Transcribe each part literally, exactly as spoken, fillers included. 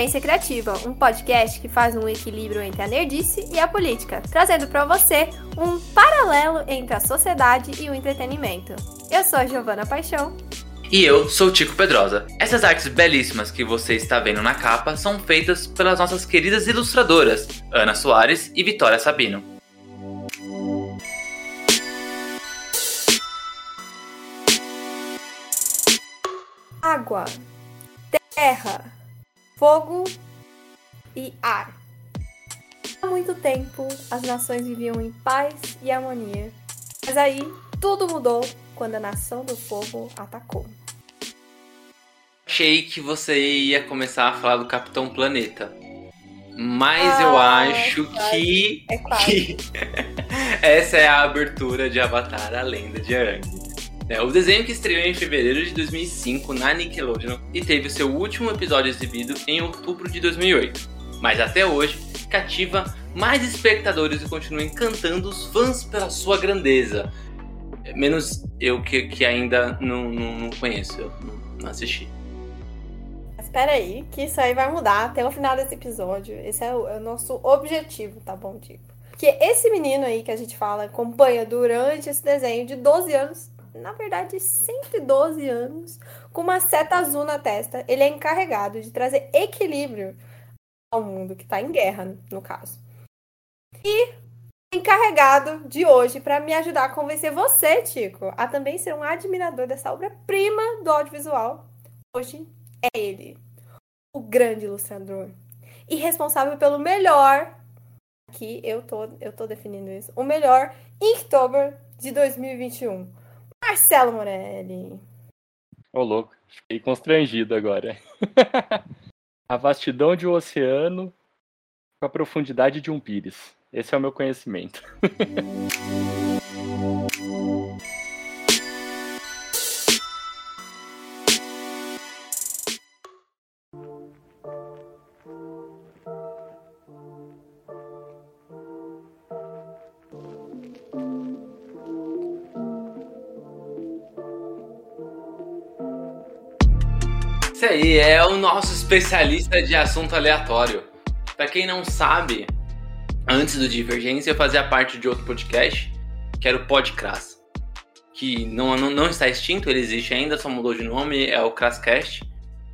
Divergência Criativa, um podcast que faz um equilíbrio entre a nerdice e a política, trazendo para você um paralelo entre a sociedade e o entretenimento. Eu sou a Giovana Paixão. E eu sou o Tico Pedrosa. Essas artes belíssimas que você está vendo na capa são feitas pelas nossas queridas ilustradoras, Ana Soares e Vitória Sabino. Água, terra, fogo e ar. Há muito tempo, as nações viviam em paz e harmonia. Mas aí, tudo mudou quando a Nação do Fogo atacou. Achei que você ia começar a falar do Capitão Planeta. Mas ah, eu acho é que... É quase. que essa é a abertura de Avatar, a Lenda de Aang. É, o desenho que estreou em fevereiro de dois mil e cinco na Nickelodeon e teve seu último episódio exibido em outubro de dois mil e oito. Mas até hoje, cativa mais espectadores e continua encantando os fãs pela sua grandeza. Menos eu que, que ainda não, não, não conheço, eu não, não assisti. Espera aí, que isso aí vai mudar até o final desse episódio. Esse é o, é o nosso objetivo, tá bom, Tico? Porque esse menino aí que a gente fala, acompanha durante esse desenho de doze anos, na verdade cento e doze anos, com uma seta azul na testa, ele é encarregado de trazer equilíbrio ao mundo que tá em guerra, no caso. E encarregado de hoje para me ajudar a convencer você, Tico, a também ser um admirador dessa obra-prima do audiovisual. Hoje é ele, o grande ilustrador e responsável pelo melhor, aqui eu tô, eu tô definindo isso, o melhor Inktober de dois mil e vinte e um. Marcelo Morelli. Ô, oh, louco, fiquei constrangido agora. A vastidão de um oceano com a profundidade de um pires. Esse é o meu conhecimento. Esse aí é o nosso especialista de assunto aleatório. Pra quem não sabe, antes do Divergência eu fazia parte de outro podcast, que era o Podcrass, que não, não, não está extinto, ele existe ainda, só mudou de nome, é o Crasscast.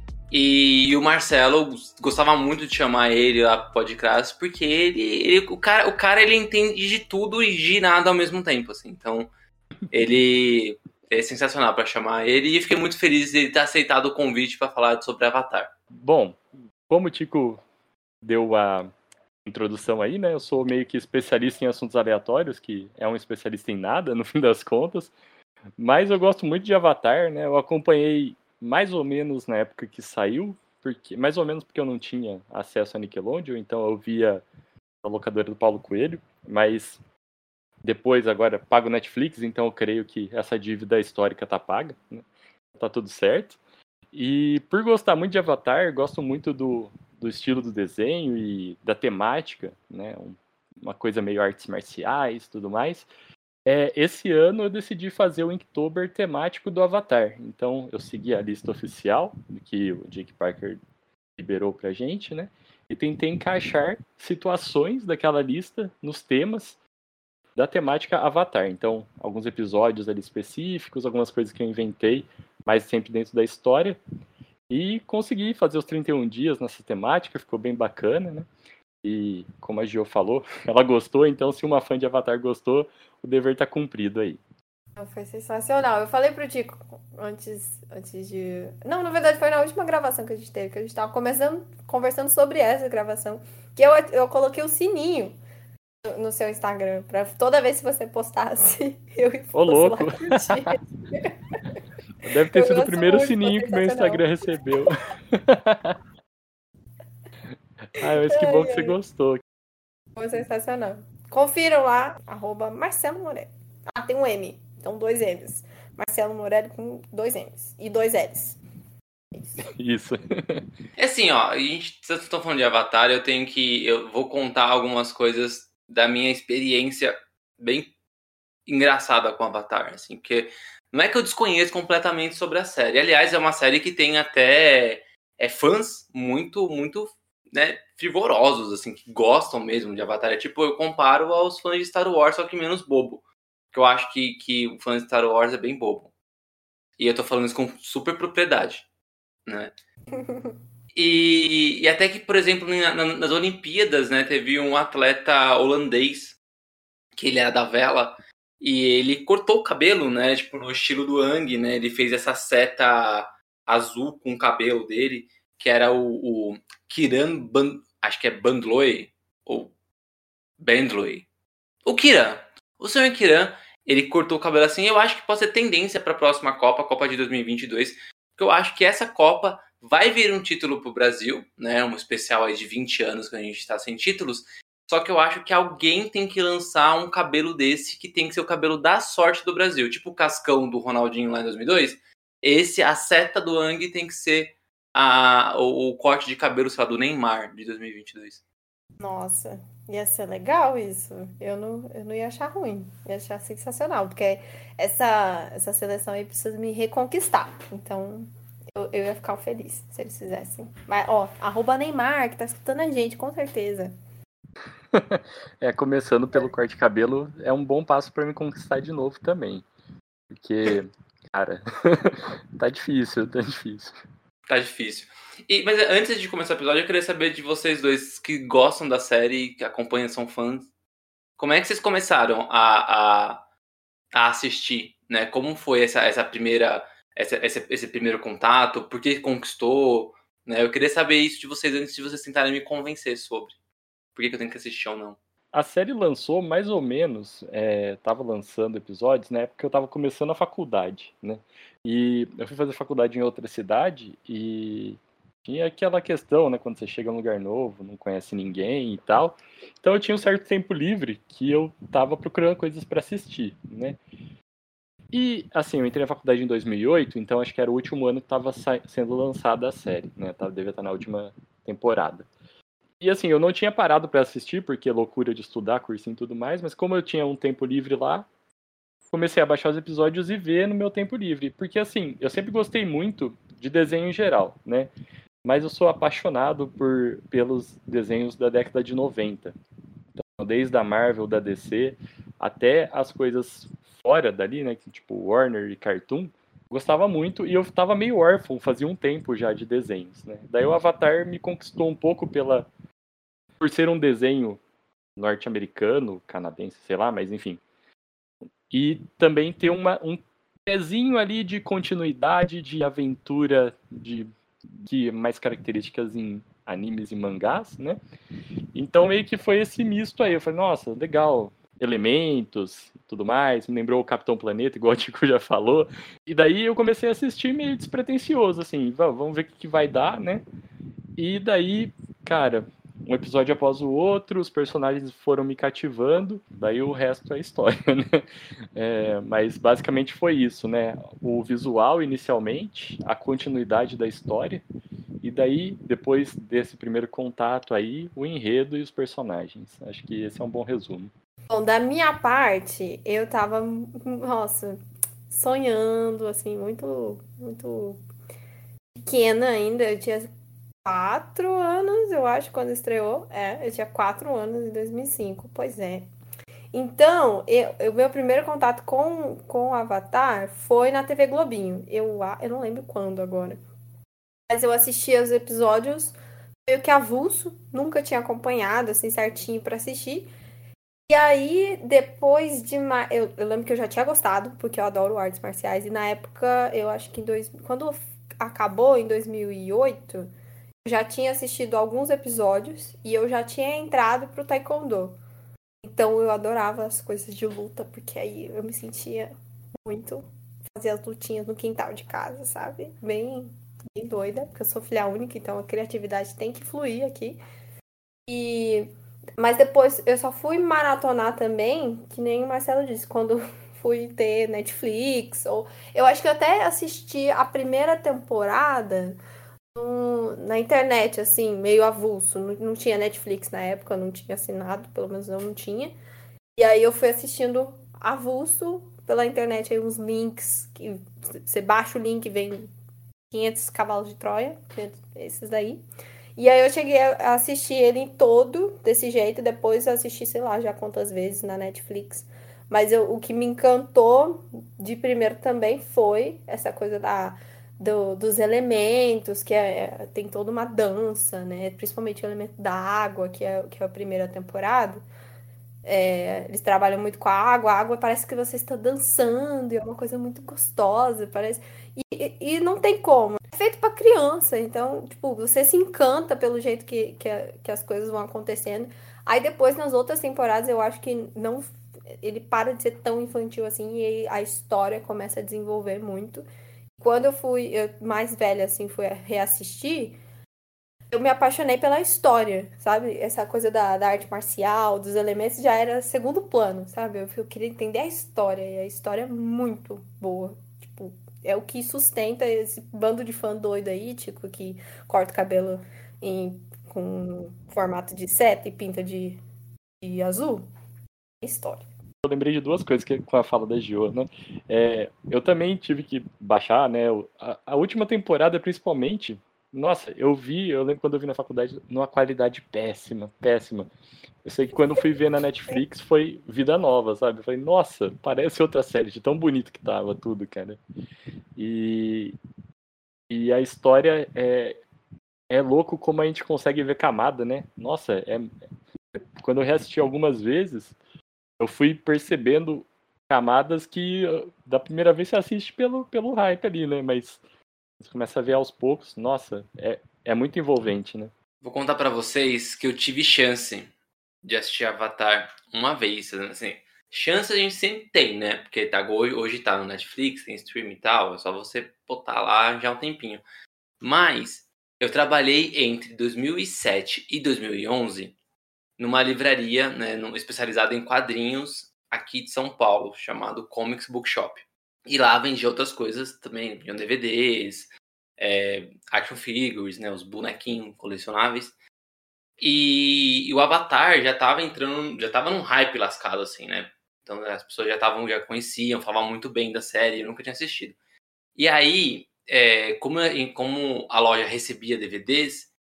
E o Marcelo gostava muito de chamar ele lá pro Podcrass, porque ele, ele, o, cara, o cara ele entende de tudo e de nada ao mesmo tempo, assim. Então, ele... é sensacional para chamar ele e fiquei muito feliz de ele ter aceitado o convite para falar sobre Avatar. Bom, como o Tico deu a introdução aí, né? Eu sou meio que especialista em assuntos aleatórios, que é um especialista em nada, no fim das contas. Mas eu gosto muito de Avatar, né? Eu acompanhei mais ou menos na época que saiu, porque mais ou menos porque eu não tinha acesso a Nickelodeon, então eu via a locadora do Paulo Coelho, mas... depois, agora, pago Netflix, então eu creio que essa dívida histórica tá paga, né? Tá tudo certo. E por gostar muito de Avatar, gosto muito do, do estilo do desenho e da temática, né? Uma coisa meio artes marciais e tudo mais. É, esse ano eu decidi fazer o Inktober temático do Avatar. Então eu segui a lista oficial que o Jake Parker liberou pra gente, né? E tentei encaixar situações daquela lista nos temas da temática Avatar. Então, alguns episódios ali específicos, algumas coisas que eu inventei, mas sempre dentro da história. E consegui fazer os trinta e um dias nessa temática, ficou bem bacana, né? E, como a Gio falou, ela gostou, então se uma fã de Avatar gostou, o dever tá cumprido aí. Foi sensacional. Eu falei pro Tico antes, antes de... Não, na verdade foi na última gravação que a gente teve, que a gente tava começando, conversando sobre essa gravação, que eu, eu coloquei o sininho no seu Instagram, pra toda vez que você postasse, eu fosse Ô, louco. lá curtir. Deve ter Eu sido o gosto primeiro muito, sininho que meu Instagram recebeu. Ah, mas que bom que você gostou. Foi sensacional. Confiram lá, arroba Marcelo Morelli. Ah, tem um M, então dois M's. Marcelo Morelli com dois M's e dois L's. Isso. É assim, ó, a gente, se eu tô falando de Avatar, eu tenho que... eu vou contar algumas coisas da minha experiência bem engraçada com Avatar, assim, porque não é que eu desconheço completamente sobre a série. Aliás, é uma série que tem até é, fãs muito, muito né, fervorosos, assim, que gostam mesmo de Avatar. É tipo, eu comparo aos fãs de Star Wars, só que menos bobo. Porque eu acho que, que o fã de Star Wars é bem bobo. E eu tô falando isso com super propriedade, né? E, e até que, por exemplo, na, na, nas Olimpíadas, né, teve um atleta holandês, que ele era da vela, e ele cortou o cabelo, né, tipo, no estilo do Aang, né? Ele fez essa seta azul com o cabelo dele, que era o, o Kiran, Ban, acho que é Bandloy, ou Bandloy. O Kiran, o senhor Kiran, ele cortou o cabelo assim. Eu acho que pode ser tendência para a próxima Copa, a Copa de dois mil e vinte e dois, porque eu acho que essa Copa vai vir um título pro Brasil, né? Um especial aí de vinte anos que a gente está sem títulos. Só que eu acho que alguém tem que lançar um cabelo desse, que tem que ser o cabelo da sorte do Brasil, tipo o cascão do Ronaldinho lá em dois mil e dois. Esse, a seta do Aang tem que ser a, o, o corte de cabelo, sei lá, do Neymar de dois mil e vinte e dois. Nossa, ia ser legal isso. Eu não, eu não ia achar ruim. Ia achar sensacional, porque essa, essa seleção aí precisa me reconquistar. Então, eu, eu ia ficar feliz se eles fizessem. Mas, ó, arroba Neymar, que tá escutando a gente, com certeza. É, começando pelo corte de cabelo, é um bom passo pra me conquistar de novo também. Porque, cara, tá difícil, tá difícil. Tá difícil. E, mas antes de começar o episódio, eu queria saber de vocês dois que gostam da série, que acompanham, são fãs. Como é que vocês começaram a, a, a assistir, né? Como foi essa, essa primeira, essa, esse, esse primeiro contato? Por que conquistou? Né? Eu queria saber isso de vocês antes de vocês tentarem me convencer sobre por que, que eu tenho que assistir ou não. A série lançou mais ou menos, é, tava lançando episódios na época que eu tava começando a faculdade, né? E eu fui fazer faculdade em outra cidade e tinha aquela questão, né? Quando você chega num lugar novo, não conhece ninguém e tal. Então eu tinha um certo tempo livre que eu tava procurando coisas para assistir, né? E, assim, eu entrei na faculdade em dois mil e oito, então acho que era o último ano que tava sa- sendo lançada a série, né? Tava, devia estar na última temporada. E assim, eu não tinha parado pra assistir, porque é loucura de estudar, cursinho e tudo mais, mas como eu tinha um tempo livre lá, comecei a baixar os episódios e ver no meu tempo livre. Porque assim, eu sempre gostei muito de desenho em geral, né? Mas eu sou apaixonado por, pelos desenhos da década de noventa. Então, desde a Marvel, da D C, até as coisas fora dali, né? Tipo Warner e Cartoon, gostava muito e eu tava meio órfão, fazia um tempo já de desenhos, né? Daí o Avatar me conquistou um pouco pela por ser um desenho norte-americano, canadense, sei lá, mas enfim. E também ter uma, um pezinho ali de continuidade, de aventura, de que mais características em animes e mangás, né? Então meio que foi esse misto aí. Eu falei, nossa, legal, elementos, tudo mais. Me lembrou o Capitão Planeta, igual o Tico já falou. E daí eu comecei a assistir meio despretensioso, assim, vamos ver o que vai dar, né? E daí, cara, um episódio após o outro, os personagens foram me cativando, daí o resto é história, né? É, mas basicamente foi isso, né? O visual inicialmente, a continuidade da história, e daí, depois desse primeiro contato aí, o enredo e os personagens. Acho que esse é um bom resumo. Bom, da minha parte, eu tava, nossa, sonhando, assim, muito, muito pequena ainda. Eu tinha quatro anos, eu acho, quando estreou. É, eu tinha quatro anos em dois mil e cinco, pois é. Então, o meu primeiro contato com, com o Avatar foi na T V Globinho. Eu, eu não lembro quando agora. Mas eu assistia os episódios meio que avulso, nunca tinha acompanhado, assim, certinho pra assistir. E aí, depois de... Ma... Eu, eu lembro que eu já tinha gostado, porque eu adoro artes marciais. E na época, eu acho que em dois... quando acabou, em dois mil e oito, eu já tinha assistido alguns episódios e eu já tinha entrado pro Taekwondo. Então eu adorava as coisas de luta, porque aí eu me sentia muito fazer as lutinhas no quintal de casa, sabe? Bem, bem doida, porque eu sou filha única, então a criatividade tem que fluir aqui. E... Mas depois eu só fui maratonar também, que nem o Marcelo disse, quando fui ter Netflix. Ou... Eu acho que eu até assisti a primeira temporada no... na internet, assim, meio avulso. Não, não tinha Netflix na época, eu não tinha assinado, pelo menos eu não tinha. E aí eu fui assistindo avulso pela internet, aí uns links, que você baixa o link e vem quinhentos cavalos de Troia, esses daí. E aí eu cheguei a assistir ele todo desse jeito, depois eu assisti, sei lá, já quantas vezes na Netflix. Mas eu, o que me encantou de primeiro também foi essa coisa da, do, dos elementos, que é, tem toda uma dança, né? Principalmente o elemento da água, que é, que é a primeira temporada. É, eles trabalham muito com a água, a água parece que você está dançando, e é uma coisa muito gostosa, parece. E, e não tem como. É feito para criança, então, tipo, você se encanta pelo jeito que, que, a, que as coisas vão acontecendo. Aí depois, nas outras temporadas, eu acho que não ele para de ser tão infantil assim e a história começa a desenvolver muito. Quando eu fui eu, mais velha, assim, fui reassistir, eu me apaixonei pela história, sabe? Essa coisa da, da arte marcial, dos elementos, já era segundo plano, sabe? Eu, eu queria entender a história, e a história é muito boa. Tipo, é o que sustenta esse bando de fã doido aí, tipo, que corta o cabelo em, com formato de seta e pinta de, de azul. É história. Eu lembrei de duas coisas que, com a fala da Gio, né? É, eu também tive que baixar, né? A, a última temporada, principalmente, nossa, eu vi, eu lembro quando eu vi na faculdade, numa qualidade péssima, péssima. Eu sei que quando eu fui ver na Netflix foi vida nova, sabe? Eu falei, nossa, parece outra série, de tão bonito que tava tudo, cara. E, e a história é, é louco como a gente consegue ver camada, né? Nossa, é, quando eu reassisti algumas vezes, eu fui percebendo camadas que da primeira vez você assiste pelo, pelo hype ali, né? Mas você começa a ver aos poucos, nossa, é, é muito envolvente, né? Vou contar pra vocês que eu tive chance de assistir Avatar uma vez, assim. Chance a gente sempre tem, né? Porque tá, hoje, hoje tá no Netflix, tem stream e tal, é só você botar lá já há um tempinho. Mas eu trabalhei entre dois mil e sete e dois mil e onze numa livraria, né, especializada em quadrinhos aqui de São Paulo, chamado Comics Bookshop. E lá vendia outras coisas também, vendiam D V Ds, é, action figures, né, os bonequinhos colecionáveis. E, e o Avatar já tava entrando, já tava num hype lascado, assim, né? Então as pessoas já estavam, já conheciam, falavam muito bem da série, eu nunca tinha assistido. E aí, é, como, como a loja recebia D V Ds,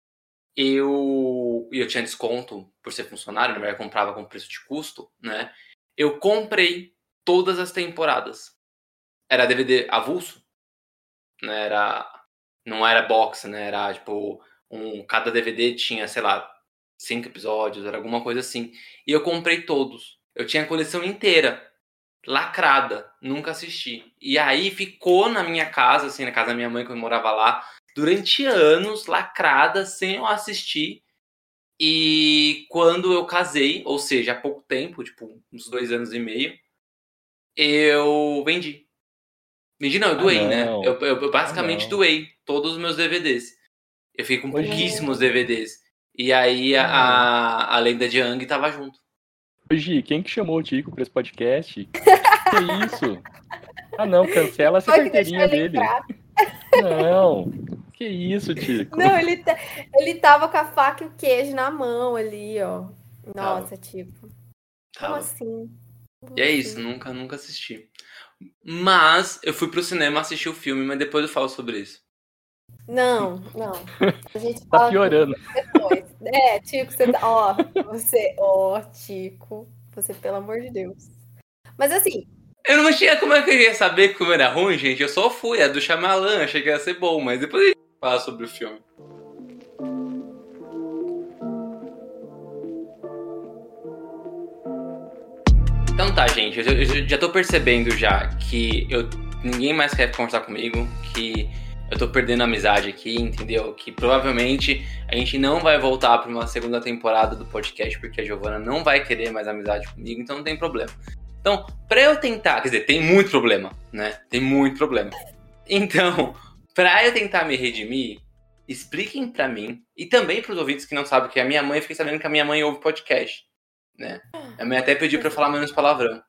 eu, eu tinha desconto por ser funcionário, na verdade eu comprava com preço de custo, né? Eu comprei todas as temporadas. Era D V D avulso, né? Era, não era box, né? Era tipo, um, cada D V D tinha, sei lá, cinco episódios, era alguma coisa assim. E eu comprei todos. Eu tinha a coleção inteira, lacrada, nunca assisti. E aí ficou na minha casa, assim, na casa da minha mãe, quando eu morava lá, durante anos, lacrada, sem eu assistir. E quando eu casei, ou seja, há pouco tempo, tipo, uns dois anos e meio, eu vendi. Vendi não, eu Ah, doei, né? não. Eu, eu, eu basicamente Ah, não. doei todos os meus D V Ds. Eu fiquei com Hoje, pouquíssimos D V Ds. E aí a, a, a Lenda de Aang tava junto. hoje, quem que chamou o Tico pra esse podcast? Que isso? Ah, não, cancela essa Foi que deixou carteirinha ele dele. entrar. Não, que isso, Tico? Não, ele, tá- ele tava com a faca e o queijo na mão ali, ó. Tava, Nossa, tipo, como tava. assim? Como E é isso, assim? nunca, nunca assisti. Mas eu fui pro cinema assistir o filme, mas depois eu falo sobre isso. Não, não. A gente Tá fala piorando. depois. É, Tico, você tá. Ó, você. Ó, Tico. Você, pelo amor de Deus. Mas assim, Eu não tinha como é que eu ia saber como era ruim, gente. Eu só fui, é do Shyamalan, achei que ia ser bom, mas depois a gente fala sobre o filme. Então tá, gente, eu, eu já tô percebendo já que eu, ninguém mais quer conversar comigo, que eu tô perdendo a amizade aqui, entendeu? Que provavelmente a gente não vai voltar pra uma segunda temporada do podcast, porque a Giovana não vai querer mais amizade comigo, então não tem problema. Então, pra eu tentar, quer dizer, tem muito problema, né? Tem muito problema. Então, pra eu tentar me redimir, expliquem pra mim, e também pros ouvintes que não sabem que a minha mãe, eu fiquei sabendo que a minha mãe ouve podcast, né? A mãe até pediu pra eu falar menos palavrão.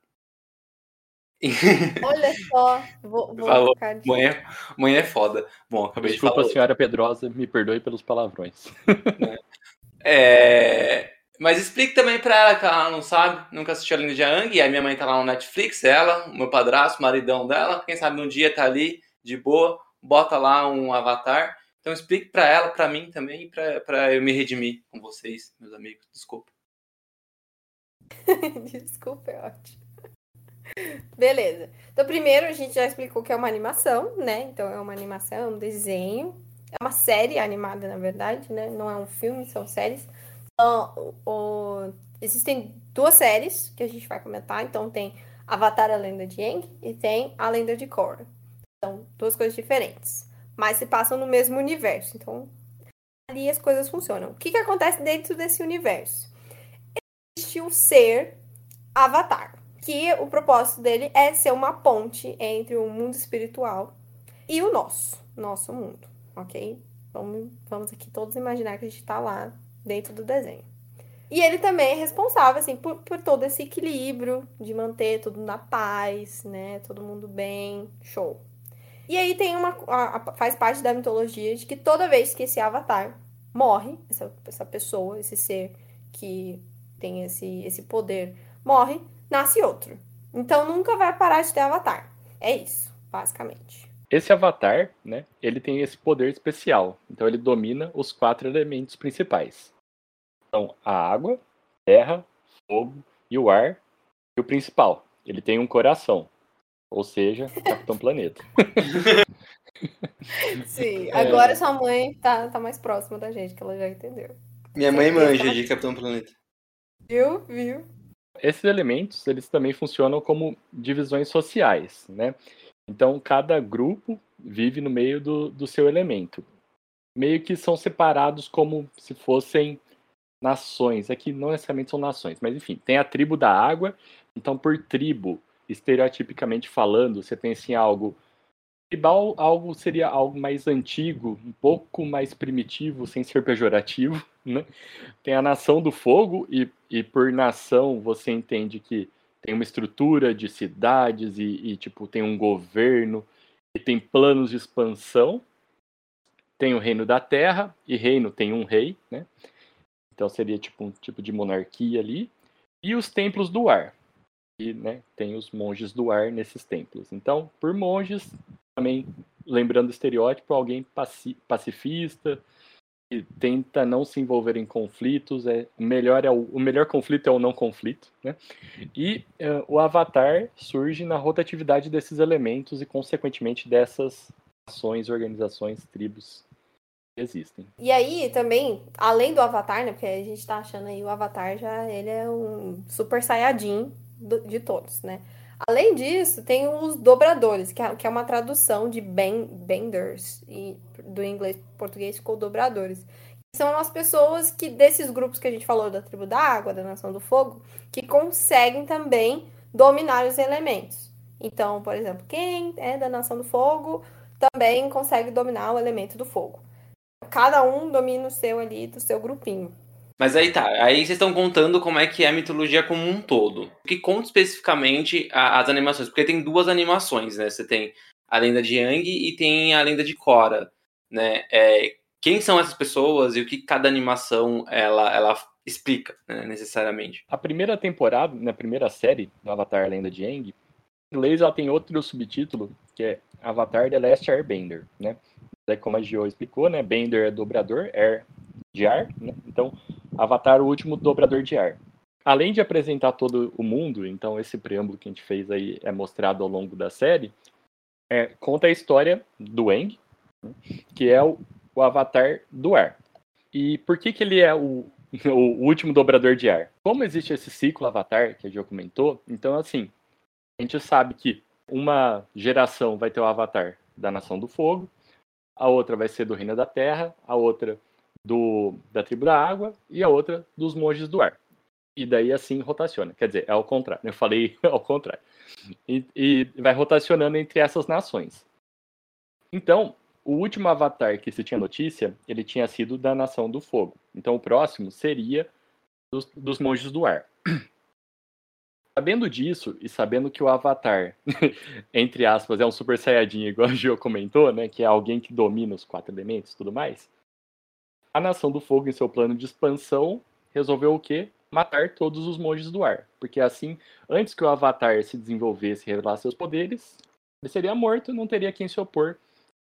olha só. Vou, vou Falou, ficar de. mãe é, mãe é foda. Bom, acabei Desculpa, de falar. senhora Pedrosa, me perdoe pelos palavrões. Né? É... Mas explique também pra ela que ela não sabe, nunca assistiu a Lenda de Aang, e aí minha mãe tá lá no Netflix, ela, o meu padrasto, o maridão dela, quem sabe um dia tá ali, de boa, bota lá um Avatar, Então explique pra ela, pra mim também, pra, pra eu me redimir com vocês, meus amigos. Desculpa. Desculpa, é ótimo. Beleza. Então, primeiro a gente já explicou que é uma animação, né? Então, é uma animação, um desenho. É uma série animada, na verdade, né? Não é um filme, são séries. Então, o, o... Existem duas séries que a gente vai comentar. Então, tem Avatar, a Lenda de Aang e tem A Lenda de Korra. São duas coisas diferentes, mas se passam no mesmo universo. Então, ali as coisas funcionam. O que, que acontece dentro desse universo? Existe o ser Avatar, que o propósito dele é ser uma ponte entre o mundo espiritual e o nosso, nosso mundo, ok? Vamos, vamos aqui todos imaginar que a gente está lá dentro do desenho. E ele também é responsável, assim, por, por todo esse equilíbrio de manter tudo na paz, né? Todo mundo bem, show. E aí tem uma... A, a, faz parte da mitologia de que toda vez que esse Avatar morre, essa, essa pessoa, esse ser que tem esse, esse poder, morre, nasce outro. Então nunca vai parar de ter Avatar. É isso, basicamente. Esse Avatar, né, ele tem esse poder especial. Então ele domina os quatro elementos principais. Então, a água, terra, fogo e o ar. E o principal, ele tem um coração. Ou seja, Capitão Planeta. Sim, agora é. Sua mãe tá, tá mais próxima da gente, que ela já entendeu. Minha mãe manja de Capitão Planeta. Viu, viu? Esses elementos, eles também funcionam como divisões sociais, né? Então, cada grupo vive no meio do, do seu elemento. Meio que são separados como se fossem nações. Aqui não necessariamente são nações, mas enfim, tem a tribo da água. Então, por tribo, estereotipicamente falando, você tem assim algo tribal, algo seria algo mais antigo, um pouco mais primitivo, sem ser pejorativo, né? Tem a nação do fogo e, e por nação você entende que tem uma estrutura de cidades e, e tipo tem um governo e tem planos de expansão. Tem o reino da terra e reino tem um rei, né? Então seria tipo um tipo de monarquia ali. E os templos do ar. E, né, tem os monges do ar nesses templos. Então, por monges, também lembrando o estereótipo, alguém pacifista, que tenta não se envolver em conflitos. É, melhor é o, o melhor conflito é o não conflito. Né? E uh, o Avatar surge na rotatividade desses elementos e, consequentemente, dessas ações, organizações, tribos existem. E aí, também, além do Avatar, né? Porque a gente tá achando aí o Avatar já, ele é um super saiyajin de todos, né? Além disso, tem os dobradores, que é, que é uma tradução de ben, benders, e do inglês para português ficou dobradores. São as pessoas que, desses grupos que a gente falou, da tribo da água, da nação do fogo, que conseguem também dominar os elementos. Então, por exemplo, quem é da nação do fogo também consegue dominar o elemento do fogo. Cada um domina o seu ali, do seu grupinho. Mas aí tá, aí vocês estão contando como é que é a mitologia como um todo. O que conta especificamente a, as animações? Porque tem duas animações, né? Você tem a Lenda de Aang e tem a Lenda de Korra, né? É, quem são essas pessoas e o que cada animação ela, ela explica, né, necessariamente? A primeira temporada, na primeira série do Avatar, a Lenda de Aang, em inglês ela tem outro subtítulo, que é Avatar The Last Airbender, né? Como a Gio explicou, né? Bender é dobrador, Air de ar, né? Então, Avatar, o último dobrador de ar. Além de apresentar todo o mundo, então esse preâmbulo que a gente fez aí é mostrado ao longo da série, é, conta a história do Aang, né? Que é o, o Avatar do ar. E por que que ele é o, o último dobrador de ar? Como existe esse ciclo Avatar, que a Gio comentou, então assim, a gente sabe que uma geração vai ter o Avatar da Nação do Fogo, a outra vai ser do Reino da Terra, a outra do, da Tribo da Água e a outra dos Monges do Ar. E daí assim rotaciona. Quer dizer, é ao contrário. Eu falei ao contrário. E, e vai rotacionando entre essas nações. Então, o último Avatar que se tinha notícia, ele tinha sido da Nação do Fogo. Então, o próximo seria dos, dos Monges do Ar. Sabendo disso, e sabendo que o Avatar, entre aspas, é um Super Saiyajin, igual a Gio comentou, né, que é alguém que domina os quatro elementos e tudo mais, a Nação do Fogo, em seu plano de expansão, resolveu o quê? Matar todos os monges do ar. Porque assim, antes que o Avatar se desenvolvesse e revelasse seus poderes, ele seria morto, não teria quem se opor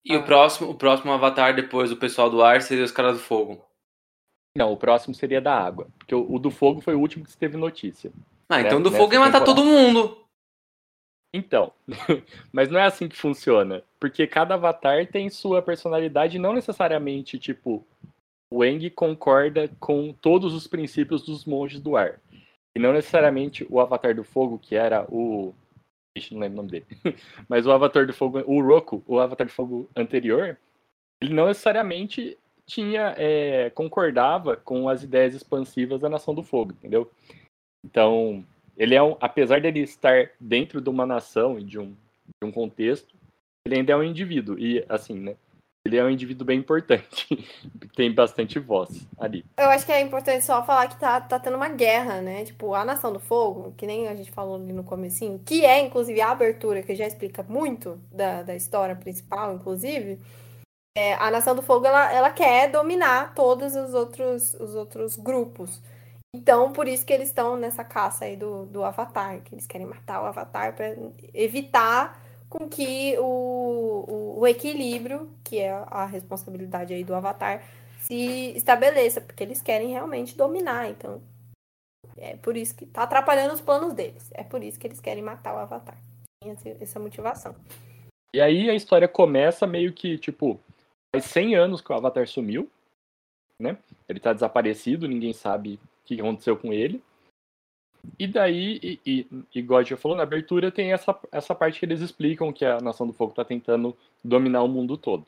E ah. o, próximo, o próximo Avatar depois do pessoal do ar seria os caras do fogo? Não, o próximo seria da água. Porque o, o do fogo foi o último que se teve notícia. Ah, né? Então do fogo ia matar temporada. todo mundo. Então, mas não é assim que funciona. Porque cada avatar tem sua personalidade, não necessariamente, tipo, o Aang concorda com todos os princípios dos monges do ar. E não necessariamente o avatar do fogo, que era o... Ixi, não lembro o nome dele. Mas o avatar do fogo, o Roku, o avatar do fogo anterior, ele não necessariamente tinha, é, concordava com as ideias expansivas da Nação do Fogo, entendeu? Então... Ele é um, apesar dele estar dentro de uma nação e de um, de um contexto, ele ainda é um indivíduo. E, assim, né? Ele é um indivíduo bem importante. Tem bastante voz ali. Eu acho que é importante só falar que tá, tá tendo uma guerra, né? Tipo, a Nação do Fogo, que nem a gente falou ali no comecinho, que é, inclusive, a abertura, que já explica muito da, da história principal, inclusive. É, a Nação do Fogo, ela, ela quer dominar todos os outros, os outros grupos. Então, por isso que eles estão nessa caça aí do, do Avatar, que eles querem matar o Avatar para evitar com que o, o, o equilíbrio, que é a responsabilidade aí do Avatar, se estabeleça, porque eles querem realmente dominar. Então, é por isso que tá atrapalhando os planos deles. É por isso que eles querem matar o Avatar. Tem essa motivação. E aí a história começa meio que, tipo, faz cem anos que o Avatar sumiu, né? Ele tá desaparecido, ninguém sabe o que aconteceu com ele. E daí, e, e, igual a gente já falou, na abertura tem essa, essa parte que eles explicam que a Nação do Fogo está tentando dominar o mundo todo.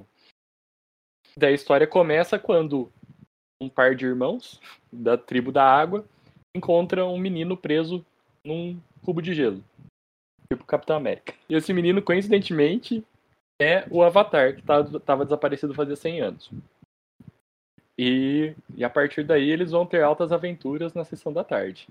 Daí a história começa quando um par de irmãos da tribo da água encontra um menino preso num cubo de gelo, tipo Capitão América. E esse menino, coincidentemente, é o Avatar, que estava desaparecido fazia cem anos. E, e a partir daí eles vão ter altas aventuras na sessão da tarde.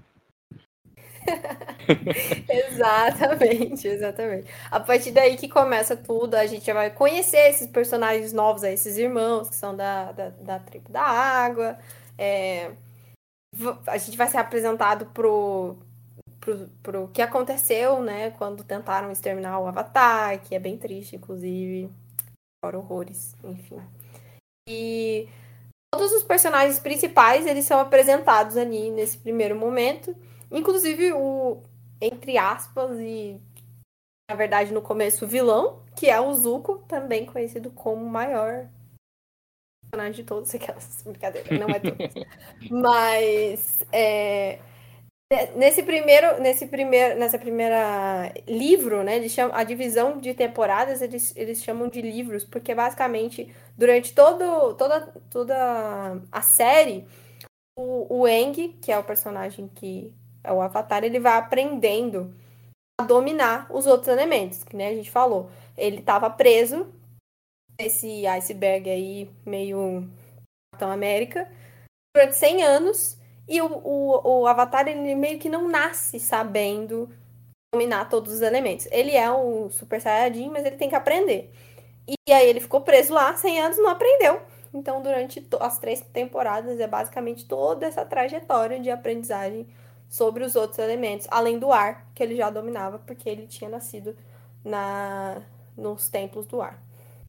Exatamente, exatamente. A partir daí que começa tudo, a gente já vai conhecer esses personagens novos, aí, esses irmãos que são da, da, da tribo da água. É, a gente vai ser apresentado pro, pro, pro que aconteceu, né, quando tentaram exterminar o Avatar, que é bem triste, inclusive. Fora horrores, enfim. E todos os personagens principais, eles são apresentados ali nesse primeiro momento. Inclusive o, entre aspas, e na verdade no começo o vilão, que é o Zuko, também conhecido como o maior personagem de todos, aquelas brincadeiras, não é todos. Mas é, nesse primeiro, nesse primeiro, nessa primeira livro, né, eles chamam, a divisão de temporadas, eles, eles chamam de livros, porque basicamente durante todo, toda, toda a série, o, o Aang, que é o personagem que é o Avatar, ele vai aprendendo a dominar os outros elementos, que nem a gente falou. Ele estava preso nesse iceberg aí, meio Capitão América, durante cem anos, e o, o, o Avatar, ele meio que não nasce sabendo dominar todos os elementos. Ele é um Super Saiyajin, mas ele tem que aprender. E aí ele ficou preso lá cem anos e não aprendeu. Então, durante as três temporadas, é basicamente toda essa trajetória de aprendizagem sobre os outros elementos, além do ar, que ele já dominava, porque ele tinha nascido na, nos templos do ar.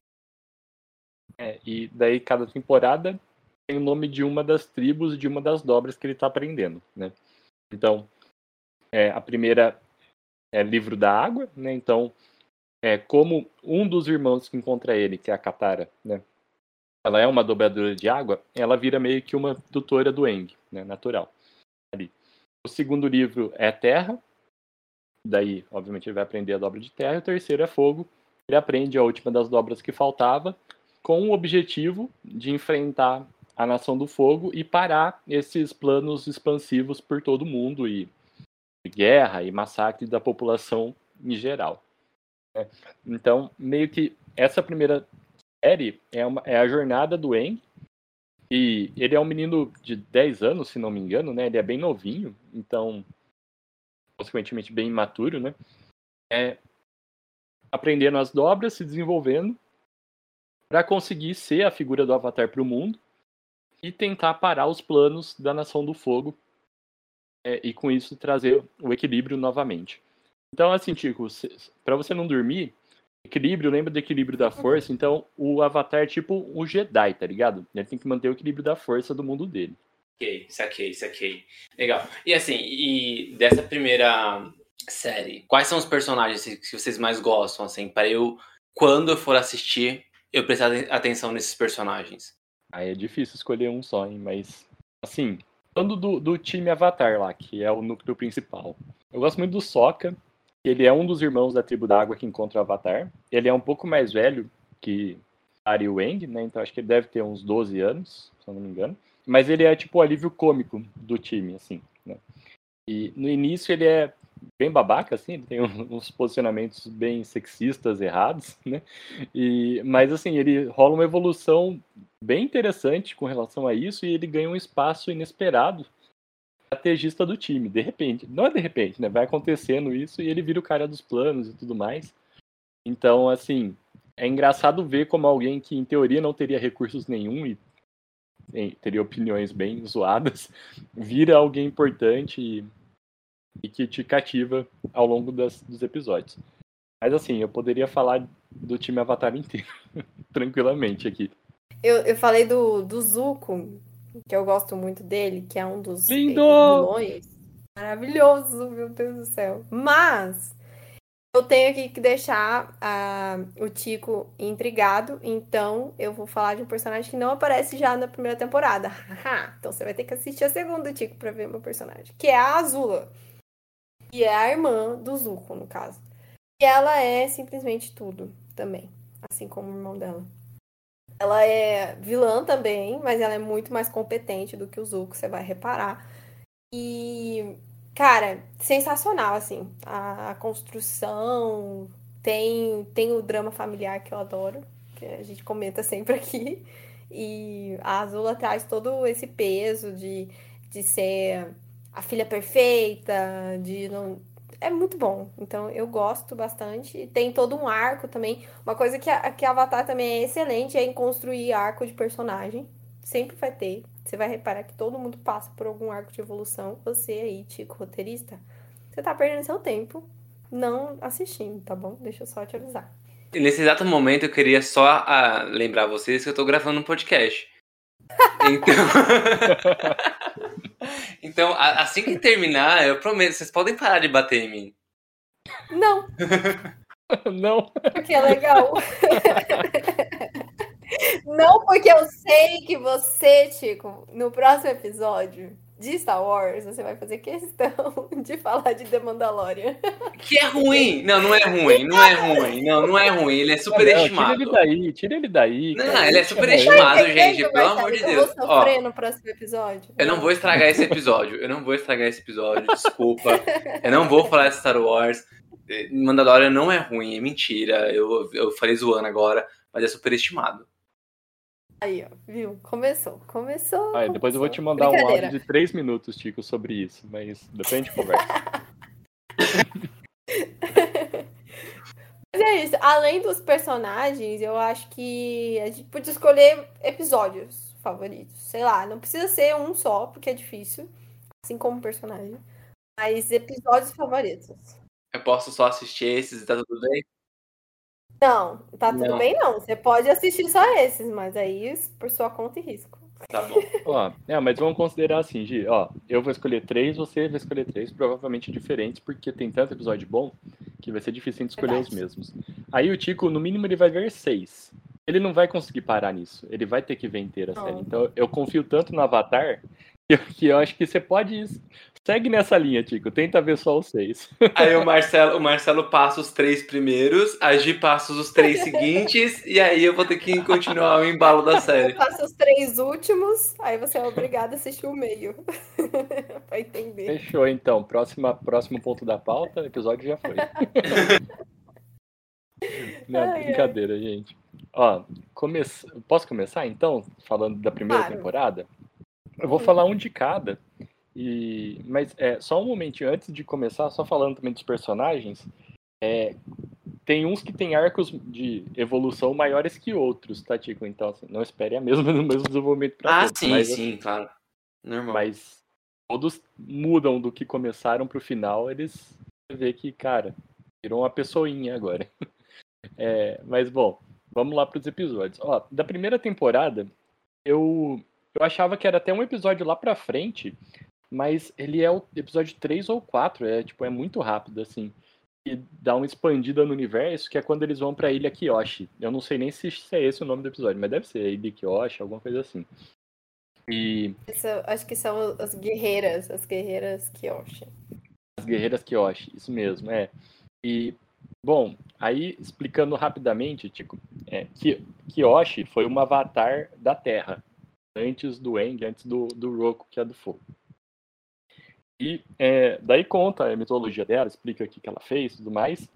É, e daí cada temporada tem o nome de uma das tribos e de uma das dobras que ele está aprendendo, né? Então, é, a primeira é Livro da Água, né? Então, é, como um dos irmãos que encontra ele, que é a Katara, né? Ela é uma dobradora de água, ela vira meio que uma tutora do Aang, né? Natural. Ali. O segundo livro é Terra, daí, obviamente, ele vai aprender a dobra de terra. E o terceiro é Fogo, ele aprende a última das dobras que faltava, com o objetivo de enfrentar a Nação do Fogo e parar esses planos expansivos por todo o mundo, e guerra e massacre da população em geral. Né? Então, meio que essa primeira série é, uma, é a jornada do Aang. E ele é um menino de dez anos, se não me engano, né? Ele é bem novinho, então, consequentemente bem imaturo, né? É, aprendendo as dobras, se desenvolvendo, para conseguir ser a figura do Avatar para o mundo e tentar parar os planos da Nação do Fogo, é, e com isso trazer o equilíbrio novamente. Então, assim, Tico, para você não dormir, equilíbrio, lembra do equilíbrio da força? Então, o Avatar é tipo um Jedi, tá ligado? Ele tem que manter o equilíbrio da força do mundo dele. Ok, saquei, saquei. Legal. E assim, e dessa primeira série, quais são os personagens que vocês mais gostam, assim, para eu, quando eu for assistir, eu prestar atenção nesses personagens? Aí é difícil escolher um só, hein? Mas, assim, falando do, do time Avatar lá, que é o núcleo principal. Eu gosto muito do Sokka. Ele é um dos irmãos da tribo da água que encontra o Avatar. Ele é um pouco mais velho que Ari Wang, né? Então acho que ele deve ter uns doze anos, se eu não me engano. Mas ele é tipo o alívio cômico do time, assim, né? E no início ele é bem babaca, assim, ele tem uns posicionamentos bem sexistas, errados, né? E, mas assim, ele rola uma evolução bem interessante com relação a isso e ele ganha um espaço inesperado estrategista do time, de repente. Não é de repente, né? Vai acontecendo isso e ele vira o cara dos planos e tudo mais. Então, assim, é engraçado ver como alguém que, em teoria, não teria recursos nenhum e em, teria opiniões bem zoadas, vira alguém importante e, e que te cativa ao longo das, dos episódios. Mas, assim, eu poderia falar do time Avatar inteiro, tranquilamente aqui. Eu, eu falei do, do Zuko, que eu gosto muito dele, que é um dos Lindo! eh, vilões. Maravilhoso, meu Deus do céu. Mas eu tenho aqui que deixar ah, o Tico intrigado, então eu vou falar de um personagem que não aparece já na primeira temporada. Então você vai ter que assistir a segunda, Tico, pra ver o meu personagem. Que é a Azula. Que é a irmã do Zuko, no caso. E ela é simplesmente tudo também. Assim como o irmão dela. Ela é vilã também, mas ela é muito mais competente do que o Zuko, você vai reparar. E, cara, sensacional, assim. A, a construção, tem, tem o drama familiar que eu adoro, que a gente comenta sempre aqui. E a Azula traz todo esse peso de, de ser a filha perfeita, de não. É muito bom. Então, eu gosto bastante. Tem todo um arco também. Uma coisa que a, que a Avatar também é excelente é em construir arco de personagem. Sempre vai ter. Você vai reparar que todo mundo passa por algum arco de evolução. Você aí, Tico, roteirista, você tá perdendo seu tempo não assistindo, tá bom? Deixa eu só te avisar. E nesse exato momento eu queria só ah, lembrar vocês que eu tô gravando um podcast. Então, então a- assim que terminar, eu prometo, vocês podem parar de bater em mim. Não, Não. porque é legal. Não, porque eu sei que você, Tico, no próximo episódio de Star Wars, você vai fazer questão de falar de The Mandalorian. Que é ruim. Não, não é ruim, não é ruim. Não, não é ruim. Ele é Não, superestimado. tira ele daí, tira ele daí. Não, cara. ele é Deixa superestimado, mais. gente. Entendeu, Pelo Marcelo, amor de que eu Deus. vou Ó, sofrer no próximo episódio? eu não vou estragar esse episódio. Eu não vou estragar esse episódio, desculpa. Eu não vou falar de Star Wars. Mandalorian não é ruim, é mentira. Eu, eu falei zoando agora, mas é superestimado. Aí, ó, viu? Começou, começou. Ah, depois eu vou te mandar um áudio de três minutos, Tico, sobre isso, mas depois a gente conversa. Mas é isso. Além dos personagens, eu acho que a gente podia escolher episódios favoritos. Sei lá, não precisa ser um só, porque é difícil. Assim como personagem. Mas episódios favoritos. Eu posso só assistir esses e tá tudo bem? Não, tá tudo Não. bem não. Você pode assistir só esses, mas aí por sua conta e risco. Tá bom. Ó, é, mas vamos considerar assim, Gi, ó, eu vou escolher três, você vai escolher três, provavelmente diferentes, porque tem tanto episódio bom que vai ser difícil de escolher Verdade. os mesmos. Aí o Tico, no mínimo, ele vai ver seis. Ele não vai conseguir parar nisso, ele vai ter que ver inteira a Não. série. Então eu confio tanto no Avatar que eu, que eu acho que você pode... Segue nessa linha, Tico, tenta ver só os seis. Aí o Marcelo, o Marcelo passa os três primeiros, a Gi passa os três seguintes, e aí eu vou ter que continuar o embalo da série. Eu faço os três últimos, aí você é obrigado a assistir o meio. Pra entender. Fechou, então. Próxima, próximo ponto da pauta, o episódio já foi. Não, Ai, ai. brincadeira, gente. Ó, come... posso começar, então? Falando da primeira Claro. temporada? Eu vou Sim. falar um de cada. E... Mas é, só um momentinho antes de começar, só falando também dos personagens. É... Tem uns que tem arcos de evolução maiores que outros, tá, Tico? Então, assim, não espere a mesma, o mesmo desenvolvimento pra Ah, todos. sim, mas, sim, assim, claro. Normal. mas todos mudam do que começaram pro final, eles você vê que, cara, virou uma pessoinha agora. É, mas, bom, vamos lá para os episódios. Ó, da primeira temporada, eu, eu achava que era até um episódio lá pra frente, mas ele é o episódio três ou quatro, é, tipo, é muito rápido, assim. E dá uma expandida no universo, que é quando eles vão pra Ilha Kyoshi. Eu não sei nem se é esse o nome do episódio, mas deve ser Ilha Kyoshi, alguma coisa assim. E Isso, acho que são as guerreiras, as guerreiras Kyoshi. as guerreiras Kyoshi, isso mesmo, é. E, bom, aí explicando rapidamente, tipo, é, Ki- Kyoshi foi uma avatar da Terra, antes do Aang, antes do, do Roku, que é do fogo. E é, daí conta a mitologia dela, explica o que, que ela fez e tudo mais.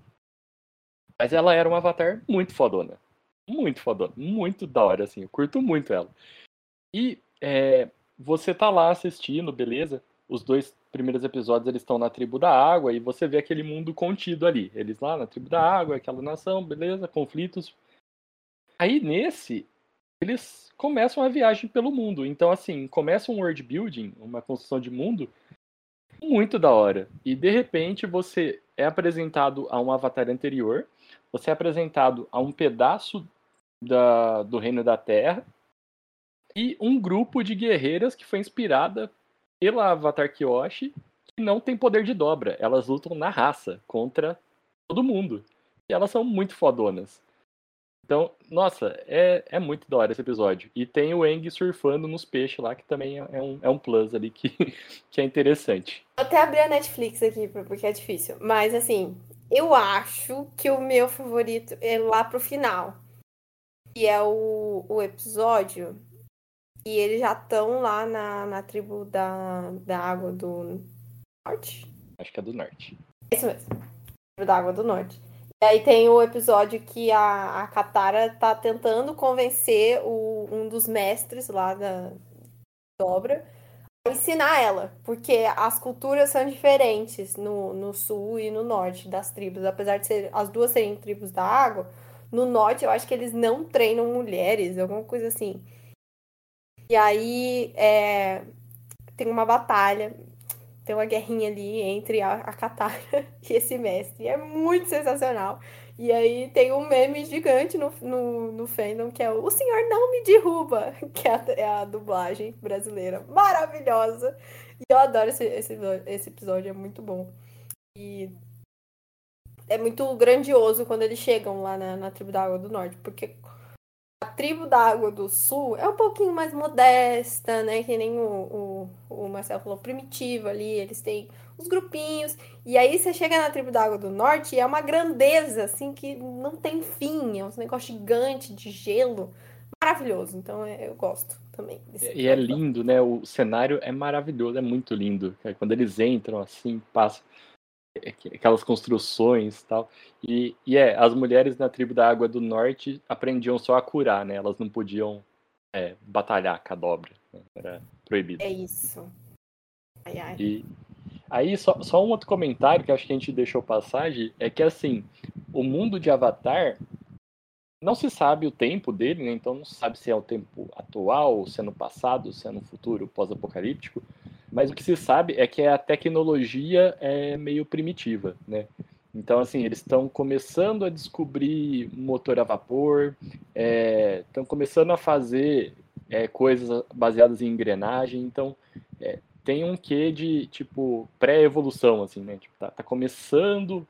Mas ela era um avatar muito fodona. Muito fodona. Muito da hora, assim. Eu curto muito ela. E é, você tá lá assistindo, beleza? Os dois primeiros episódios eles estão na tribo da água e você vê aquele mundo contido ali. Eles lá na tribo da água, aquela nação, beleza? Conflitos. Aí nesse, eles começam a viagem pelo mundo. Então, assim, começa um world building, uma construção de mundo muito da hora. E de repente você é apresentado a um avatar anterior, você é apresentado a um pedaço da, do Reino da Terra e um grupo de guerreiras que foi inspirada pela Avatar Kyoshi, que não tem poder de dobra. Elas lutam na raça contra todo mundo. E elas são muito fodonas. Então, nossa, é, é muito da hora esse episódio. E tem o Aang surfando nos peixes lá, que também é um, é um plus ali que, que é interessante. Eu até abri a Netflix aqui, porque é difícil. Mas, assim, eu acho que o meu favorito é lá pro final. Que é o, o episódio. E eles já estão lá na, na tribo da, da Água do Norte. Acho que é do norte. É isso mesmo. Tribo da Água do Norte. E aí tem o episódio que a, a Katara tá tentando convencer o, um dos mestres lá da obra a ensinar ela. Porque as culturas são diferentes no, no sul e no norte das tribos. Apesar de ser, as duas serem tribos da água, no norte eu acho que eles não treinam mulheres, alguma coisa assim. E aí é, tem uma batalha, tem uma guerrinha ali entre a, a Katara e esse mestre. E é muito sensacional. E aí tem um meme gigante no, no, no fandom que é o, o senhor não me derruba, que é a, é a dublagem brasileira. Maravilhosa. E eu adoro esse, esse, esse episódio, é muito bom. E é muito grandioso quando eles chegam lá na, na tribo da Água do Norte, porque a tribo da Água do Sul é um pouquinho mais modesta, né? Que nem o, o, o Marcelo falou, primitiva ali. Eles têm os grupinhos. E aí você chega na tribo da Água do Norte e é uma grandeza, assim, que não tem fim. É um negócio gigante de gelo. Maravilhoso. Então eu gosto também desse E é episódio. lindo, né? O cenário é maravilhoso, é muito lindo. Quando eles entram assim, passam aquelas construções e tal. E, e é, as mulheres na tribo da Água do Norte aprendiam só a curar, né? Elas não podiam é, batalhar com a dobra. Né? Era proibido. É isso. Ai, ai. E aí, só, só um outro comentário que acho que a gente deixou passagem é que, assim, o mundo de Avatar não se sabe o tempo dele, né? Então não se sabe se é o tempo atual, se é no passado, se é no futuro pós-apocalíptico. Mas o que se sabe é que a tecnologia é meio primitiva, né? Então, assim, eles estão começando a descobrir motor a vapor, estão é, começando a fazer é, coisas baseadas em engrenagem. Então, é, tem um quê de, tipo, pré-evolução, assim, né? Tipo, tá, tá começando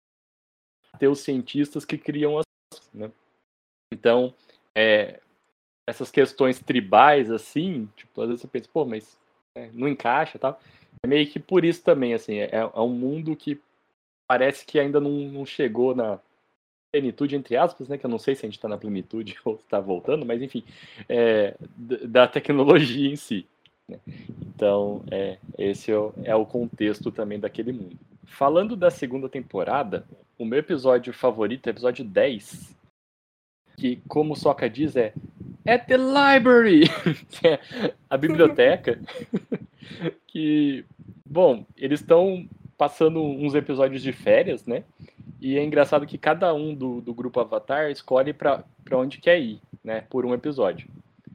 a ter os cientistas que criam as coisas, né? Então, é, essas questões tribais, assim, tipo, às vezes você pensa, pô, mas é, não encaixa e tal. É meio que por isso também, assim, é, é um mundo que parece que ainda não, não chegou na plenitude, entre aspas, né, que eu não sei se a gente está na plenitude ou está voltando, mas enfim, é, da tecnologia em si. Né? Então, é, esse é o, é o contexto também daquele mundo. Falando da segunda temporada, o meu episódio favorito é o episódio dez, que, como o Sokka diz, é at the library, que é a biblioteca, que, bom, eles estão passando uns episódios de férias, né? E é engraçado que cada um do, do grupo Avatar escolhe para onde quer ir, né? Por um episódio.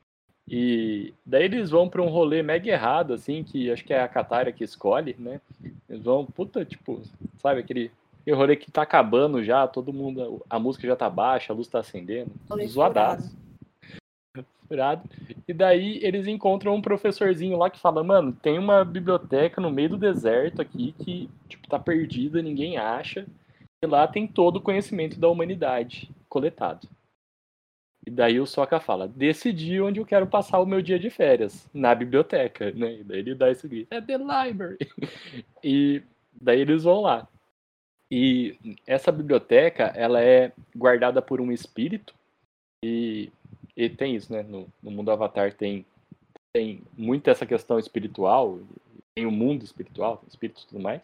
E daí eles vão para um rolê mega errado, assim, que acho que é a Katara que escolhe, né? Eles vão, puta, tipo, sabe, aquele E o rolê que tá acabando já, todo mundo, a música já tá baixa, a luz tá acendendo, tudo zoadaço. Furado. E daí eles encontram um professorzinho lá que fala, mano, tem uma biblioteca no meio do deserto aqui que, tipo, tá perdida, ninguém acha. E lá tem todo o conhecimento da humanidade coletado. E daí o Sokka fala, decidi onde eu quero passar o meu dia de férias, na biblioteca, né? E daí ele dá esse grito, é the library. E daí eles vão lá. E essa biblioteca, ela é guardada por um espírito, e, e tem isso, né? No, no mundo Avatar tem, tem muito essa questão espiritual, tem o mundo espiritual, tem espíritos e tudo mais.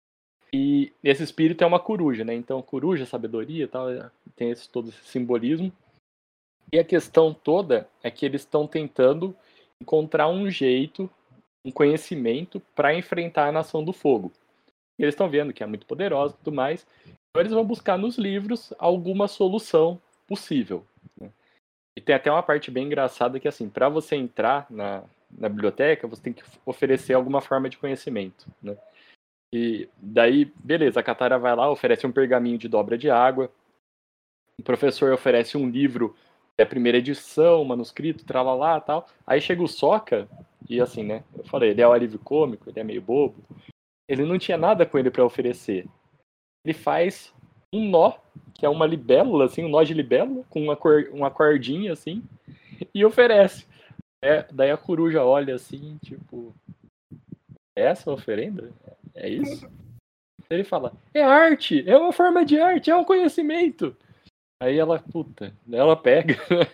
E esse espírito é uma coruja, né? Então, coruja, sabedoria e tal, tem esse, todo esse simbolismo. E a questão toda é que eles estão tentando encontrar um jeito, um conhecimento para enfrentar a Nação do Fogo. E eles estão vendo que é muito poderosa e tudo mais. Então eles vão buscar nos livros alguma solução possível. Né? E tem até uma parte bem engraçada que, assim, para você entrar na, na biblioteca, você tem que oferecer alguma forma de conhecimento. Né? E daí, beleza, a Katara vai lá, oferece um pergaminho de dobra de água. O professor oferece um livro, é a primeira edição, manuscrito, tralalá e tal. Aí chega o Sokka, e assim, né? Eu falei, ele é um alívio cômico, ele é meio bobo. Ele não tinha nada com ele para oferecer. Ele faz um nó, que é uma libélula, assim, um nó de libélula, com uma, cor, uma cordinha, assim, e oferece. É, daí a coruja olha assim, tipo, é essa a oferenda? É isso? Ele fala, é arte, é uma forma de arte, é um conhecimento. Aí ela, puta, ela pega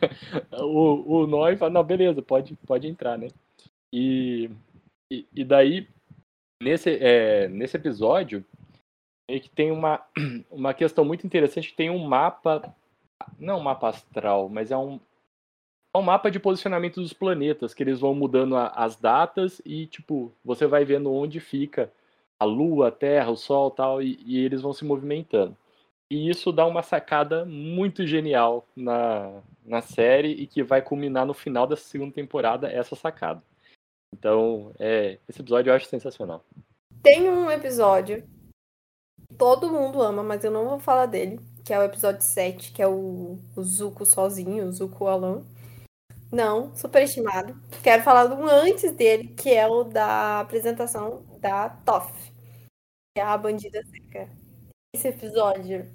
o, o nó e fala, não, beleza, pode, pode entrar, né? E, e, e daí, nesse, é, nesse episódio, é que tem uma, uma questão muito interessante, tem um mapa, não um mapa astral, mas é um, é um mapa de posicionamento dos planetas, que eles vão mudando a, as datas e, tipo, você vai vendo onde fica a Lua, a Terra, o Sol tal, e, e eles vão se movimentando. E isso dá uma sacada muito genial na, na série e que vai culminar no final dessa segunda temporada, essa sacada. Então, é, esse episódio eu acho sensacional. Tem um episódio que todo mundo ama, mas eu não vou falar dele, que é o episódio sete, que é o, o Zuko sozinho, o Zuko Alan. Não, superestimado. Quero falar de um antes dele, que é o da apresentação da Toph, que é a bandida seca. Esse episódio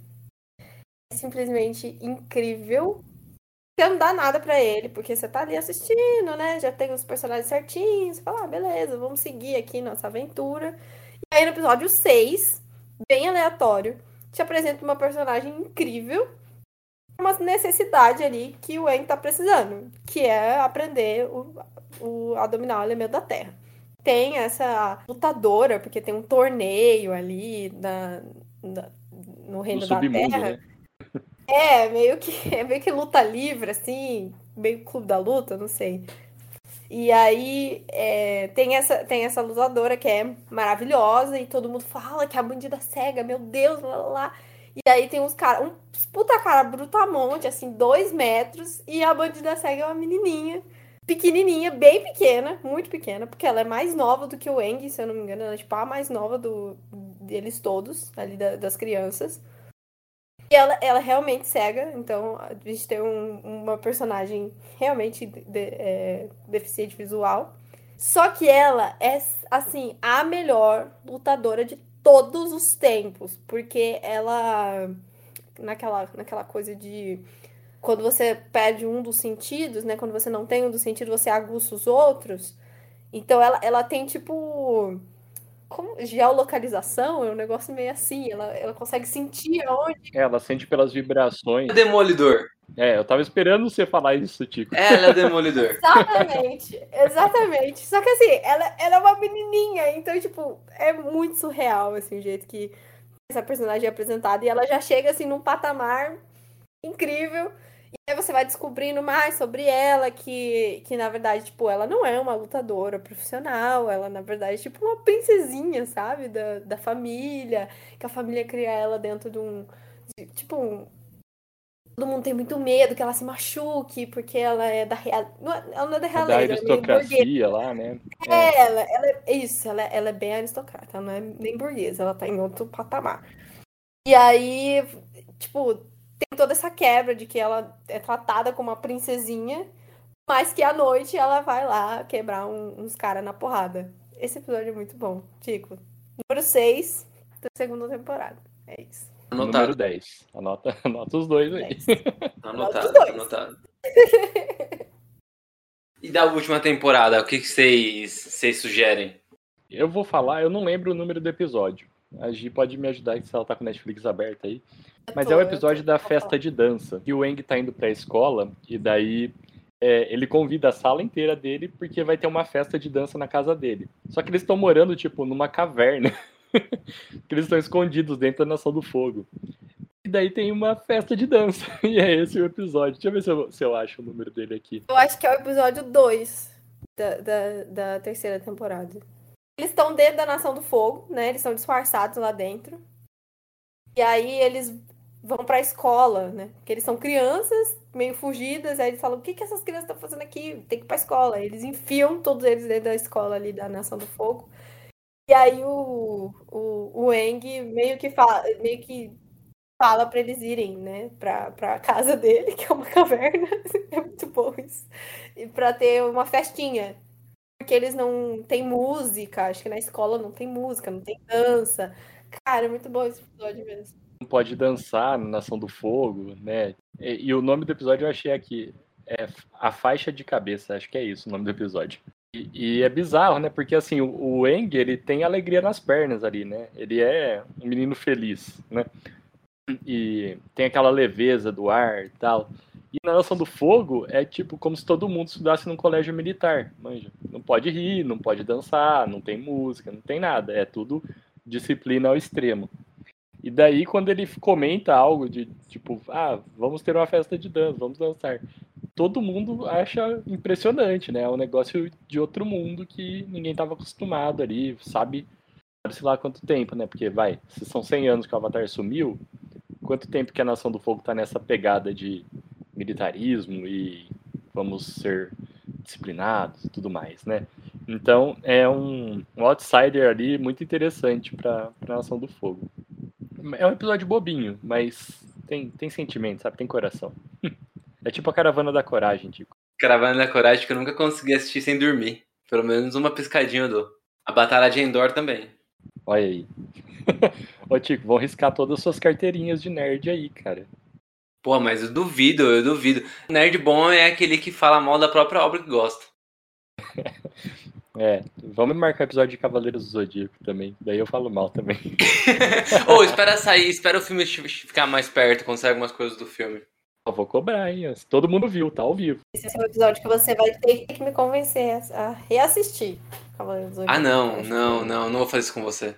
é simplesmente incrível. Você não dá nada pra ele, porque você tá ali assistindo, né? Já tem os personagens certinhos. Você fala, ah, beleza, vamos seguir aqui nossa aventura. E aí no episódio seis, bem aleatório, te apresenta uma personagem incrível, uma necessidade ali que o Aang tá precisando, que é aprender o, o, a dominar o elemento da terra. Tem essa lutadora, porque tem um torneio ali na, na, no Reino da Terra. Né? É, meio que, é meio que luta livre, assim, meio clube da luta, não sei. E aí é, tem, essa, tem essa lutadora que é maravilhosa e todo mundo fala que é a bandida cega, meu Deus, lá, lá, lá. E aí tem uns caras, um puta cara brutamonte, assim, dois metros, e a bandida cega é uma menininha, pequenininha, bem pequena, muito pequena, porque ela é mais nova do que o Aang, se eu não me engano, ela é tipo a mais nova do, deles todos, ali da, das crianças. E ela, ela é realmente cega, então a gente tem um, uma personagem realmente de, é, deficiente visual. Só que ela é, assim, a melhor lutadora de todos os tempos, porque ela, naquela, naquela coisa de quando você perde um dos sentidos, né, quando você não tem um dos sentidos, você aguça os outros. Então ela, ela tem, tipo, como, geolocalização, é um negócio meio assim, ela, ela consegue sentir aonde... É, ela sente pelas vibrações. É Demolidor. É, eu tava esperando você falar isso, Tico. É, ela é Demolidor. Exatamente, exatamente. Só que assim, ela, ela é uma menininha, então, tipo, é muito surreal, assim, o jeito que essa personagem é apresentada. E ela já chega, assim, num patamar incrível. E aí você vai descobrindo mais sobre ela, que, que na verdade, tipo, ela não é uma lutadora profissional, ela, na verdade, é tipo uma princesinha, sabe? Da, da família, que a família cria ela dentro de um... De, tipo, um... Todo mundo tem muito medo que ela se machuque, porque ela é da real... Ela não é da realeza, da aristocracia lá, né? É, é. Ela, ela é... Isso, ela, ela é bem aristocrata, ela não é nem burguesa, ela tá em outro patamar. E aí, tipo, tem toda essa quebra de que ela é tratada como uma princesinha, mas que à noite ela vai lá quebrar um, uns caras na porrada. Esse episódio é muito bom, Tico. Número seis da segunda temporada. É isso. Número Anotado. dez. Anota, anota os dois aí. dez. Tá Anota os anotado, dois. tá anotado. E da última temporada, o que que vocês vocês sugerem? Eu vou falar, eu não lembro o número do episódio. A Gi pode me ajudar se ela tá com a Netflix aberta aí. Mas tô, é o eu episódio tô. da Vou festa falar. de dança. Que o Eng tá indo pra escola e daí é, ele convida a sala inteira dele porque vai ter uma festa de dança na casa dele. Só que eles estão morando, tipo, numa caverna. Que eles estão escondidos dentro da Nação do Fogo. E daí tem uma festa de dança. E é esse o episódio. Deixa eu ver se eu, se eu acho o número dele aqui. Eu acho que é o episódio dois da, da, da terceira temporada. Eles estão dentro da Nação do Fogo, né? Eles estão disfarçados lá dentro. E aí eles vão pra escola, né? Porque eles são crianças, meio fugidas. Aí eles falam, o que, que essas crianças estão fazendo aqui? Tem que ir pra escola. Aí eles enfiam todos eles dentro da escola ali da Nação do Fogo. E aí o, o, o Eng meio que fala, meio que fala pra eles irem, né? Pra, pra casa dele, que é uma caverna. É muito bom isso. E pra ter uma festinha. Porque eles não tem música, acho que na escola não tem música, não tem dança. Cara, é muito bom esse episódio mesmo. Não pode dançar na Nação do Fogo, né? E, e o nome do episódio eu achei aqui. É A Faixa de Cabeça, acho que é isso o nome do episódio. E, e é bizarro, né? Porque assim, o, o Eng, ele tem alegria nas pernas ali, né? Ele é um menino feliz, né? E tem aquela leveza do ar e tal. E na Nação do Fogo é tipo como se todo mundo estudasse num colégio militar, manja. Não pode rir, não pode dançar, não tem música, não tem nada. É tudo disciplina ao extremo. E daí quando ele comenta algo de tipo, ah, vamos ter uma festa de dança, vamos dançar. Todo mundo acha impressionante, né? É um negócio de outro mundo que ninguém estava acostumado ali, sabe, sabe-se lá quanto tempo, né? Porque vai, se são cem anos que o Avatar sumiu, quanto tempo que a Nação do Fogo tá nessa pegada de militarismo e vamos ser disciplinados e tudo mais, né? Então é um, um outsider ali muito interessante para a Nação do Fogo. É um episódio bobinho, mas tem, tem sentimento, sabe? Tem coração. É tipo a Caravana da Coragem, tipo. Caravana da Coragem que eu nunca consegui assistir sem dormir. Pelo menos uma piscadinha eu dou. A Batalha de Endor também. Olha aí. Ô, Tico, vão riscar todas as suas carteirinhas de nerd aí, cara. Pô, mas eu duvido, eu duvido. Nerd bom é aquele que fala mal da própria obra que gosta. É, vamos marcar episódio de Cavaleiros do Zodíaco também. Daí eu falo mal também. Ô, oh, espera sair, espera o filme ficar mais perto, consegue algumas coisas do filme. Eu vou cobrar, hein? Todo mundo viu, tá ao vivo. Esse é o episódio que você vai ter que me convencer a reassistir Cavaleiros do Zodíaco. Ah, não, não, não, não vou fazer isso com você.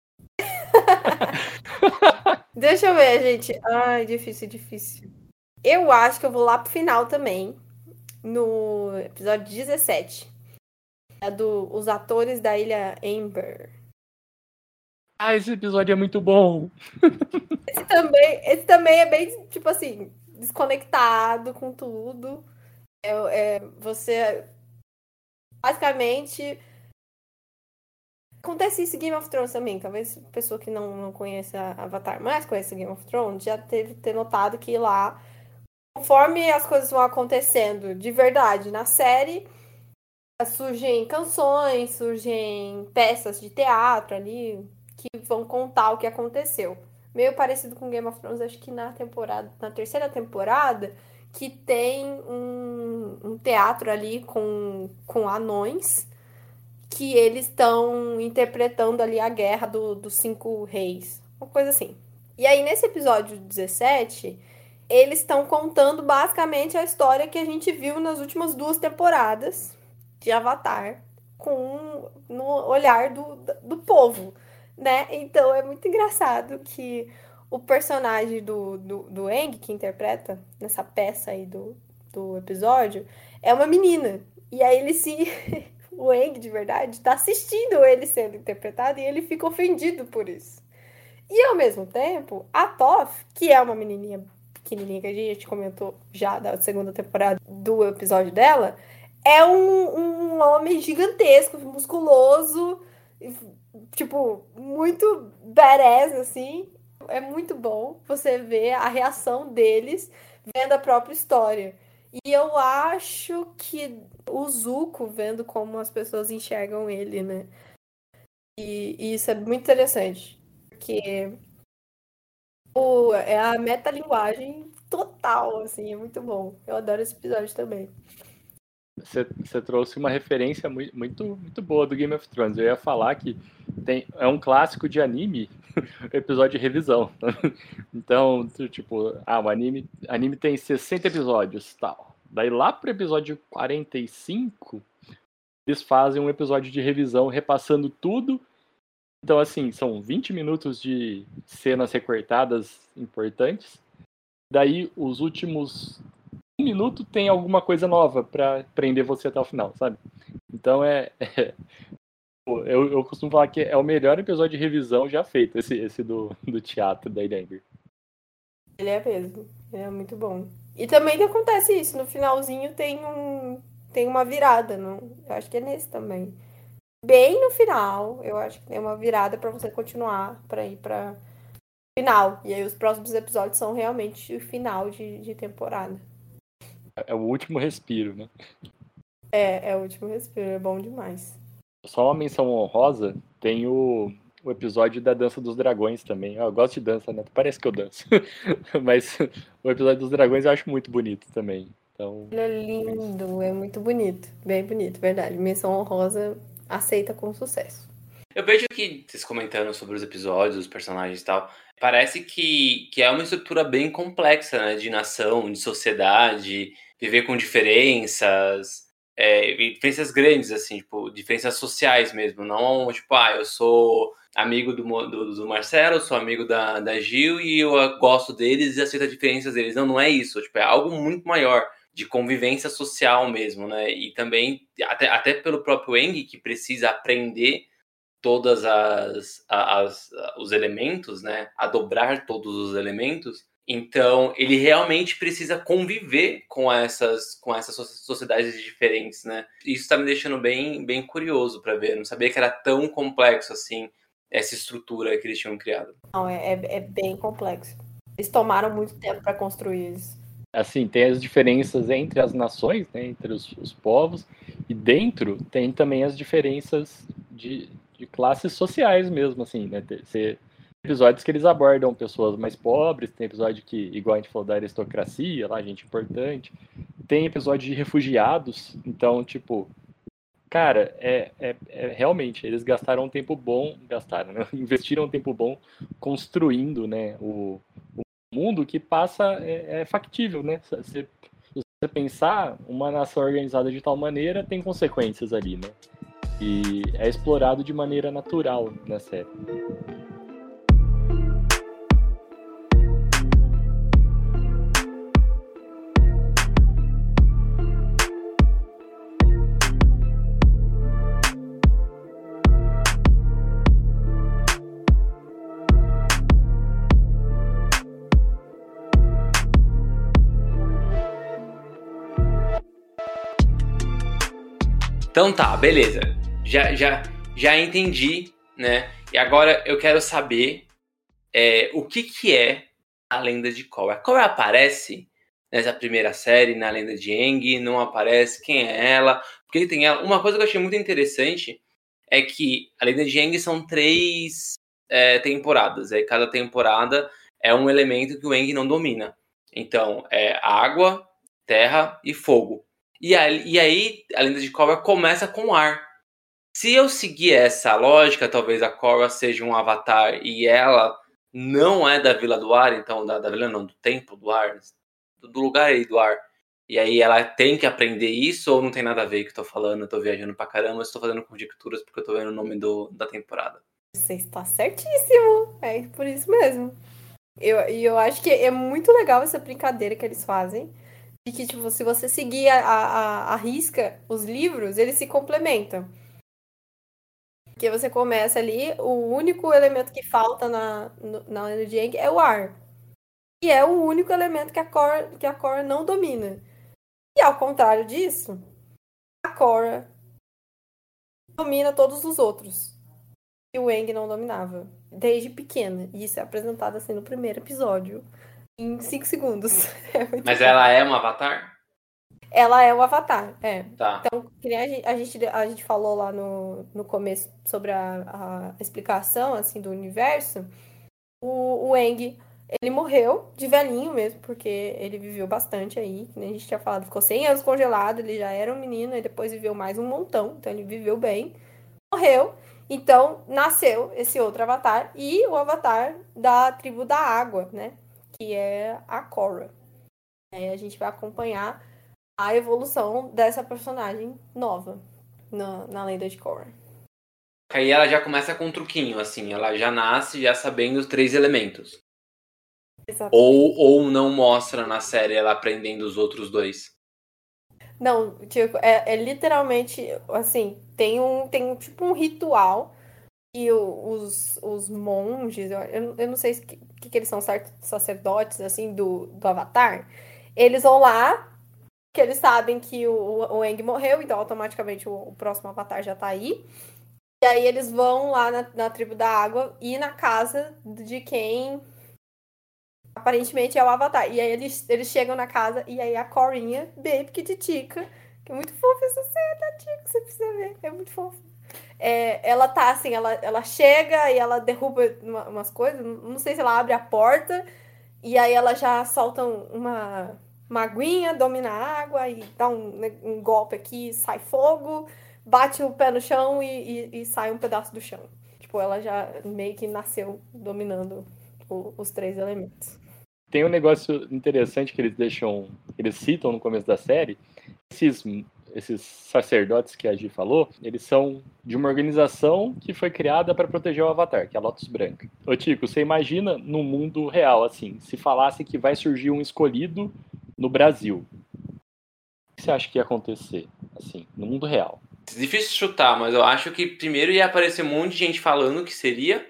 Deixa eu ver, gente. Ai, difícil, difícil. Eu acho que eu vou lá pro final também, no episódio dezessete. É do Os Atores da Ilha Amber. Ah, esse episódio é muito bom. Esse também, esse também é bem, tipo assim, desconectado com tudo. É, é, você, basicamente... Acontece isso em Game of Thrones também. Talvez a pessoa que não, não conhece a Avatar, mas conhece Game of Thrones, já teve ter notado que lá, conforme as coisas vão acontecendo de verdade na série, surgem canções, surgem peças de teatro ali que vão contar o que aconteceu. Meio parecido com Game of Thrones, acho que na temporada, na terceira temporada, que tem um, um teatro ali com, com anões, que eles estão interpretando ali a guerra do, dos cinco reis. Uma coisa assim. E aí, nesse episódio dezessete, eles estão contando basicamente a história que a gente viu nas últimas duas temporadas de Avatar, com no olhar do, do povo, né? Então, é muito engraçado que o personagem do, do, do Aang, que interpreta nessa peça aí do, do episódio, é uma menina. E aí ele se... o Aang, de verdade, tá assistindo ele sendo interpretado e ele fica ofendido por isso. E, ao mesmo tempo, a Toph, que é uma menininha pequenininha que a gente comentou já da segunda temporada do episódio dela, é um, um homem gigantesco, musculoso, tipo, muito badass, assim. é muito bom você ver a reação deles vendo a própria história. E eu acho que o Zuko vendo como as pessoas enxergam ele, né? E, e isso é muito interessante. Porque o, é a metalinguagem total, assim, é muito bom. Eu adoro esse episódio também. Você, você trouxe uma referência muito, muito, muito boa do Game of Thrones. Eu ia falar que tem, é um clássico de anime, episódio de revisão. Então, tipo, ah, o anime, anime tem sessenta episódios, tal. Daí lá pro episódio quarenta e cinco, eles fazem um episódio de revisão repassando tudo. Então, assim, são vinte minutos de cenas recortadas importantes. Daí, os últimos um minuto tem alguma coisa nova pra prender você até o final, sabe? Então, é... é eu, eu costumo falar que é o melhor episódio de revisão já feito, esse, esse do, do teatro da Ilengri. Ele é mesmo. Ele é muito bom. E também que acontece isso. No finalzinho tem um tem uma virada. Não? Eu acho que é nesse também. Bem no final, eu acho que tem uma virada pra você continuar pra ir pra final. E aí os próximos episódios são realmente o final de, de temporada. É o último respiro, né? É, é o último respiro. É bom demais. Só uma menção honrosa, tem o, o episódio da Dança dos Dragões também. Eu gosto de dança, né? Parece que eu danço. Mas o episódio dos dragões eu acho muito bonito também. Então, Ele é lindo, é muito bonito. Bem bonito, verdade. Menção honrosa aceita com sucesso. Eu vejo que vocês comentando sobre os episódios, os personagens e tal, parece que, que é uma estrutura bem complexa, né? De nação, de sociedade, viver com diferenças, é, diferenças grandes, assim, tipo, diferenças sociais mesmo. Não, tipo, ah, eu sou amigo do, do, do Marcelo, eu sou amigo da, da Gil e eu gosto deles e aceito as diferenças deles. Não, não é isso. Tipo, é algo muito maior, de convivência social mesmo, né? E também, até, até pelo próprio Aang, que precisa aprender todas as, as, os elementos, né, a dobrar todos os elementos, então ele realmente precisa conviver com essas, com essas sociedades diferentes, né? Isso está me deixando bem, bem curioso para ver. Eu não sabia que era tão complexo assim essa estrutura que eles tinham criado. Não, é, é, é bem complexo. Eles tomaram muito tempo para construir isso. Assim, tem as diferenças entre as nações, né, entre os, os povos, e dentro tem também as diferenças de, de classes sociais mesmo, assim, né? Tem episódios que eles abordam pessoas mais pobres, tem episódio que, igual a gente falou da aristocracia, lá, gente importante, tem episódio de refugiados, então, tipo, cara, é, é, é realmente, eles gastaram um tempo bom, gastaram, né? Investiram um tempo bom construindo, né, o, o mundo que passa, é, é factível, né? Se, se você pensar, uma nação organizada de tal maneira tem consequências ali, né? E é explorado de maneira natural na série. Então tá, beleza. Já, já, já entendi, né? E agora eu quero saber é, o que, que é a Lenda de Korra. Korra aparece nessa primeira série, na Lenda de Aang, não aparece, quem é ela, porque tem ela. Uma coisa que eu achei muito interessante é que a Lenda de Aang são três é, temporadas, e cada temporada é um elemento que o Aang não domina. Então, é água, terra e fogo. E aí, e aí a Lenda de Korra começa com ar. Se eu seguir essa lógica, talvez a Korra seja um avatar e ela não é da Vila do Ar, então, da, da Vila não, do Templo do Ar, do, do lugar aí do ar. E aí ela tem que aprender isso ou não tem nada a ver que eu tô falando, eu tô viajando pra caramba, estou fazendo conjecturas porque eu tô vendo o nome do, da temporada. Você está certíssimo, é por isso mesmo. E eu, eu acho que é muito legal essa brincadeira que eles fazem. E que, tipo, se você seguir a, a, a risca, os livros, eles se complementam. Porque você começa ali, o único elemento que falta na, na Lenda de Aang é o ar. E é o único elemento que a Korra, que a Korra não domina. E ao contrário disso, a Korra domina todos os outros. que o Aang não dominava. Desde pequena. E isso é apresentado assim no primeiro episódio. Em cinco segundos. É muito Mas bom. ela é um avatar? Ela é o Avatar, é. Tá. Então, que nem a gente, a gente, a gente falou lá no, no começo sobre a, a explicação, assim, do universo, o, o Aang, ele morreu de velhinho mesmo, porque ele viveu bastante aí, que nem a gente tinha falado, ficou cem anos congelado, ele já era um menino, e depois viveu mais um montão, então ele viveu bem, morreu, então nasceu esse outro Avatar, e o Avatar da tribo da água, né, que é a Korra. Aí a gente vai acompanhar a evolução dessa personagem nova na, na lenda de Korra. Aí ela já começa com um truquinho, assim, ela já nasce já sabendo os três elementos. Exatamente. Ou, ou não mostra na série ela aprendendo os outros dois. Não, tipo, é, é literalmente, assim, tem um, tem um tipo um ritual e o- os, os monges, eu, eu eu não sei o que, que, que eles são, certos sacerdotes, assim, do, do Avatar, eles vão lá, que eles sabem que o, o Aang morreu, então automaticamente o, o próximo Avatar já tá aí. E aí eles vão lá na, na tribo da água e na casa de quem aparentemente é o Avatar. E aí eles, eles chegam na casa e aí a Corinha, bem pequititica, que é muito fofa essa cena, Tico, você precisa ver, é muito fofo. É, ela tá assim, ela, ela chega e ela derruba uma, umas coisas, não sei se ela abre a porta e aí ela já solta uma, uma aguinha, domina a água e dá um, um golpe aqui, sai fogo, bate o pé no chão e, e, e sai um pedaço do chão. Tipo, ela já meio que nasceu dominando o, os três elementos. Tem um negócio interessante que eles deixam, eles citam no começo da série. Esses, esses sacerdotes que a Gi falou, eles são de uma organização que foi criada para proteger o Avatar, que é a Lotus Branca. Ô Tico, você imagina no mundo real, assim, se falasse que vai surgir um escolhido no Brasil. O que você acha que ia acontecer, assim, no mundo real? Difícil chutar, mas eu acho que primeiro ia aparecer um monte de gente falando que seria.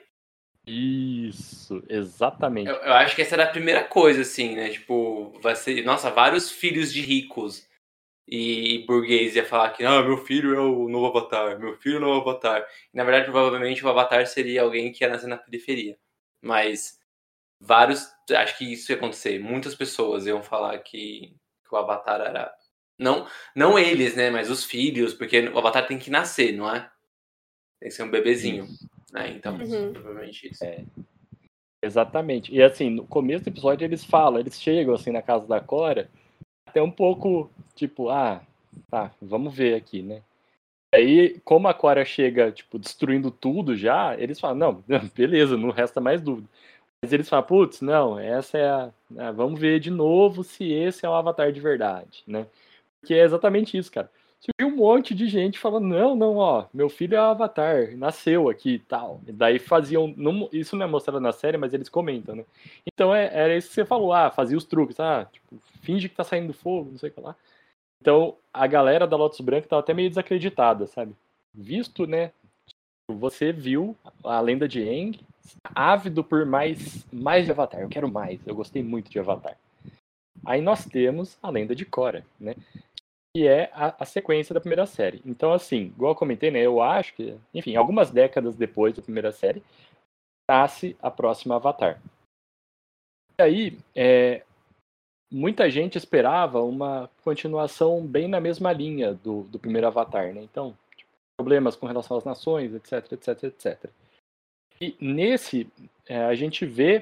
Isso, exatamente. Eu, eu acho que essa era a primeira coisa, assim, né? Tipo, vai ser, nossa, vários filhos de ricos e burguês ia falar que, ah, meu filho é o novo Avatar, meu filho é o novo Avatar. E, na verdade, provavelmente o Avatar seria alguém que ia nascer na periferia. Mas vários, acho que isso ia acontecer. Muitas pessoas iam falar que, que o Avatar era... Não, não eles, né? Mas os filhos, porque o Avatar tem que nascer, não é? Tem que ser um bebezinho. Isso. Né? Então, Uhum. provavelmente isso. É. Exatamente. E assim, no começo do episódio eles falam, eles chegam assim na casa da Cora, até um pouco tipo, ah, tá, vamos ver aqui, né? Aí, como a Cora chega, tipo, destruindo tudo já, eles falam, não, beleza, não resta mais dúvida. Mas eles falam, putz, não, essa é a. Ah, vamos ver de novo se esse é o Avatar de verdade, né? Porque é exatamente isso, cara. Surgiu um monte de gente falando, não, não, ó, meu filho é o Avatar, nasceu aqui e tal. E daí faziam, não, isso não é mostrado na série, mas eles comentam, né? Então é, era isso que você falou, ah, fazia os truques, ah, tipo, finge que tá saindo fogo, não sei o que lá. Então a galera da Lotus Branca tava até meio desacreditada, sabe? Visto, né, você viu a lenda de Aang, ávido por mais, mais de Avatar, eu quero mais, eu gostei muito de Avatar. Aí nós temos a lenda de Korra, né? Que é a, a sequência da primeira série. Então, assim, igual eu comentei, né? Eu acho que, enfim, algumas décadas depois da primeira série, nasce a próxima Avatar. E aí, é, muita gente esperava uma continuação bem na mesma linha do, do primeiro Avatar, né? Então, tipo, problemas com relação às nações, etc, etc, etcétera. E nesse, é, a gente vê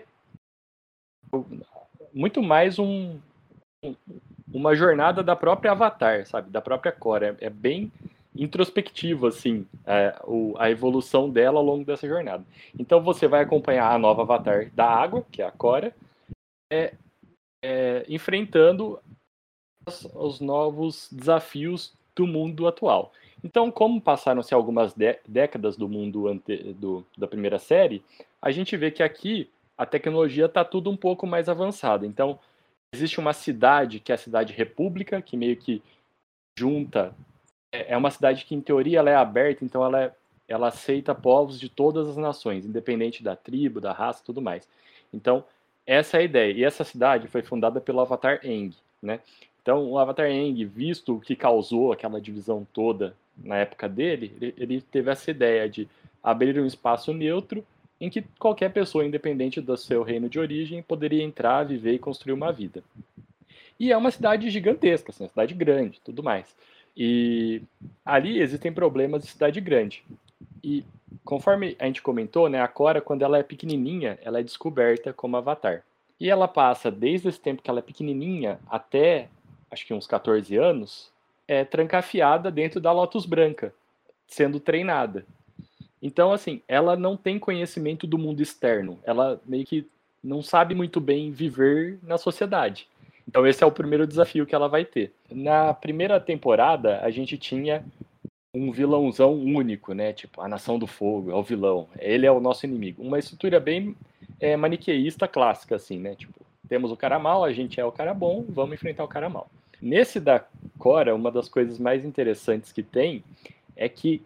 muito mais um, um, uma jornada da própria Avatar, sabe? Da própria Korra. É, é bem introspectivo, assim, é, o, a evolução dela ao longo dessa jornada. Então você vai acompanhar a nova Avatar da água, que é a Korra, é, é, enfrentando os, os novos desafios do mundo atual. Então, como passaram-se algumas décadas do mundo ante, do, da primeira série, a gente vê que aqui a tecnologia está tudo um pouco mais avançada. Então, existe uma cidade, que é a cidade República, que meio que junta... É uma cidade que, em teoria, ela é aberta, então ela, é, ela aceita povos de todas as nações, independente da tribo, da raça e tudo mais. Então, essa é a ideia. E essa cidade foi fundada pelo Avatar Aang, né? Então, o Avatar Aang, visto o que causou aquela divisão toda na época dele, ele, ele teve essa ideia de, abrir um espaço neutro em que qualquer pessoa, independente do seu reino de origem, poderia entrar, viver e construir uma vida. E é uma cidade gigantesca, assim, uma cidade grande, tudo mais. E ali existem problemas de cidade grande. E conforme a gente comentou, né, a Korra, quando ela é pequenininha, ela é descoberta como Avatar. E ela passa, desde esse tempo que ela é pequenininha, até, acho que uns catorze anos, é trancafiada dentro da Lotus Branca, sendo treinada. Então, assim, ela não tem conhecimento do mundo externo. Ela meio que não sabe muito bem viver na sociedade. Então, esse é o primeiro desafio que ela vai ter. Na primeira temporada, a gente tinha um vilãozão único, né? Tipo, a Nação do Fogo é o vilão. Ele é o nosso inimigo. Uma estrutura bem é, maniqueísta clássica, assim, né? Tipo, temos o cara mal, a gente é o cara bom, vamos enfrentar o cara mal. Nesse da Korra, uma das coisas mais interessantes que tem é que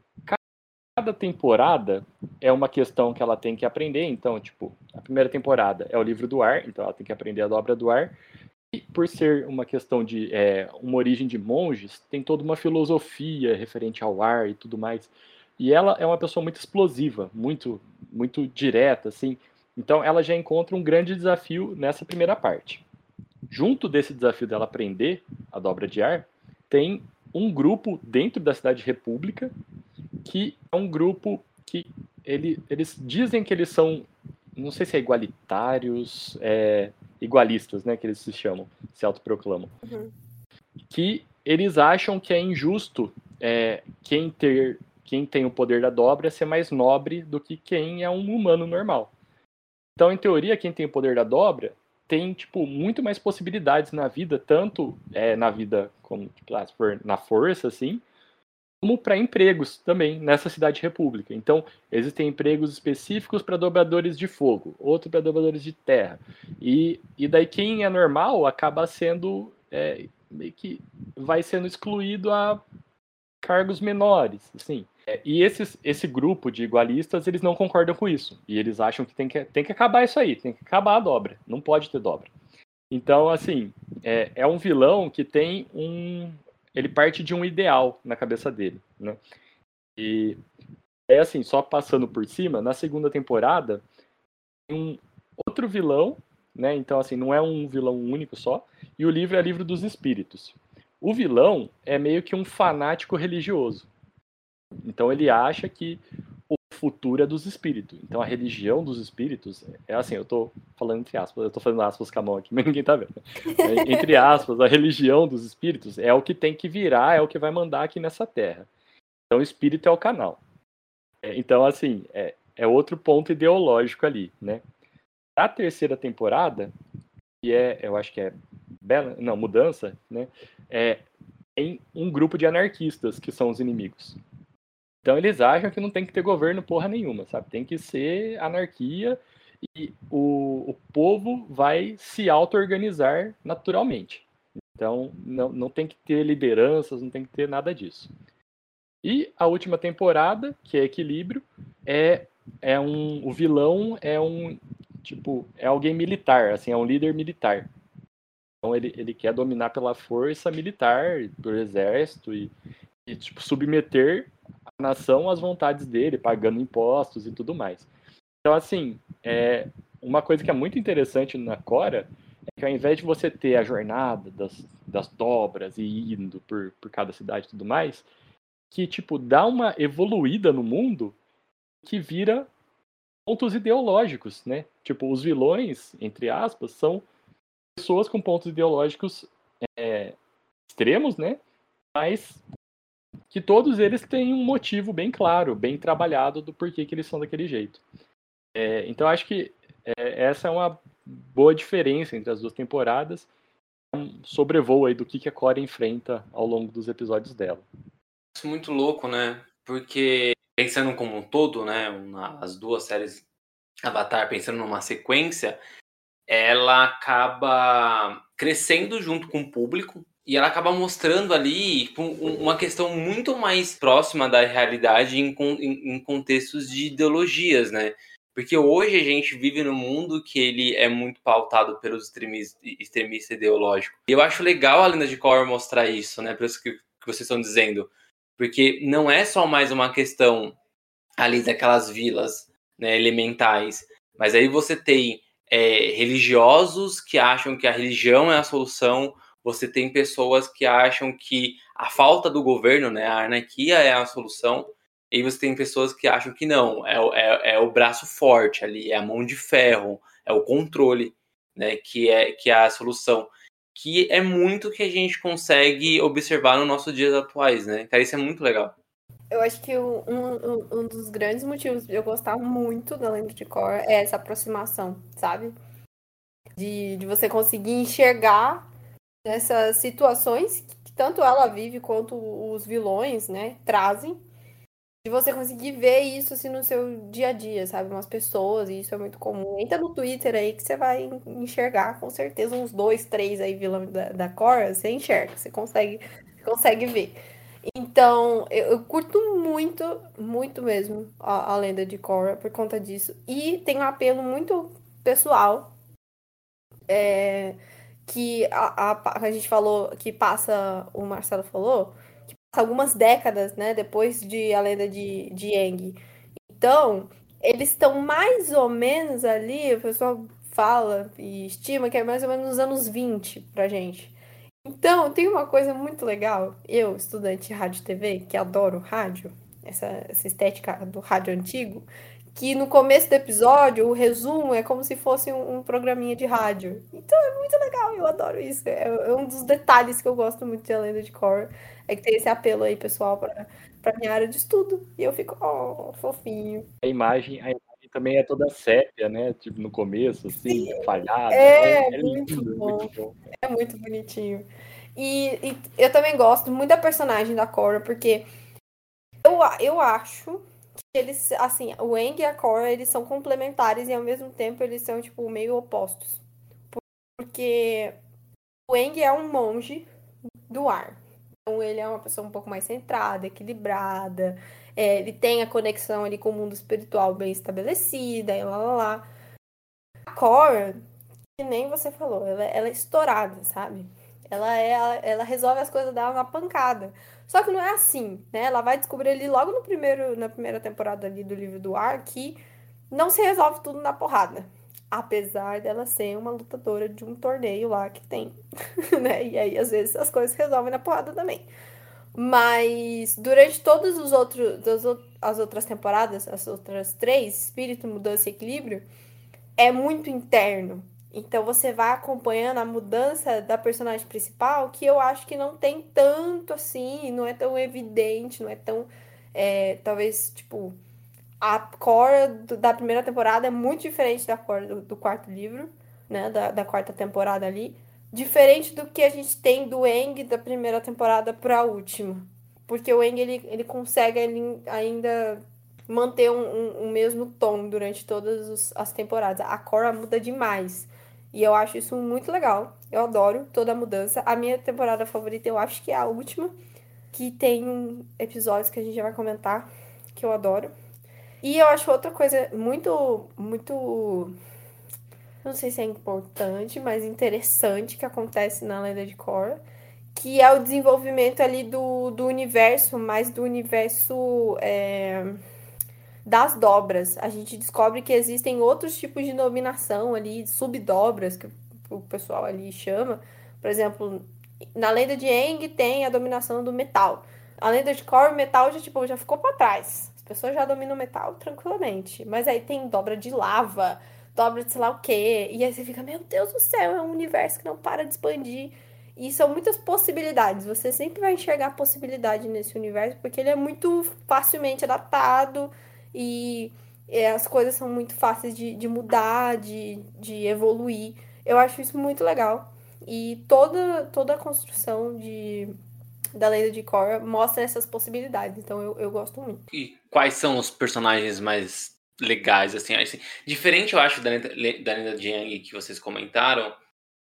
cada temporada é uma questão que ela tem que aprender. Então, tipo, a primeira temporada é o livro do ar, então ela tem que aprender a dobra do ar. E por ser uma questão de é, uma origem de monges, tem toda uma filosofia referente ao ar e tudo mais. E ela é uma pessoa muito explosiva, muito, muito direta, assim. Então ela já encontra um grande desafio nessa primeira parte. Junto desse desafio dela aprender a dobra de ar, tem um grupo dentro da Cidade República, que é um grupo que ele, eles dizem que eles são, não sei se é igualitários, é, igualistas, né, que eles se chamam, se autoproclamam, Uhum. que eles acham que é injusto é, quem, ter, quem tem o poder da dobra ser mais nobre do que quem é um humano normal. Então, em teoria, quem tem o poder da dobra tem, tipo, muito mais possibilidades na vida, tanto é, na vida como, tipo, se for na força, assim, como para empregos também nessa Cidade República. Então, existem empregos específicos para dobradores de fogo, outro para dobradores de terra. E, e daí quem é normal acaba sendo, é, meio que vai sendo excluído a cargos menores, assim. É, e esses, esse grupo de igualistas, eles não concordam com isso. E eles acham que tem que, tem que acabar isso aí, tem que acabar a dobra, não pode ter dobra. Então, assim, é, é um vilão que tem um... ele parte de um ideal na cabeça dele, né? E é assim, só passando por cima, na segunda temporada, tem um outro vilão, né? Então, assim, não é um vilão único só, e o livro é Livro dos Espíritos. O vilão é meio que um fanático religioso. Então, ele acha que o futuro é dos espíritos. Então, a religião dos espíritos é assim, eu tô falando entre aspas, eu tô fazendo aspas com a mão aqui, mas ninguém tá vendo. Entre aspas, a religião dos espíritos é o que tem que virar, é o que vai mandar aqui nessa terra. Então, o espírito é o canal. Então, assim, é, é outro ponto ideológico ali, né? A terceira temporada, que é, eu acho que é Bela, não, Mudança, né? É, tem um grupo de anarquistas que são os inimigos. Então eles acham que não tem que ter governo porra nenhuma, sabe? Tem que ser anarquia e o, o povo vai se auto-organizar naturalmente. Então não, não tem que ter lideranças, não tem que ter nada disso. E a última temporada, que é Equilíbrio, é, é um, o vilão é um, tipo, é alguém militar, assim, é um líder militar. Então ele, ele quer dominar pela força militar, pelo exército e, e tipo, submeter a nação às vontades dele, pagando impostos e tudo mais. Então, assim, é, uma coisa que é muito interessante na Korra é que ao invés de você ter a jornada das, das dobras e indo por, por cada cidade e tudo mais, que, tipo, dá uma evoluída no mundo que vira pontos ideológicos, né? Tipo, os vilões, entre aspas, são pessoas com pontos ideológicos é, extremos, né? Mas que todos eles têm um motivo bem claro, bem trabalhado do porquê que eles são daquele jeito. É, então, acho que é, essa é uma boa diferença entre as duas temporadas. Um sobrevoo aí do que, que a Korra enfrenta ao longo dos episódios dela. Isso é muito louco, né? Porque pensando como um todo, né? As duas séries Avatar, pensando numa sequência, ela acaba crescendo junto com o público e ela acaba mostrando ali uma questão muito mais próxima da realidade em, em, em contextos de ideologias, né? Porque hoje a gente vive num mundo que ele é muito pautado pelos extremistas extremista ideológicos. E eu acho legal a Lenda de Korra mostrar isso, né? Por isso que, que vocês estão dizendo. Porque não é só mais uma questão ali daquelas vilas, né, elementais. Mas aí você tem é, religiosos que acham que a religião é a solução, você tem pessoas que acham que a falta do governo, né, a anarquia é a solução, e você tem pessoas que acham que não, é, é, é o braço forte ali, é a mão de ferro, é o controle, né, que é, que é a solução. Que é muito que a gente consegue observar nos nossos dias atuais, né? Cara, isso é muito legal. Eu acho que um, um, um dos grandes motivos de eu gostar muito da Lenda de Korra é essa aproximação, sabe? De, de você conseguir enxergar essas situações que tanto ela vive quanto os vilões, né, trazem. De você conseguir ver isso assim no seu dia a dia, sabe? Umas pessoas, e isso é muito comum. Entra no Twitter aí que você vai enxergar com certeza uns dois, três aí vilões da, da Korra, você enxerga, você consegue, consegue ver. Então, eu, eu curto muito, muito mesmo a, a Lenda de Korra por conta disso. E tem um apelo muito pessoal, é, que a, a, a gente falou, que passa, o Marcelo falou, que passa algumas décadas, né, depois de A Lenda de, de Aang. Então, eles estão mais ou menos ali, o pessoal fala e estima que é mais ou menos nos anos vinte pra gente. Então, tem uma coisa muito legal. Eu, estudante de rádio e T V, que adoro rádio, essa, essa estética do rádio antigo, que no começo do episódio, o resumo é como se fosse um, um programinha de rádio. Então, é muito legal, eu adoro isso. É, é um dos detalhes que eu gosto muito de A Lenda de Korra, é que tem esse apelo aí, pessoal, para para minha área de estudo. E eu fico, oh, fofinho. A imagem, a imagem também é toda sépia, né? Tipo, no começo, assim, Sim, falhada. É, é é muito lindo, é bom. muito bom. É muito bonitinho. E, e eu também gosto muito da personagem da Korra, porque eu, a- eu acho que eles, assim, o Aang e a Korra, eles são complementares e ao mesmo tempo eles são, tipo, meio opostos. Porque o Aang é um monge do ar. Então ele é uma pessoa um pouco mais centrada, equilibrada. É, ele tem a conexão ali com o mundo espiritual bem estabelecida e lá, lá, lá. A Korra, que nem você falou, ela, ela é estourada, sabe? Ela, é, ela, ela resolve as coisas dela na pancada. Só que não é assim, né? Ela vai descobrir ali logo no primeiro, na primeira temporada ali do livro do ar que não se resolve tudo na porrada. Apesar dela ser uma lutadora de um torneio lá que tem, né? E aí, às vezes, as coisas se resolvem na porrada também. Mas durante todos os outros, as outras temporadas, as outras três, Espírito, Mudança e Equilíbrio, é muito interno. Então você vai acompanhando a mudança da personagem principal, que eu acho que não tem tanto assim, não é tão evidente, não é tão. É, talvez, tipo, a Cora da primeira temporada é muito diferente da Cora do, do quarto livro, né? Da, da quarta temporada ali. Diferente do que a gente tem do Aang da primeira temporada pra última. Porque o Aang, ele, ele consegue ele ainda manter um, um, um mesmo tom durante todas os, as temporadas. A Korra muda demais. E eu acho isso muito legal. Eu adoro toda a mudança. A minha temporada favorita, eu acho que é a última. Que tem episódios que a gente já vai comentar, que eu adoro. E eu acho outra coisa muito, muito... Não sei se é importante, mas interessante que acontece na Lenda de Korra, que é o desenvolvimento ali do, do universo, mais do universo é, das dobras. A gente descobre que existem outros tipos de dominação ali, subdobras, que o pessoal ali chama. Por exemplo, na Lenda de Aang tem a dominação do metal. A Lenda de Korra, o metal já, tipo, já ficou para trás. As pessoas já dominam o metal tranquilamente. Mas aí tem dobra de lava, dobra de sei lá o quê. E aí você fica, meu Deus do céu, é um universo que não para de expandir. E são muitas possibilidades. Você sempre vai enxergar possibilidade nesse universo, porque ele é muito facilmente adaptado e é, as coisas são muito fáceis de, de mudar, de, de evoluir. Eu acho isso muito legal. E toda, toda a construção de, da Lenda de Korra mostra essas possibilidades. Então eu, eu gosto muito. E quais são os personagens mais legais, assim? assim diferente, eu acho, da Lenda, da Lenda de Aang que vocês comentaram,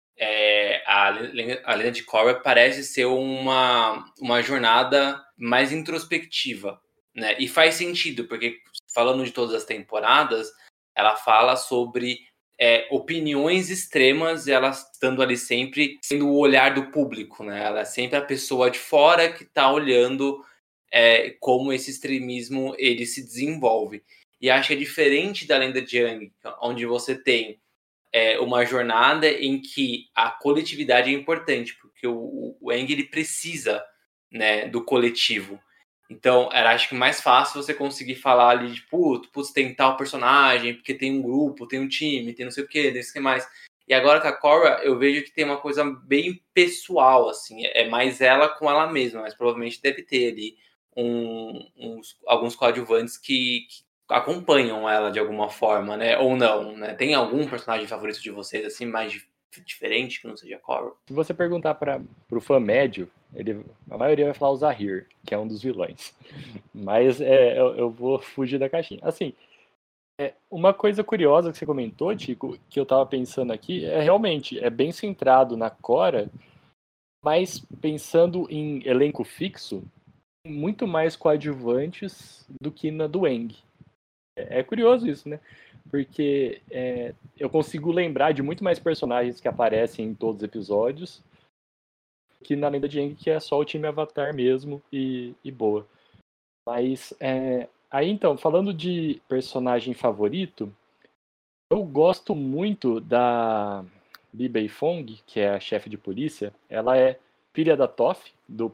é, a, Lenda, a Lenda de Korra parece ser uma, uma jornada mais introspectiva, né? E faz sentido, porque falando de todas as temporadas, ela fala sobre é, opiniões extremas, elas estando ali sempre sendo o olhar do público, né? Ela é sempre a pessoa de fora que está olhando é, como esse extremismo ele se desenvolve. E acho que é diferente da lenda de Aang, onde você tem é, uma jornada em que a coletividade é importante, porque o, o Aang ele precisa, né, do coletivo. Então, era acho que mais fácil você conseguir falar ali de, putz, putz, tem tal personagem, porque tem um grupo, tem um time, tem não sei o que, não sei o que mais. E agora com a Korra, eu vejo que tem uma coisa bem pessoal, assim, é mais ela com ela mesma, mas provavelmente deve ter ali um, uns, alguns coadjuvantes que, que acompanham ela de alguma forma, né? Ou não, né? Tem algum personagem favorito de vocês, assim, mais dif- diferente que não seja a Korra? Se você perguntar para o fã médio, ele, a maioria vai falar o Zahir, que é um dos vilões. Mas é, eu, eu vou fugir da caixinha. Assim, é, uma coisa curiosa que você comentou, Tico, que eu tava pensando aqui, é realmente, é bem centrado na Korra, mas pensando em elenco fixo, muito mais coadjuvantes do que na do Aang. É, é curioso isso, né? Porque é, eu consigo lembrar de muito mais personagens que aparecem em todos os episódios que na lenda de Aang, que é só o time Avatar mesmo e, e boa. Mas é, aí então, falando de personagem favorito, eu gosto muito da Li Beifong, que é a chefe de polícia. Ela é filha da Toph, do,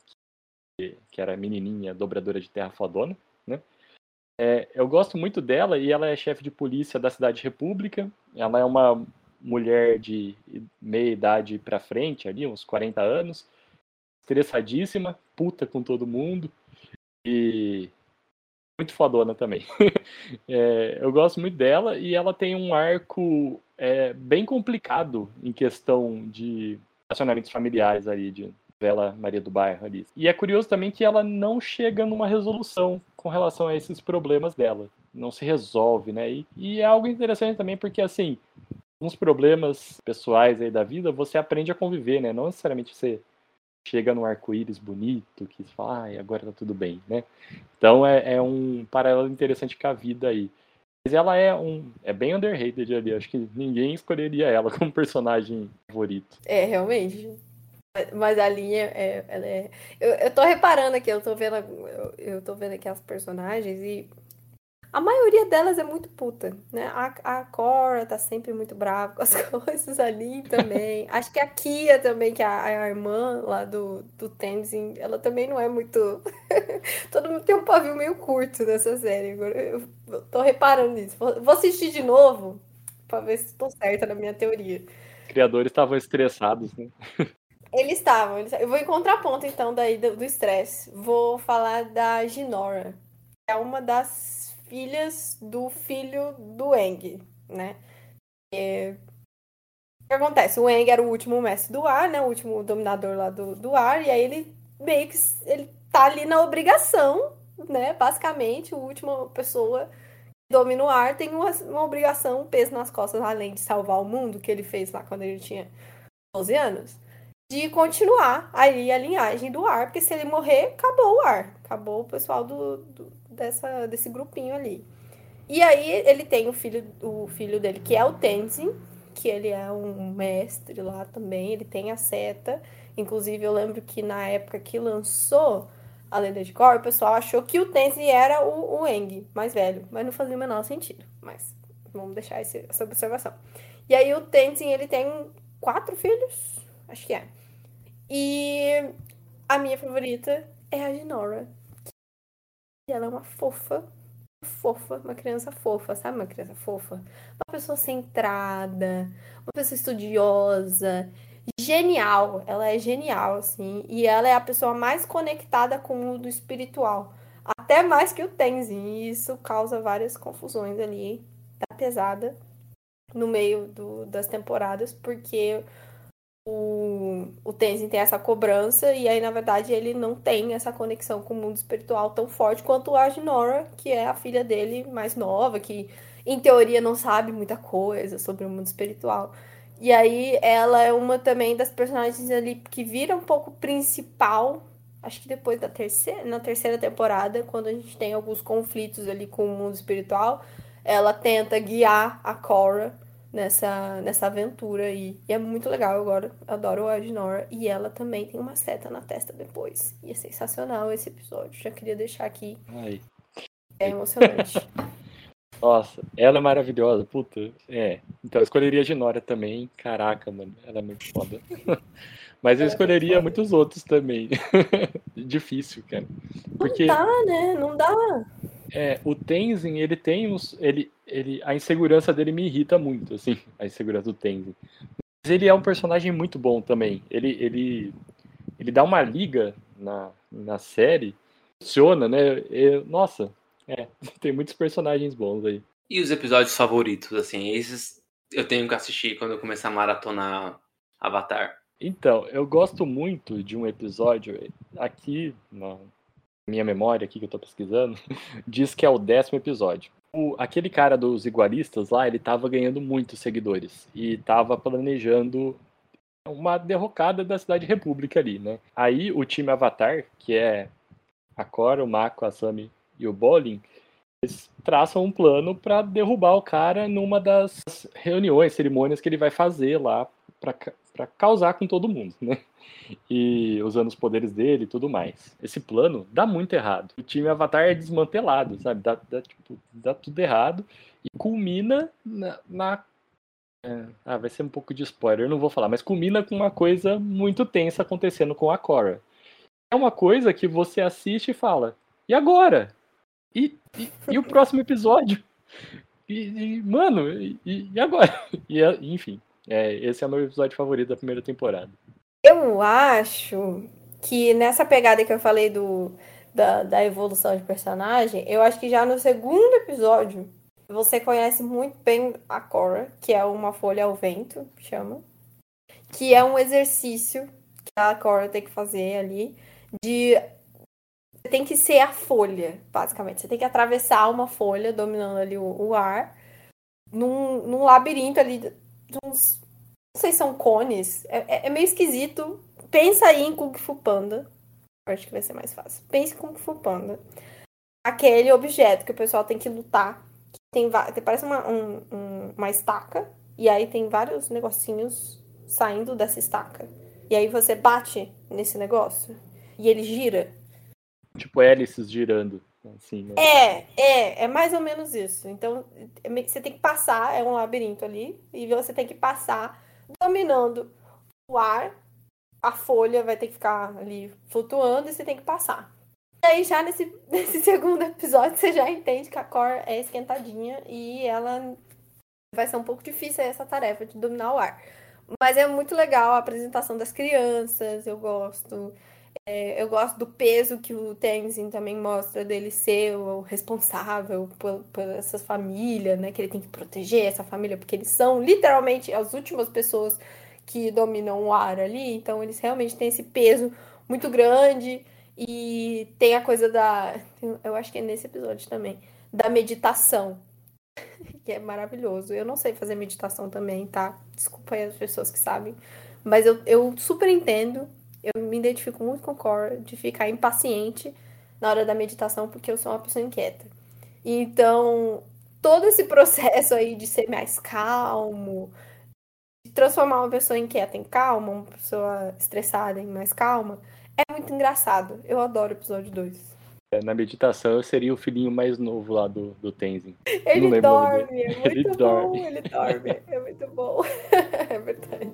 que era a menininha dobradora de terra fodona, né? É, eu gosto muito dela e ela é chefe de polícia da Cidade República. Ela é uma mulher de meia idade pra frente, ali, uns quarenta anos, estressadíssima, puta com todo mundo e muito fodona também. É, eu gosto muito dela e ela tem um arco é, bem complicado em questão de relacionamentos familiares ali, de Bela Maria do Bairro ali. E é curioso também que ela não chega numa resolução com relação a esses problemas dela. Não se resolve, né? E, e é algo interessante também porque, assim, uns problemas pessoais aí da vida, você aprende a conviver, né? Não necessariamente você chega num arco-íris bonito, que você fala, ai, agora tá tudo bem, né? Então é, é um paralelo interessante com a vida aí. Mas ela é um. É bem underrated ali. Acho que ninguém escolheria ela como personagem favorito. É, realmente. Mas a linha é. Ela é... Eu, eu tô reparando aqui, eu tô vendo. Eu, eu tô vendo aqui as personagens e a maioria delas é muito puta, né? A, a Korra tá sempre muito brava com as coisas, a Lin também. Acho que a Kia também, que é a, a irmã lá do, do Tenzin, ela também não é muito... Todo mundo tem um pavio meio curto nessa série. Agora eu, eu tô reparando nisso. Vou, vou assistir de novo pra ver se tô certa na minha teoria. Os criadores estavam estressados, né? Eles estavam. Eles... Eu vou em contraponto, então, daí do estresse. Vou falar da Jinora. É uma das filhas do filho do Aang, né? E... O que acontece? O Aang era o último mestre do ar, né? O último dominador lá do, do ar. E aí ele meio que... Ele tá ali na obrigação, né? Basicamente, a última pessoa que domina o ar tem uma, uma obrigação, um peso nas costas, além de salvar o mundo, que ele fez lá quando ele tinha doze anos. De continuar ali a linhagem do ar, porque se ele morrer, acabou o ar. Acabou o pessoal do, do, dessa, desse grupinho ali. E aí ele tem o filho, o filho dele, que é o Tenzin, que ele é um mestre lá também, ele tem a seta. Inclusive, eu lembro que na época que lançou a Lenda de Korra, o pessoal achou que o Tenzin era o, o Aang mais velho, mas não fazia o menor sentido. Mas vamos deixar esse, essa observação. E aí o Tenzin, ele tem quatro filhos, acho que é. E a minha favorita é a Jinora. Ela é uma fofa, fofa, uma criança fofa, sabe? Uma criança fofa. Uma pessoa centrada, uma pessoa estudiosa, genial. Ela é genial, assim. E ela é a pessoa mais conectada com o mundo espiritual. Até mais que o Tenzin. E isso causa várias confusões ali. Tá pesada no meio do, das temporadas, porque o, o Tenzin tem essa cobrança e aí, na verdade, ele não tem essa conexão com o mundo espiritual tão forte quanto a Jinora, que é a filha dele mais nova, que, em teoria, não sabe muita coisa sobre o mundo espiritual. E aí, ela é uma também das personagens ali que vira um pouco principal, acho que depois da terceira, na terceira temporada, quando a gente tem alguns conflitos ali com o mundo espiritual, ela tenta guiar a Korra nessa, nessa aventura aí. E é muito legal, eu agora adoro a Jinora. E ela também tem uma seta na testa depois. E é sensacional esse episódio. Já queria deixar aqui. Ai. É emocionante. Nossa, ela é maravilhosa, puta. É. Então eu escolheria a Jinora também. Caraca, mano, ela é muito foda. Mas eu Ela é escolheria foda. muitos outros também. Difícil, cara. Porque Não dá, né? Não dá. é, o Tenzin, ele tem uns. Ele, ele, a insegurança dele me irrita muito, assim, a insegurança do Tenzin. Mas ele é um personagem muito bom também. Ele, ele, ele dá uma liga na, na série. Funciona, né? Eu- nossa, é, tem muitos personagens bons aí. E os episódios favoritos, assim, esses eu tenho que assistir quando eu começar a maratonar Avatar. Então, eu gosto muito de um episódio aqui, na minha memória aqui que eu tô pesquisando, diz que é o décimo episódio. O, aquele cara dos igualistas lá, ele tava ganhando muitos seguidores e tava planejando uma derrocada da Cidade República ali, né? Aí o time Avatar, que é a Korra, o Mako, a Sami e o Bolin, eles traçam um plano para derrubar o cara numa das reuniões, cerimônias que ele vai fazer lá para causar com todo mundo, né? E usando os poderes dele e tudo mais. Esse plano dá muito errado. O time Avatar é desmantelado, sabe? Dá, dá, tipo, dá tudo errado e culmina na... na é, ah, vai ser um pouco de spoiler, eu não vou falar, mas culmina com uma coisa muito tensa acontecendo com a Korra. É uma coisa que você assiste e fala, e agora? E, e, e o próximo episódio? E, e, mano, e, e agora? E, enfim, é, esse é o meu episódio favorito da primeira temporada. Eu acho que nessa pegada que eu falei do, da, da evolução de personagem, eu acho que já no segundo episódio você conhece muito bem a Korra, que é uma folha ao vento, chama. Que é um exercício que a Korra tem que fazer ali de... Você tem que ser a folha, basicamente. Você tem que atravessar uma folha, dominando ali o, o ar, num, num labirinto ali de uns... Não sei se são cones. É, é meio esquisito. Pensa aí em Kung Fu Panda. Eu acho que vai ser mais fácil. Pense em Kung Fu Panda. Aquele objeto que o pessoal tem que lutar. Que tem, parece uma, um, um, uma estaca. E aí tem vários negocinhos saindo dessa estaca. E aí você bate nesse negócio. E ele gira. Tipo hélices girando. Assim, né? É, é, é mais ou menos isso. Então, você tem que passar, é um labirinto ali, e você tem que passar dominando o ar, a folha vai ter que ficar ali flutuando e você tem que passar. E aí, já nesse, nesse segundo episódio, você já entende que a Korra é esquentadinha e ela vai ser um pouco difícil essa tarefa de dominar o ar. Mas é muito legal a apresentação das crianças, eu gosto. É, eu gosto do peso que o Tenzin também mostra dele ser o responsável por, por essa família, né? Que ele tem que proteger essa família, porque eles são literalmente as últimas pessoas que dominam o ar ali. Então eles realmente têm esse peso muito grande. E tem a coisa da... Eu acho que é nesse episódio também. Da meditação. Que é maravilhoso. Eu não sei fazer meditação também, tá? Desculpa aí as pessoas que sabem. Mas eu, eu super entendo. Eu me identifico muito com o Korra de ficar impaciente na hora da meditação, porque eu sou uma pessoa inquieta. Então, todo esse processo aí de ser mais calmo, de transformar uma pessoa inquieta em calma, uma pessoa estressada em mais calma, é muito engraçado. Eu adoro o episódio dois. Na meditação eu seria o filhinho mais novo lá do, do Tenzin. Ele Não lembro o nome dorme, dele. é muito Ele bom, dorme. ele dorme, é muito bom. É verdade.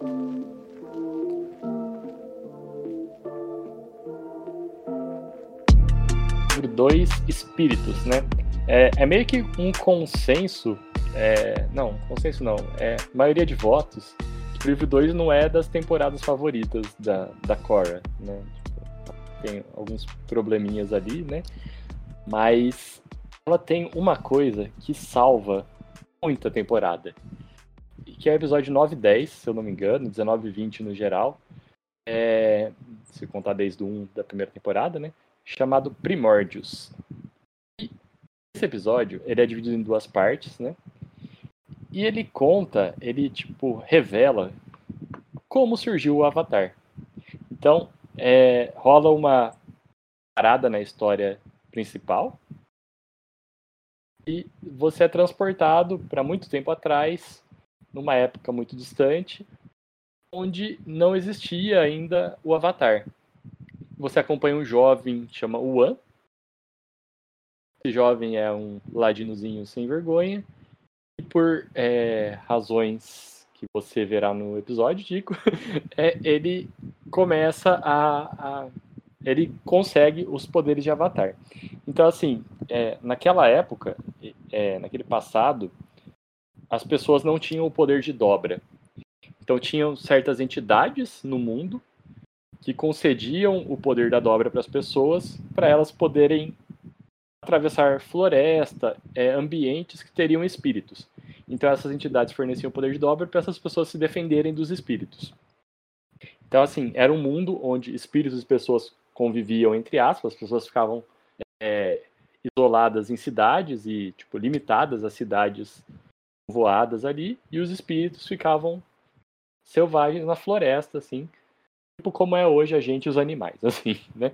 Por dois espíritos, né? É, é meio que um consenso, é, não, consenso não, é maioria de votos, que o livro dois não é das temporadas favoritas da, da Korra, né? Tem alguns probleminhas ali, né? Mas ela tem uma coisa que salva muita temporada, que é o episódio nove e dez, se eu não me engano, dezenove e vinte no geral, é, se contar desde o um da primeira temporada, né? Chamado Primórdios. E esse episódio, ele é dividido em duas partes, né? E ele conta, ele, tipo, revela como surgiu o Avatar. Então, é, rola uma parada na história principal e você é transportado para muito tempo atrás numa época muito distante, onde não existia ainda o Avatar. Você acompanha um jovem que chama Wan. Esse jovem é um ladinozinho sem vergonha. E por é, razões que você verá no episódio, Dico, é, ele começa a, a... ele consegue os poderes de Avatar. Então, assim, é, naquela época, é, naquele passado, as pessoas não tinham o poder de dobra. Então, tinham certas entidades no mundo que concediam o poder da dobra para as pessoas, para elas poderem atravessar floresta, é, ambientes que teriam espíritos. Então, essas entidades forneciam o poder de dobra para essas pessoas se defenderem dos espíritos. Então, assim, era um mundo onde espíritos e pessoas conviviam, entre aspas, as pessoas ficavam é, isoladas em cidades e, tipo, limitadas a cidades voadas ali, e os espíritos ficavam selvagens na floresta, assim, tipo como é hoje a gente e os animais, assim, né?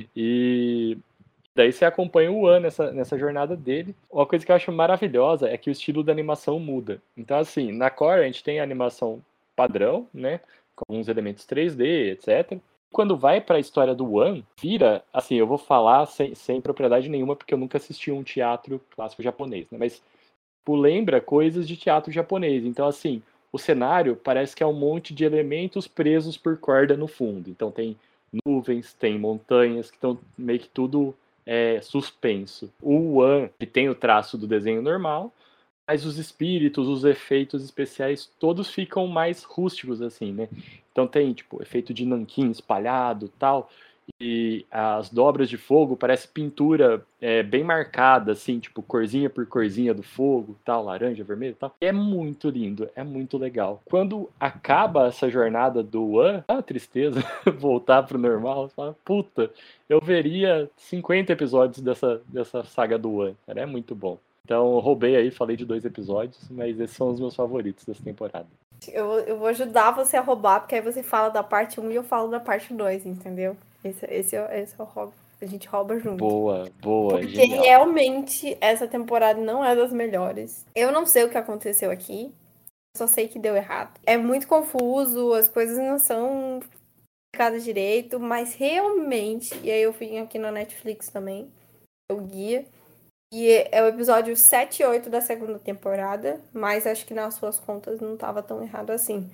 E daí você acompanha o Wan nessa, nessa jornada dele. Uma coisa que eu acho maravilhosa é que o estilo da animação muda. Então, assim, na Core a gente tem a animação padrão, né? Com alguns elementos três D, etcétera. Quando vai para a história do Wan, vira, assim, eu vou falar sem, sem propriedade nenhuma, porque eu nunca assisti um teatro clássico japonês, né? Mas tipo, lembra coisas de teatro japonês. Então, assim, o cenário parece que é um monte de elementos presos por corda no fundo. Então tem nuvens, tem montanhas, que estão meio que tudo é, suspenso. O Wan, que tem o traço do desenho normal, mas os espíritos, os efeitos especiais, todos ficam mais rústicos, assim, né? Então tem, tipo, efeito de nanquim espalhado, tal, e as dobras de fogo parece pintura é, bem marcada, assim, tipo, corzinha por corzinha do fogo, tal, laranja, vermelho, tal. É muito lindo, é muito legal. Quando acaba essa jornada do Wan, dá uma tristeza voltar pro normal, você fala, puta, eu veria cinquenta episódios dessa, dessa saga do Wan, cara, é muito bom. Então, eu roubei aí, falei de dois episódios, mas esses são os meus favoritos dessa temporada. Eu, eu vou ajudar você a roubar, porque aí você fala da parte um e eu falo da parte dois, entendeu? Esse, esse, é- esse é o roubo. A gente rouba junto. Boa, boa, Porque genial. realmente essa temporada não é das melhores. Eu não sei o que aconteceu aqui. Só sei que deu errado. É muito confuso, as coisas não são explicadas direito, mas realmente. E aí eu vim aqui na Netflix também, o guia. E é o episódio sete e oito da segunda temporada, mas acho que nas suas contas não estava tão errado assim.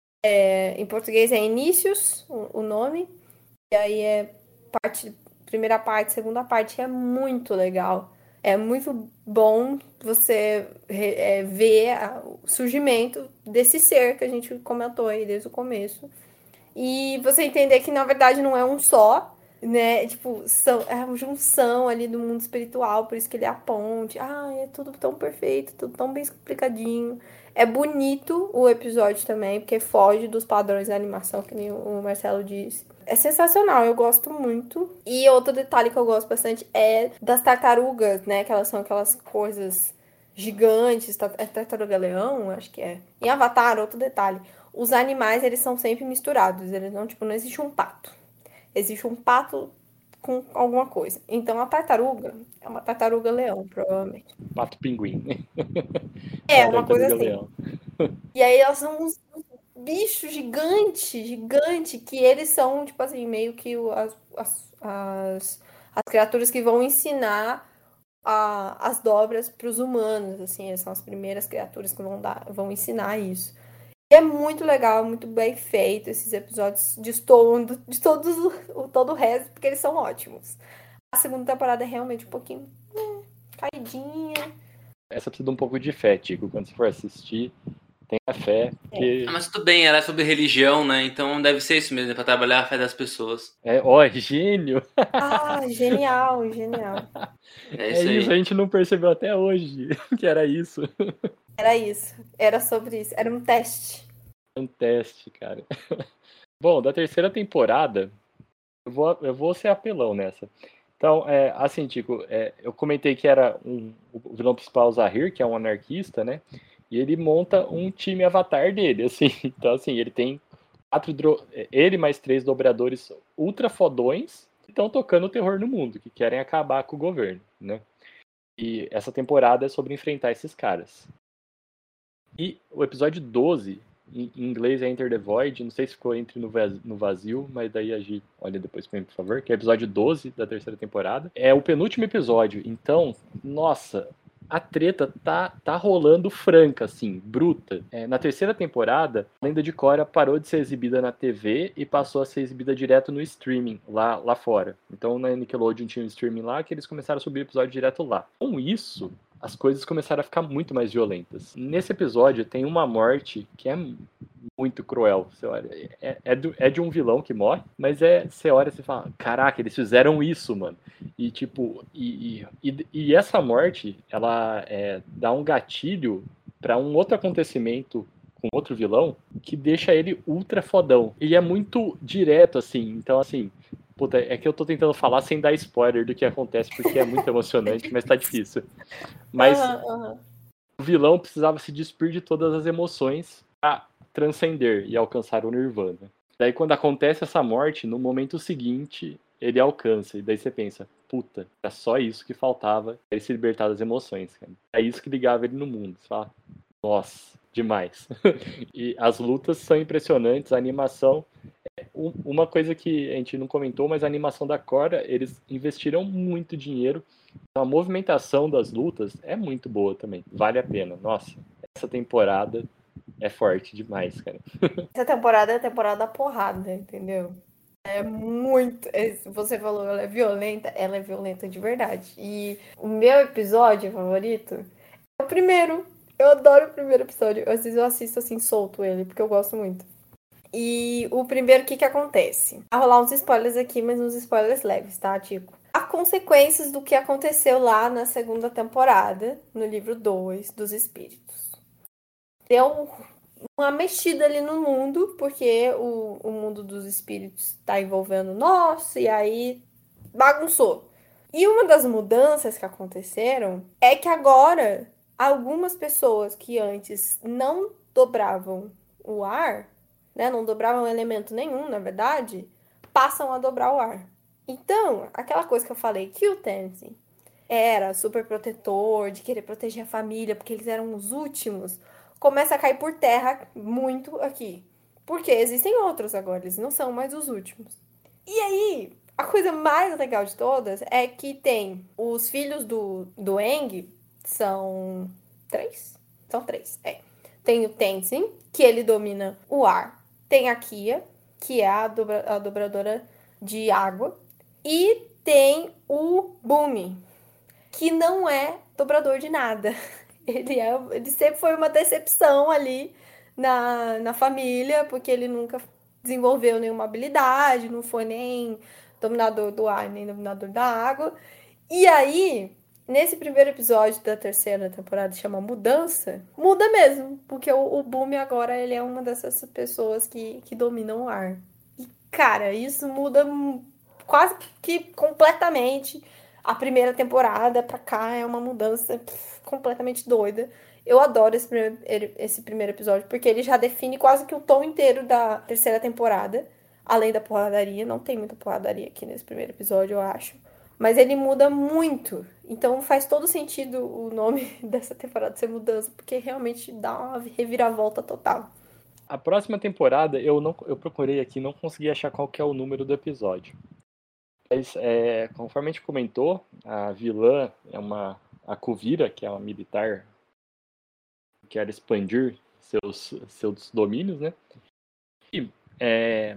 É, em português é Inícios, o, o nome. E aí é parte, primeira parte, segunda parte. É muito legal. É muito bom você é, ver a, o surgimento desse ser que a gente comentou aí desde o começo. E você entender que, na verdade, não é um só, né? Tipo, são, é uma junção ali do mundo espiritual, por isso que ele é a ponte. Ah, é tudo tão perfeito, tudo tão bem explicadinho. É bonito o episódio também, porque foge dos padrões da animação, que nem o Marcelo disse. É sensacional, eu gosto muito. E outro detalhe que eu gosto bastante é das tartarugas, né? Que elas são aquelas coisas gigantes. É tartaruga-leão, acho que é. Em Avatar, outro detalhe. Os animais, eles são sempre misturados. Eles não, tipo, não existe um pato. Existe um pato com alguma coisa. Então, a tartaruga é uma tartaruga-leão, provavelmente. Pato-pinguim. É, Uma uma coisa assim. tartaruga-leão. E aí, elas são uns bichos gigantes, gigante, que eles são, tipo assim, meio que as, as, as, as criaturas que vão ensinar a, as dobras para os humanos, assim, eles são as primeiras criaturas que vão, dar, vão ensinar isso. E é muito legal, muito bem feito esses episódios destoam de todos, o, todo o resto, porque eles são ótimos. A segunda temporada é realmente um pouquinho hum, caidinha. Essa precisa de um pouco de fé, Tico, quando você for assistir. Tenha fé, porque... Ah, mas tudo bem, ela é sobre religião, né? Então deve ser isso mesmo, é pra trabalhar a fé das pessoas. É, ó, é gênio! Ah, genial, genial. É É isso isso, a aí. gente não percebeu até hoje que era isso. Era isso, era sobre isso, era um teste. Um teste, cara. Bom, da terceira temporada, eu vou, eu vou ser apelão nessa. Então, é, assim, Tico, é, eu comentei que era um, o vilão principal, o Zahir, que é um anarquista, né? E ele monta um time avatar dele, assim. Então, assim, ele tem quatro... Dro... Ele mais três dobradores ultra fodões que estão tocando o terror no mundo, que querem acabar com o governo, né? E essa temporada é sobre enfrentar esses caras. E o episódio doze, em inglês é Enter the Void, não sei se ficou entre no vazio, mas daí a gente olha depois pra mim, por favor, que é o episódio doze da terceira temporada. É o penúltimo episódio, então, nossa, a treta tá, tá rolando franca, assim, bruta. É, na terceira temporada, a Lenda de Korra parou de ser exibida na T V e passou a ser exibida direto no streaming, lá, lá fora. Então, na Nickelodeon tinha um streaming lá, que eles começaram a subir o episódio direto lá. Com isso, as coisas começaram a ficar muito mais violentas. Nesse episódio, tem uma morte que é muito cruel. Você olha, é, é, do, é de um vilão que morre, mas é, você olha e você fala, caraca, eles fizeram isso, mano. E tipo, e, e, e essa morte, ela é, dá um gatilho para um outro acontecimento com outro vilão que deixa ele ultra fodão. E é muito direto, assim. Então, assim, puta, é que eu tô tentando falar sem dar spoiler do que acontece, porque é muito emocionante, mas tá difícil. Mas uhum, uhum. o vilão precisava se despir de todas as emoções pra transcender e alcançar o Nirvana. Daí quando acontece essa morte, no momento seguinte, ele alcança. E daí você pensa, puta, é só isso que faltava, ele se libertar das emoções, cara. É isso que ligava ele no mundo. Você fala, nossa, demais. E as lutas são impressionantes, a animação... Uma coisa que a gente não comentou, mas a animação da Korra, eles investiram muito dinheiro. A movimentação das lutas é muito boa também. Vale a pena. Nossa, essa temporada é forte demais, cara. Essa temporada é a temporada da porrada, entendeu? É muito... Você falou, ela é violenta. Ela é violenta de verdade. E o meu episódio favorito é o primeiro. Eu adoro o primeiro episódio. Às vezes eu assisto assim, solto ele, porque eu gosto muito. E o primeiro, o que que acontece? Vai rolar uns spoilers aqui, mas uns spoilers leves, tá, Tico? Há consequências do que aconteceu lá na segunda temporada, no livro dois dos Espíritos. Deu uma mexida ali no mundo, porque o, o mundo dos espíritos tá envolvendo o nosso, e aí bagunçou. E uma das mudanças que aconteceram é que agora algumas pessoas que antes não dobravam o ar, né, não dobravam elemento nenhum, na verdade, passam a dobrar o ar. Então, aquela coisa que eu falei, que o Tenzin era super protetor, de querer proteger a família, porque eles eram os últimos, começa a cair por terra muito aqui. Porque existem outros agora, eles não são mais os últimos. E aí, a coisa mais legal de todas é que tem os filhos do, do Aang, são três? São três, é. Tem o Tenzin, que ele domina o ar. Tem a Kia, que é a, dobra, a dobradora de água. E tem o Bumi, que não é dobrador de nada. Ele, é, ele sempre foi uma decepção ali na, na família, porque ele nunca desenvolveu nenhuma habilidade, não foi nem dominador do ar, nem dominador da água. E aí, nesse primeiro episódio da terceira temporada, chama Mudança, muda mesmo, porque o, o Bumi agora ele é uma dessas pessoas que, que dominam o ar. E, cara, isso muda quase que completamente. A primeira temporada pra cá é uma mudança pff, completamente doida. Eu adoro esse primeiro, esse primeiro episódio, porque ele já define quase que o tom inteiro da terceira temporada. Além da porradaria, não tem muita porradaria aqui nesse primeiro episódio, eu acho. Mas ele muda muito. Então faz todo sentido o nome dessa temporada ser Mudança, porque realmente dá uma reviravolta total. A próxima temporada, eu, não, eu procurei aqui, não consegui achar qual que é o número do episódio. Mas, é, conforme a gente comentou, a vilã é uma a Kuvira, que é uma militar que quer expandir seus, seus domínios, né? E é,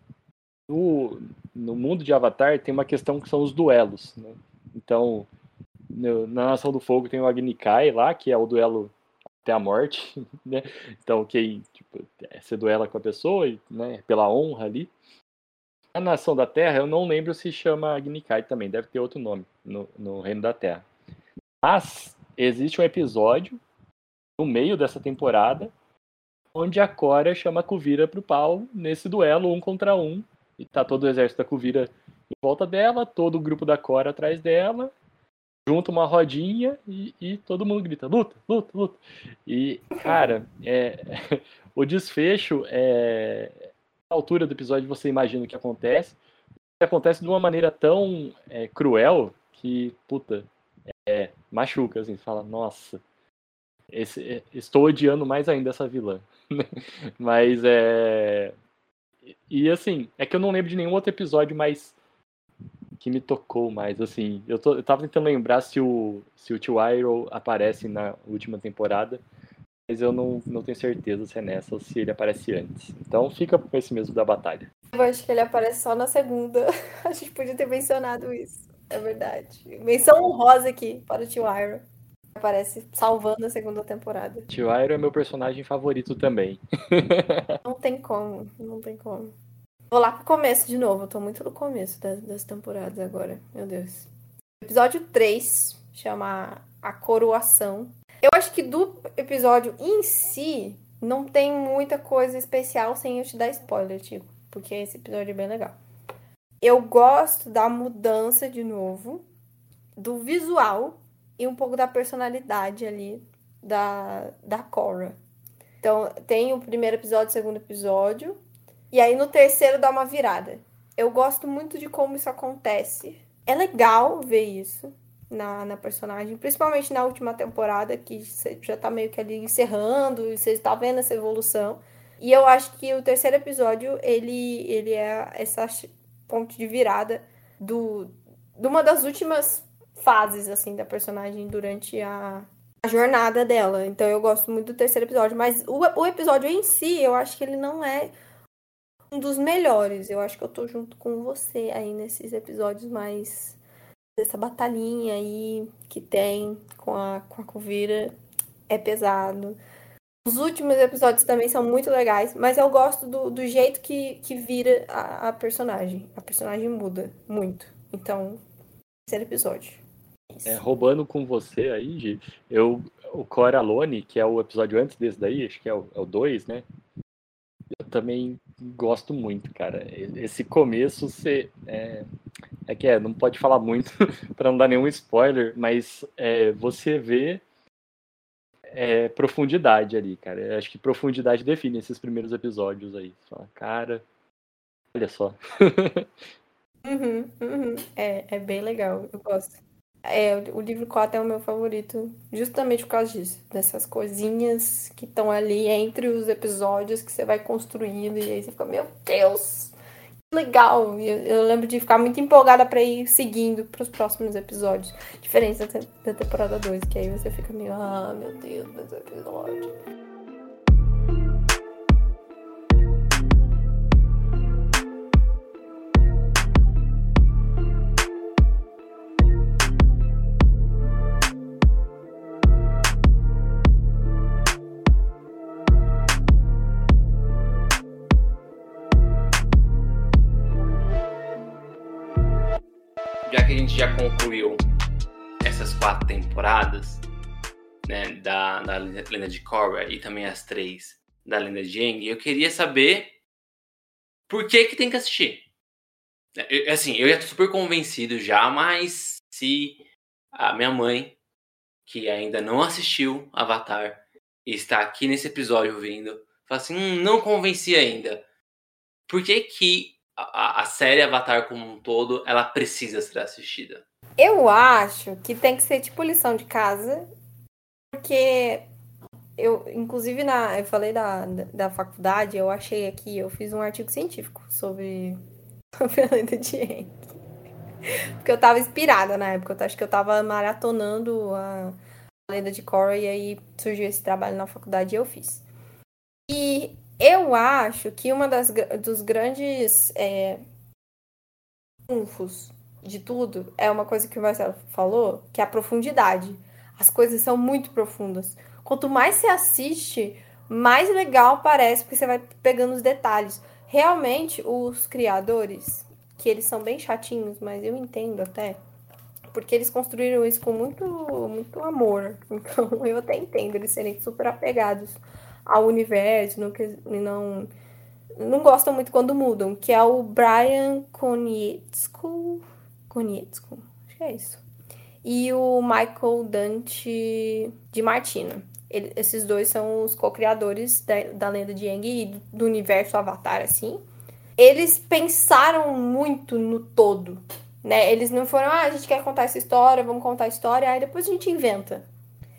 no, no mundo de Avatar tem uma questão que são os duelos, né? Então, no, na Nação do Fogo tem o Agni Kai lá, que é o duelo até a morte, né? Então, quem tipo, você duela com a pessoa, né, pela honra ali. A Nação da Terra, eu não lembro se chama Agni Kai também, deve ter outro nome no, no Reino da Terra. Mas existe um episódio no meio dessa temporada onde a Korra chama a Kuvira pro pau nesse duelo um contra um. E tá todo o exército da Kuvira em volta dela, todo o grupo da Korra atrás dela, junta uma rodinha e, e todo mundo grita, luta, luta, luta. E, cara, é, o desfecho é... A altura do episódio você imagina o que acontece. Acontece de uma maneira tão é, cruel que, puta, é, machuca, assim, fala, nossa. esse, estou odiando mais ainda essa vilã. Mas é... E assim, é que eu não lembro de nenhum outro episódio mais que me tocou mais, assim. Eu, tô, eu tava tentando lembrar se o, se o tio Iroh aparece na última temporada, mas eu não, não tenho certeza se é nessa ou se ele aparece antes. Então fica com esse mesmo da batalha. Eu acho que ele aparece só na segunda. A gente podia ter mencionado isso. É verdade. Menção honrosa aqui para o tio Iroh. Aparece salvando a segunda temporada. Tio Iroh é meu personagem favorito também. Não tem como, não tem como. Vou lá pro começo de novo. Eu tô muito no começo das, das temporadas agora. Meu Deus. Episódio três chama A Coroação. Eu acho que do episódio em si não tem muita coisa especial sem eu te dar spoiler, Tico. Porque esse episódio é bem legal. Eu gosto da mudança de novo, do visual e um pouco da personalidade ali da, da Korra. Então, tem o primeiro episódio, o segundo episódio. E aí, no terceiro, dá uma virada. Eu gosto muito de como isso acontece. É legal ver isso na, na personagem. Principalmente na última temporada, que você já tá meio que ali encerrando. E você tá vendo essa evolução. E eu acho que o terceiro episódio, ele, ele é essa ponto de virada do, de uma das últimas fases, assim, da personagem durante a... a jornada dela. Então eu gosto muito do terceiro episódio. Mas o, o episódio em si, eu acho que ele não é um dos melhores. Eu acho que eu tô junto com você aí nesses episódios mais... dessa batalhinha aí que tem com a, com a Kuvira. É pesado. Os últimos episódios também são muito legais. Mas eu gosto do, do jeito que, que vira a, a personagem. A personagem muda muito. Então, terceiro episódio. É, roubando com você aí, Gi, eu, o Coralone, que é o episódio antes desse daí, acho que é o dois, né? Eu também gosto muito, cara. Esse começo, você, é, é que é, não pode falar muito para não dar nenhum spoiler, mas é, você vê é, profundidade ali, cara. Eu acho que profundidade define esses primeiros episódios aí. Você fala, cara, olha só. Uhum, uhum. É, é bem legal, eu gosto. É, o livro quatro é o meu favorito, justamente por causa disso. Dessas coisinhas que estão ali entre os episódios que você vai construindo. E aí você fica, meu Deus, que legal. E eu, eu lembro de ficar muito empolgada pra ir seguindo pros próximos episódios. Diferente da, te- da temporada dois, que aí você fica meio, ah, meu Deus, mais um episódio. Já que a gente já concluiu essas quatro temporadas, né, da, da Lenda de Korra e também as três da Lenda de Aang, eu queria saber por que que tem que assistir. Eu, assim, eu já tô super convencido já, mas se a minha mãe, que ainda não assistiu Avatar, e está aqui nesse episódio ouvindo, fala assim, hum, não convenci ainda. Por que que a, a série Avatar como um todo, ela precisa ser assistida? Eu acho que tem que ser tipo lição de casa, porque eu, inclusive, na, eu falei da, da, da faculdade, eu achei aqui, eu fiz um artigo científico sobre, sobre a Lenda de Aang. Porque eu tava inspirada na época, eu acho que eu tava maratonando a Lenda de Korra e aí surgiu esse trabalho na faculdade e eu fiz. E eu acho que uma das dos grandes é, trunfos de tudo é uma coisa que o Marcelo falou, que é a profundidade. As coisas são muito profundas. Quanto mais você assiste, mais legal parece, porque você vai pegando os detalhes. Realmente, os criadores, que eles são bem chatinhos, mas eu entendo até, porque eles construíram isso com muito, muito amor. Então, eu até entendo eles serem super apegados ao universo, não, não, não gostam muito quando mudam, que é o Brian Konietzko, Konietzko, acho que é isso. E o Michael Dante de Martino. Ele, esses dois são os co-criadores da, da Lenda de Aang e do universo Avatar, assim. Eles pensaram muito no todo, né? Eles não foram, ah, a gente quer contar essa história, vamos contar a história, aí depois a gente inventa.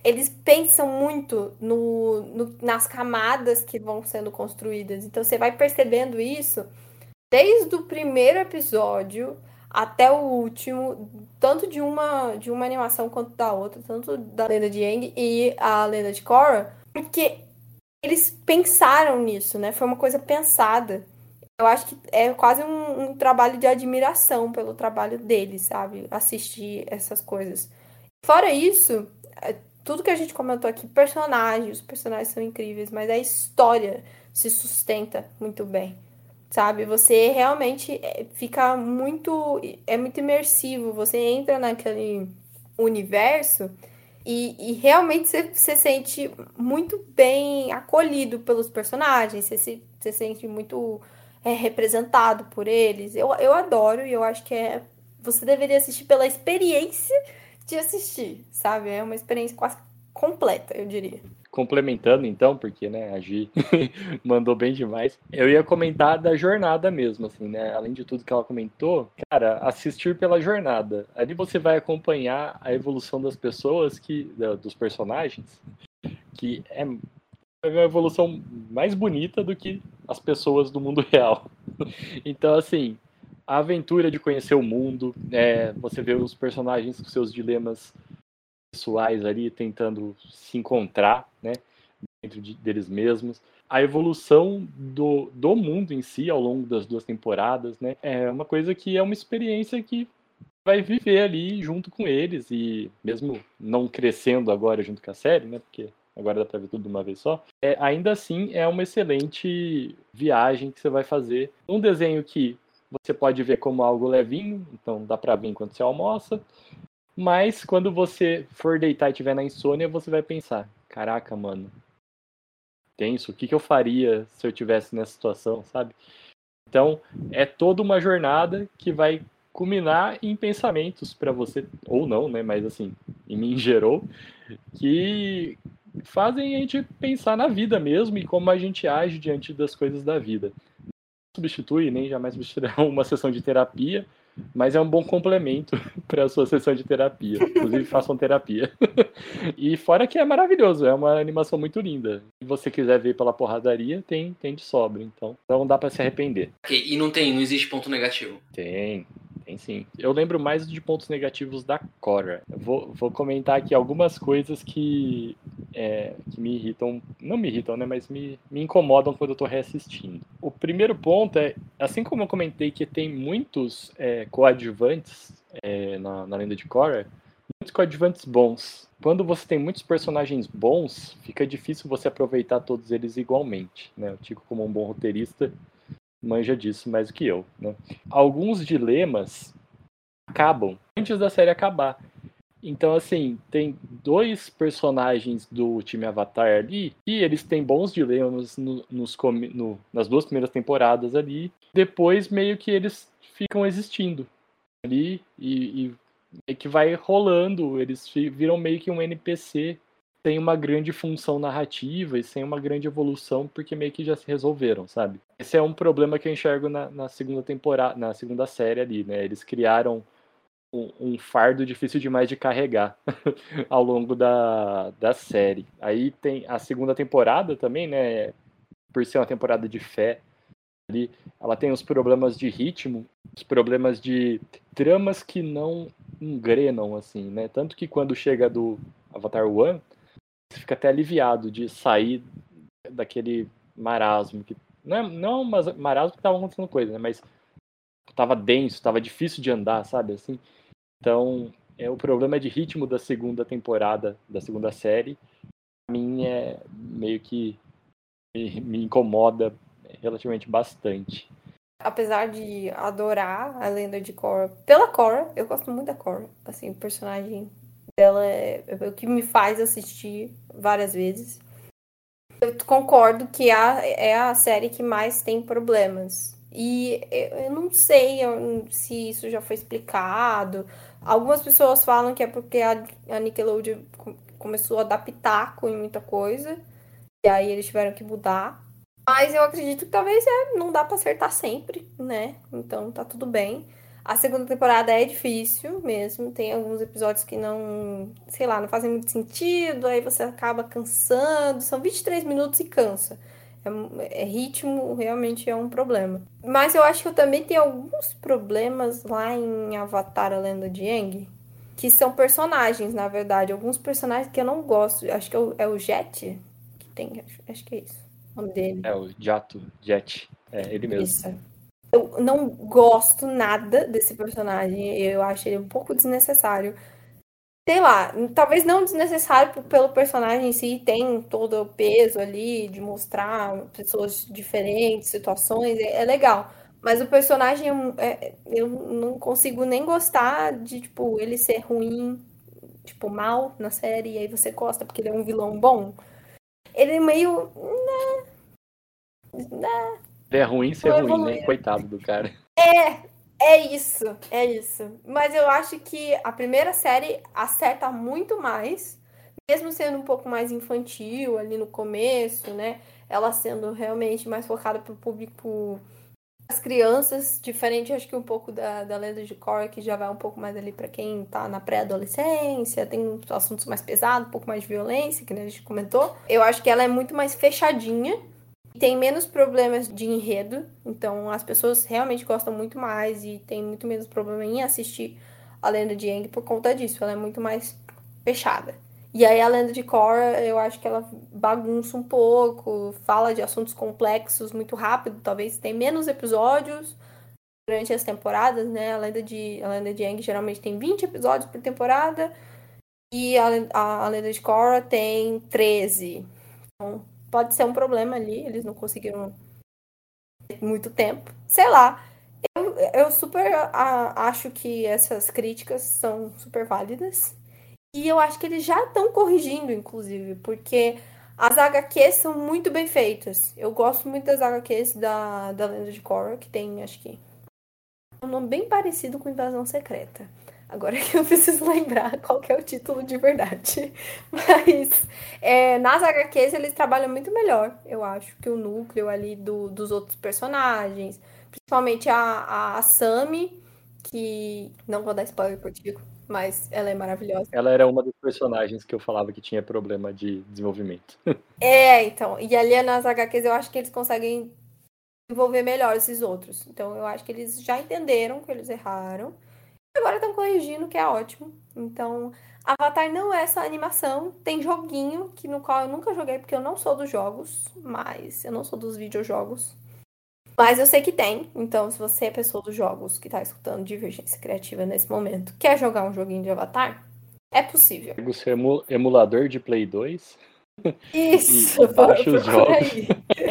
eles pensam muito no, no, nas camadas que vão sendo construídas. Então você vai percebendo isso desde o primeiro episódio até o último, tanto de uma, de uma animação quanto da outra, tanto da Lenda de Aang e a Lenda de Korra, porque eles pensaram nisso, né? Foi uma coisa pensada. Eu acho que é quase um, um trabalho de admiração pelo trabalho deles, sabe? Assistir essas coisas. Fora isso, tudo que a gente comentou aqui, personagens, os personagens são incríveis, mas a história se sustenta muito bem, sabe? Você realmente fica muito, é muito imersivo, você entra naquele universo e, e realmente você se sente muito bem acolhido pelos personagens, você se você sente muito é, representado por eles. Eu, eu adoro e eu acho que é, você deveria assistir pela experiência de assistir, sabe? É uma experiência quase completa, eu diria. Complementando então, porque né, a Gi mandou bem demais. Eu ia comentar da jornada mesmo, assim, né? Além de tudo que ela comentou, cara, assistir pela jornada. Ali você vai acompanhar a evolução das pessoas, que, dos personagens, que é uma evolução mais bonita do que as pessoas do mundo real. Então, assim, a aventura de conhecer o mundo, é, você vê os personagens com seus dilemas pessoais ali, tentando se encontrar, né, dentro de, deles mesmos. A evolução do, do mundo em si, ao longo das duas temporadas, né, é uma coisa que é uma experiência que vai viver ali junto com eles, e mesmo não crescendo agora junto com a série, né, porque agora dá pra ver tudo de uma vez só, é, ainda assim é uma excelente viagem que você vai fazer. Um desenho que você pode ver como algo levinho, então dá pra ver enquanto você almoça, mas quando você for deitar e tiver na insônia, você vai pensar, caraca, mano, tenso, o que, que eu faria se eu tivesse nessa situação, sabe? Então, é toda uma jornada que vai culminar em pensamentos para você, ou não, né? Mas assim, em mim gerou, que fazem a gente pensar na vida mesmo e como a gente age diante das coisas da vida. Não substitui, nem jamais substituirá uma sessão de terapia, mas é um bom complemento para a sua sessão de terapia. Inclusive, façam terapia. E fora que é maravilhoso, é uma animação muito linda. Se você quiser ver pela porradaria, tem, tem de sobra. Então, não dá para se arrepender. Okay, e não tem, não existe ponto negativo? Tem, tem sim. Eu lembro mais de pontos negativos da Korra. Eu vou, vou comentar aqui algumas coisas que, é, que me irritam, não me irritam, né, mas me, me incomodam quando eu tô reassistindo. O primeiro ponto é, assim como eu comentei que tem muitos é, coadjuvantes é, na, na Lenda de Korra, muitos coadjuvantes bons. Quando você tem muitos personagens bons, fica difícil você aproveitar todos eles igualmente, né? O Tico, como um bom roteirista, manja disso mais do que eu, né? Alguns dilemas acabam antes da série acabar. Então, assim, tem dois personagens do time Avatar ali e eles têm bons dilemas no, nos, no, nas duas primeiras temporadas ali. Depois, meio que eles ficam existindo ali e, e meio que vai rolando. Eles viram meio que um N P C sem uma grande função narrativa e sem uma grande evolução, porque meio que já se resolveram, sabe? Esse é um problema que eu enxergo na, na segunda temporada, na segunda série ali, né? Eles criaram um, um fardo difícil demais de carregar ao longo da, da série. Aí tem a segunda temporada também, né? Por ser uma temporada de fé, ali, ela tem os problemas de ritmo, os problemas de tramas que não engrenam, assim, né? Tanto que quando chega do Avatar One, você fica até aliviado de sair daquele marasmo, que não é, não é um marasmo que tava acontecendo coisa, né? Mas tava denso, tava difícil de andar, sabe, assim. Então, é, o problema de ritmo da segunda temporada, da segunda série, pra mim é meio que me, me incomoda relativamente bastante. Apesar de adorar a Lenda de Korra, pela Korra, eu gosto muito da Korra, assim, o personagem dela é, é o que me faz assistir várias vezes. Eu concordo que a, é a série que mais tem problemas. E eu não sei se isso já foi explicado. Algumas pessoas falam que é porque a Nickelodeon começou a dar pitaco em muita coisa. E aí eles tiveram que mudar. Mas eu acredito que talvez é, não dá pra acertar sempre, né? Então tá tudo bem. A segunda temporada é difícil mesmo, tem alguns episódios que não, sei lá, não fazem muito sentido, aí você acaba cansando, são vinte e três minutos e cansa. É, é ritmo, realmente é um problema. Mas eu acho que eu também tenho alguns problemas lá em Avatar, a Lenda de Aang, que são personagens, na verdade, alguns personagens que eu não gosto, acho que é o, é o Jet, que tem, acho, acho que é isso, o nome dele. É, o Jato, Jet, é ele mesmo. Isso. Eu não gosto nada desse personagem. Eu acho ele um pouco desnecessário. Sei lá, talvez não desnecessário pelo personagem em si, tem todo o peso ali de mostrar pessoas diferentes, situações, é, é legal. Mas o personagem, é, eu não consigo nem gostar de, tipo, ele ser ruim, tipo, mal na série, e aí você gosta porque ele é um vilão bom. Ele é meio... Né, né, Ele é ruim ser não ruim, evolui. né? Coitado do cara. É, é isso, é isso. Mas eu acho que a primeira série acerta muito mais, mesmo sendo um pouco mais infantil ali no começo, né? Ela sendo realmente mais focada para o público das crianças, diferente acho que um pouco da, da Lenda de Korra, que já vai um pouco mais ali para quem tá na pré-adolescência, tem assuntos mais pesados, um pouco mais de violência, que a gente comentou. Eu acho que ela é muito mais fechadinha, tem menos problemas de enredo, então as pessoas realmente gostam muito mais e tem muito menos problema em assistir a Lenda de Aang por conta disso, ela é muito mais fechada. E aí a Lenda de Korra, eu acho que ela bagunça um pouco, fala de assuntos complexos muito rápido, talvez tem menos episódios durante as temporadas, né? A Lenda de, a Lenda de Aang geralmente tem vinte episódios por temporada e a, a, a Lenda de Korra tem treze. Então, pode ser um problema ali, eles não conseguiram muito tempo. Sei lá, eu, eu super a, acho que essas críticas são super válidas. E eu acho que eles já estão corrigindo, inclusive, porque as H Qs são muito bem feitas. Eu gosto muito das H Qs da, da Lenda de Korra, que tem, acho que, um nome bem parecido com Invasão Secreta. Agora que eu preciso lembrar qual que é o título de verdade. Mas é, nas H Qs eles trabalham muito melhor, eu acho, que o núcleo ali do, dos outros personagens. Principalmente a, a, a Sami, que não vou dar spoiler por ti, mas ela é maravilhosa. Ela era uma dos personagens que eu falava que tinha problema de desenvolvimento. É, então. E ali nas H Qs eu acho que eles conseguem desenvolver melhor esses outros. Então eu acho que eles já entenderam que eles erraram. Agora estão corrigindo, que é ótimo. Então, Avatar não é só animação. Tem joguinho, que no qual eu nunca joguei, porque eu não sou dos jogos. Mas eu não sou dos videojogos. Mas eu sei que tem. Então, se você é pessoa dos jogos que tá escutando Divergência Criativa nesse momento, quer jogar um joguinho de Avatar, é possível. Pega o seu emu- emulador de Play dois Isso, e baixa os procura jogos. aí.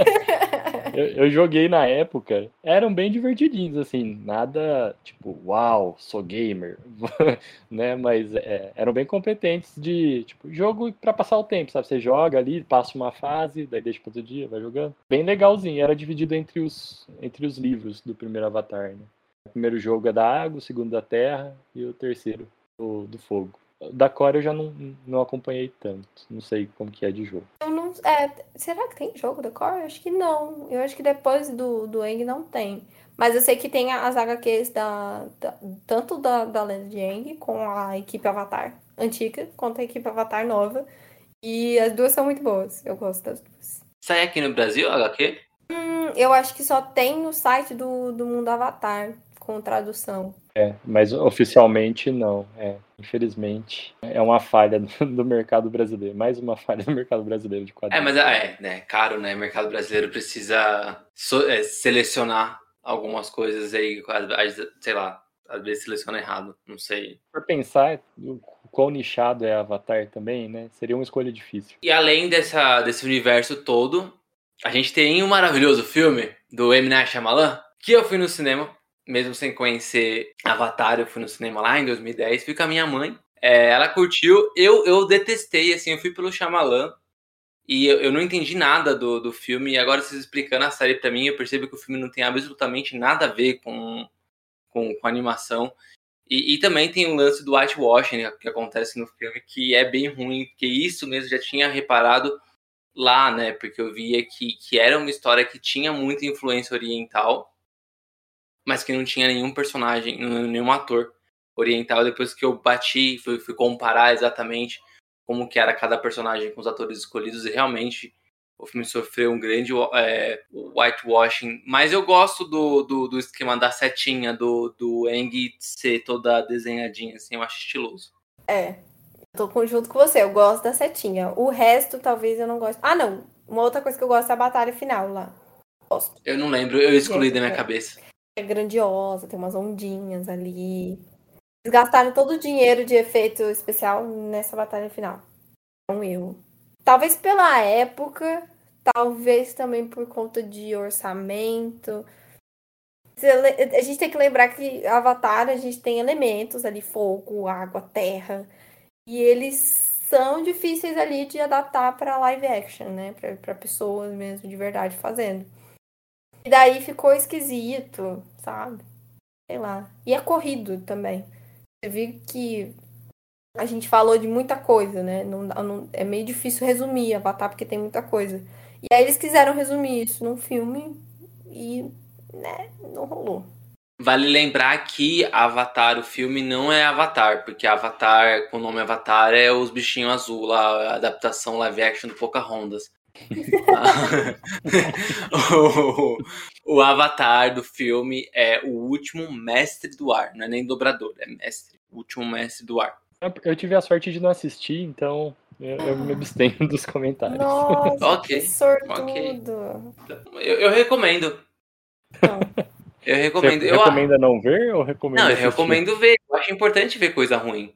Eu, eu joguei na época, eram bem divertidinhos, assim, nada tipo, uau, sou gamer, né? Mas é, eram bem competentes de, tipo, jogo pra passar o tempo, sabe? Você joga ali, passa uma fase, daí deixa para outro dia, vai jogando. Bem legalzinho, era dividido entre os, entre os livros do primeiro Avatar, né? O primeiro jogo é da água, o segundo da terra e o terceiro do, do fogo. Da Korra eu já não, não acompanhei tanto, não sei como que é de jogo. Eu não, é, será que tem jogo da Korra? Eu acho que não. Eu acho que depois do, do Aang não tem. Mas eu sei que tem as H Qs da, da- tanto da, da Lenda de Aang com a equipe Avatar antiga, quanto a equipe Avatar nova. E as duas são muito boas. Eu gosto das duas. Sai aqui no Brasil, H Q? Hum, eu acho que só tem no site do, do Mundo Avatar, com tradução. É, mas oficialmente não. É, infelizmente, é uma falha do, do mercado brasileiro. Mais uma falha do mercado brasileiro de É, quadrinhos. mas é, né, caro, né? O mercado brasileiro precisa so- é, selecionar algumas coisas aí, às vezes, sei lá, às vezes seleciona errado, não sei. Por pensar o quão nichado é Avatar também, né? Seria uma escolha difícil. E além dessa, desse universo todo, a gente tem um maravilhoso filme do M. Night Shyamalan, que eu fui no cinema, mesmo sem conhecer Avatar, eu fui no cinema lá em dois mil e dez, fui com a minha mãe, é, ela curtiu, eu, eu detestei, assim, eu fui pelo Shyamalan, e eu, eu não entendi nada do, do filme, e agora vocês explicando a série pra mim, eu percebo que o filme não tem absolutamente nada a ver com, com, com animação. E, e também tem o lance do whitewashing, né, que acontece no filme, que é bem ruim, porque isso mesmo já tinha reparado lá, né, porque eu via que, que era uma história que tinha muita influência oriental, mas que não tinha nenhum personagem, nenhum ator oriental. Depois que eu bati, fui, fui comparar exatamente como que era cada personagem com os atores escolhidos, e realmente o filme sofreu um grande é, whitewashing. Mas eu gosto do, do, do esquema da setinha, do, do Aang ser toda desenhadinha, assim, eu acho estiloso. É, tô junto com você, eu gosto da setinha. O resto, talvez eu não goste. Ah, não. Uma outra coisa que eu gosto é a batalha final lá. Gosto. Eu não lembro, eu excluí Gente, da minha é, cabeça. É grandiosa, tem umas ondinhas ali. Eles gastaram todo o dinheiro de efeito especial nessa batalha final. É um erro. Talvez pela época, talvez também por conta de orçamento. A gente tem que lembrar que Avatar, a gente tem elementos ali, fogo, água, terra. E eles são difíceis ali de adaptar para live action, né? Para pessoas mesmo de verdade fazendo. E daí ficou esquisito, sabe? Sei lá. E é corrido também. Você viu que a gente falou de muita coisa, né? Não, não, é meio difícil resumir Avatar porque tem muita coisa. E aí eles quiseram resumir isso num filme e, né, não rolou. Vale lembrar que Avatar, o filme, não é Avatar, porque Avatar, com o nome Avatar, é os bichinhos azul lá, a adaptação live action do Pocahontas. o, o Avatar do filme é o último mestre do ar, não é nem dobrador, é mestre, o último mestre do ar. Eu tive a sorte de não assistir, então eu, eu me abstenho dos comentários. Nossa, Ok, que sortudo. ok. Eu, eu recomendo. Não. Eu recomendo. Você eu, recomenda não ver ou recomenda Não, eu assistir? recomendo ver. Eu acho importante ver coisa ruim.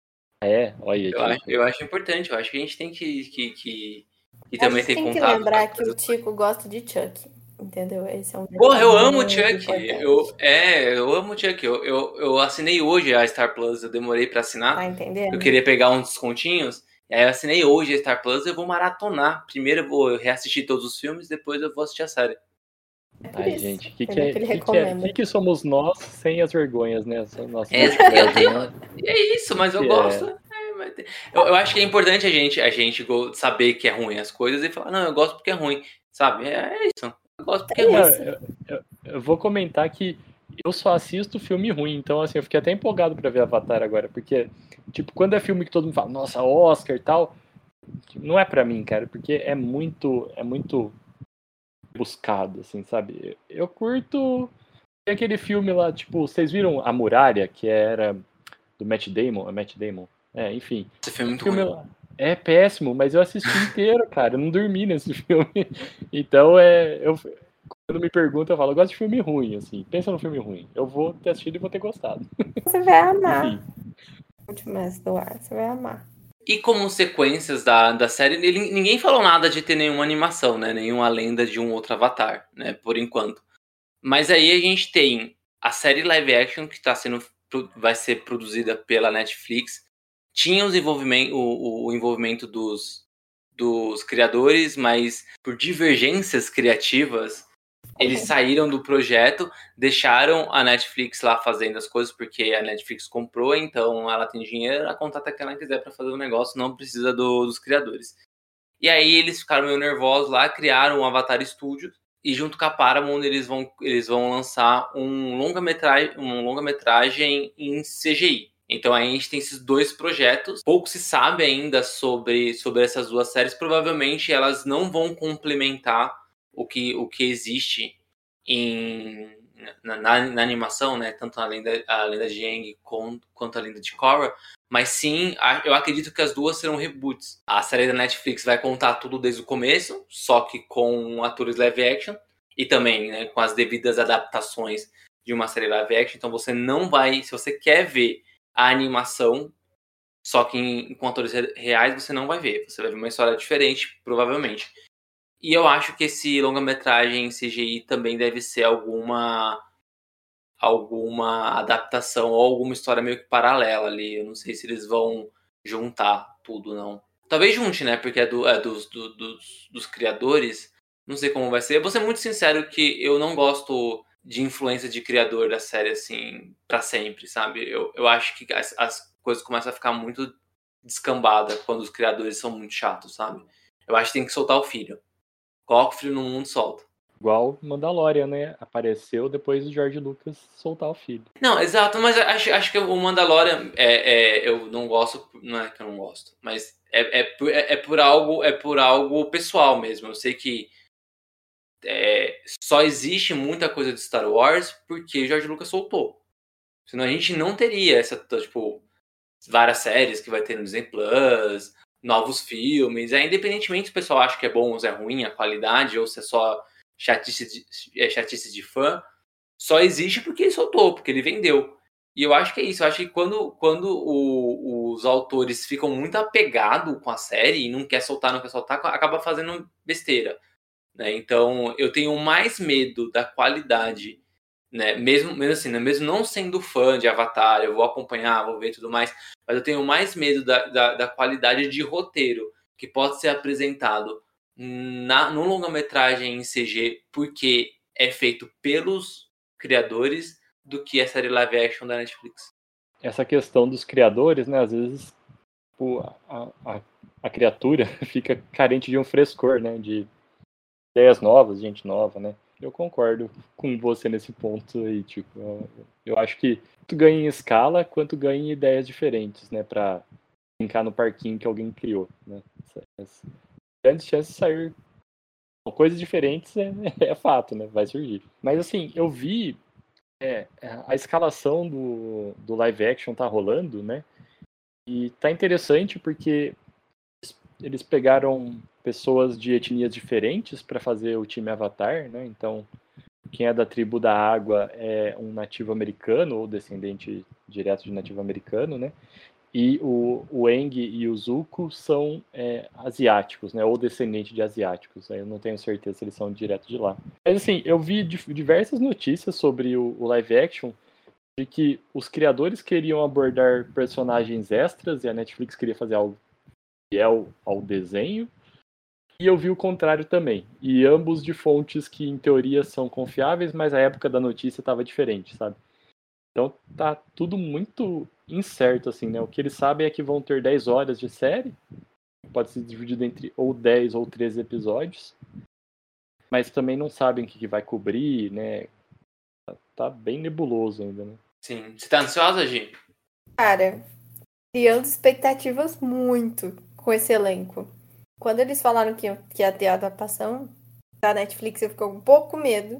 É, olha, Eu Tico. acho, eu acho importante. Eu acho que a gente tem que, que, que, que A também gente ter tem que contato com lembrar as que o coisas. Tico gosta de Chuck, entendeu? Esse é um Porra, eu amo o muito Chuck. importante. Eu, é, eu amo o Chuck. Eu, eu, eu assinei hoje a Star Plus. Eu demorei pra assinar. Tá entendendo? Eu queria pegar uns descontinhos. E aí eu assinei hoje a Star Plus. Eu vou maratonar. Primeiro eu vou reassistir todos os filmes. Depois eu vou assistir a série. É por Ai, isso, gente, o que, que, entendeu? é, Que ele que, que, é, recomenda. que, que somos nós sem as vergonhas, né? Nosso É, podcast, eu tenho. né? É isso, mas eu Que gosto. é. É, mas tem- eu, eu acho que é importante a gente, a gente go- saber que é ruim as coisas e falar, não, eu gosto porque é ruim. Sabe? É, é isso. Eu gosto porque é ruim. isso. Eu, eu- eu vou comentar que eu só assisto filme ruim, então assim, eu fiquei até empolgado pra ver Avatar agora, porque, tipo, quando é filme que todo mundo fala, nossa, Oscar e tal, não é pra mim, cara, porque é muito, é muito buscado, assim, sabe? Eu curto aquele filme lá, tipo, vocês viram A Muralha, que era do Matt Damon, é Matt Damon? É, enfim. Esse filme é muito filme ruim. lá é péssimo, mas eu assisti inteiro, cara, eu não dormi nesse filme. Então, é, eu, quando me perguntam, eu falo, eu gosto de filme ruim, assim, pensa no filme ruim. Eu vou ter assistido e vou ter gostado. Você vai amar. Enfim. Último mestre do ar, você vai amar. E como sequências da, da série, ele- ninguém falou nada de ter nenhuma animação, né? Nenhuma lenda de um outro Avatar, né? Por enquanto. Mas aí a gente tem a série live action que tá sendo, pro- vai ser produzida pela Netflix. Tinha os envolvimento, o, o envolvimento dos, dos criadores, mas por divergências criativas, eles saíram do projeto, deixaram a Netflix lá fazendo as coisas, porque a Netflix comprou, então ela tem dinheiro, ela contrata quem ela quiser para fazer o negócio, não precisa do, dos criadores. E aí eles ficaram meio nervosos lá, criaram o Avatar Studios, e junto com a Paramount eles vão, eles vão lançar um longa-metragem, um longa-metragem em C G I. Então aí a gente tem esses dois projetos. Pouco se sabe ainda sobre, sobre essas duas séries. Provavelmente elas não vão complementar o que, o que existe em, na, na, na animação, né? Tanto a lenda, a lenda de Aang quanto a lenda de Korra. Mas sim, eu acredito que as duas serão reboots. A série da Netflix vai contar tudo desde o começo, só que com atores live action. E também, né, com as devidas adaptações de uma série live action. Então você não vai... Se você quer ver a animação, só que em, com atores reais, você não vai ver. Você vai ver uma história diferente, provavelmente. E eu acho que esse longa-metragem em C G I também deve ser alguma... alguma adaptação ou alguma história meio que paralela ali. Eu não sei se eles vão juntar tudo, não. Talvez junte, né? Porque é, do, é dos, do, dos, dos criadores. Não sei como vai ser. Eu vou ser muito sincero que eu não gosto de influência de criador da série, assim, pra sempre, sabe? Eu, eu acho que as, as coisas começam a ficar muito descambadas quando os criadores são muito chatos, sabe? Eu acho que tem que soltar o filho. Coloca o filho no mundo e solta. Igual Mandalorian, né? Apareceu depois do George Lucas soltar o filho. Não, exato, mas acho, acho que o Mandalorian é, é, eu não gosto, não é que eu não gosto, mas é, é, por, é, é por algo, é por algo pessoal mesmo. Eu sei que é, só existe muita coisa de Star Wars porque George Lucas soltou. Senão a gente não teria essa, tipo, várias séries que vai ter no Disney Plus, novos filmes. É, independentemente se o pessoal acha que é bom ou se é ruim a qualidade, ou se é só chatice de, é chatice de fã, só existe porque ele soltou, porque ele vendeu. E eu acho que é isso. Eu acho que quando, quando o, os autores ficam muito apegados com a série e não quer soltar, não quer soltar, acaba fazendo besteira. Né? Então, eu tenho mais medo da qualidade, né? Mesmo, mesmo assim, né? Mesmo não sendo fã de Avatar, eu vou acompanhar, vou ver tudo mais, mas eu tenho mais medo da, da, da qualidade de roteiro que pode ser apresentado na, no longa-metragem em C G, porque é feito pelos criadores, do que a série live action da Netflix. Essa questão dos criadores, né? Às vezes pô, a, a, a criatura fica carente de um frescor, né? De ideias novas, gente nova, né? Eu concordo com você nesse ponto aí, tipo, eu, eu acho que tanto ganha em escala quanto ganha em ideias diferentes, né? Pra brincar no parquinho que alguém criou, né? As grandes chances de sair coisas diferentes é, é fato, né? Vai surgir. Mas assim, eu vi é, a escalação do, do live action tá rolando, né? E tá interessante porque eles pegaram pessoas de etnias diferentes para fazer o time Avatar, né? Então, quem é da tribo da água é um nativo americano ou descendente direto de nativo americano, né? E o, o Aang e o Zuko são é, asiáticos, né? Ou descendentes de asiáticos. Eu não tenho certeza se eles são direto de lá. Mas assim, eu vi diversas notícias sobre o, o live action de que os criadores queriam abordar personagens extras e a Netflix queria fazer algo fiel ao desenho. E eu vi o contrário também. E ambos de fontes que, em teoria, são confiáveis, mas a época da notícia estava diferente, sabe? Então tá tudo muito incerto, assim, né? O que eles sabem é que vão ter dez horas de série. Pode ser dividido entre ou dez ou treze episódios. Mas também não sabem o que vai cobrir, né? Tá, tá bem nebuloso ainda, né? Sim. Você tá ansiosa, Gi? Cara, criando expectativas muito com esse elenco. Quando eles falaram que, que ia ter a adaptação da Netflix, eu fiquei um pouco com medo.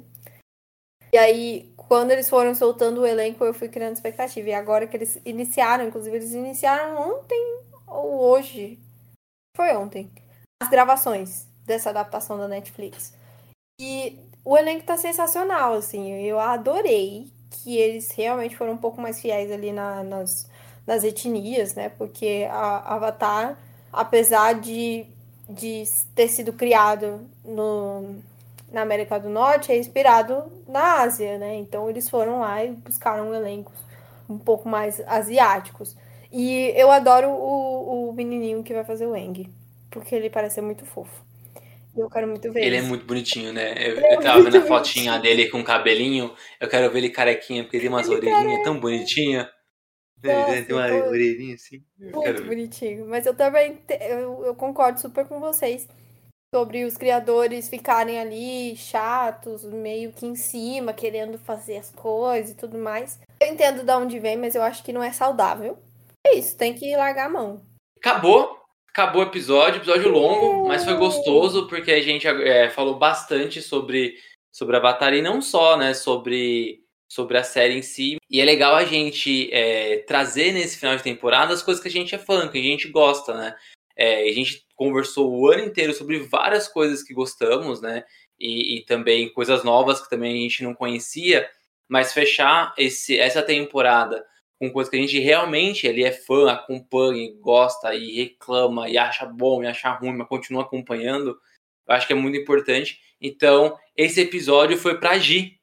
E aí, quando eles foram soltando o elenco, eu fui criando expectativa. E agora que eles iniciaram, inclusive eles iniciaram ontem ou hoje. Foi ontem. As gravações dessa adaptação da Netflix. E o elenco tá sensacional, assim. Eu adorei que eles realmente foram um pouco mais fiéis ali na, nas, nas etnias, né? Porque a Avatar, apesar de, de ter sido criado no, na América do Norte, é inspirado na Ásia, né? Então eles foram lá e buscaram elencos um pouco mais asiáticos. E eu adoro o, o menininho que vai fazer o Aang, porque ele parece ser muito fofo. Eu quero muito ver Ele é isso. muito bonitinho, né? Eu, Ele é eu tava vendo a muito fotinha bonitinho. dele com cabelinho. Eu quero ver ele carequinha, porque ele tem umas Ele orelhinhas parece. tão bonitinhas. Ele Nossa, tem eu uma tô orelhinha assim. Eu quero muito ver. bonitinho. Mas eu também te- eu, eu concordo super com vocês sobre os criadores ficarem ali chatos, meio que em cima, querendo fazer as coisas e tudo mais. Eu entendo de onde vem, mas eu acho que não é saudável. É isso, tem que largar a mão. Acabou. Acabou o episódio, episódio longo, mas foi gostoso porque a gente é, falou bastante sobre, sobre Avatar e não só, né? Sobre, sobre a série em si. E é legal a gente é, trazer nesse final de temporada as coisas que a gente é fã, que a gente gosta, né? É, a gente conversou o ano inteiro sobre várias coisas que gostamos, né? E, e também coisas novas que também a gente não conhecia. Mas fechar esse, essa temporada com coisa que a gente realmente ele é fã, acompanha, gosta e reclama e acha bom e acha ruim, mas continua acompanhando, eu acho que é muito importante. Então, esse episódio foi pra Gi.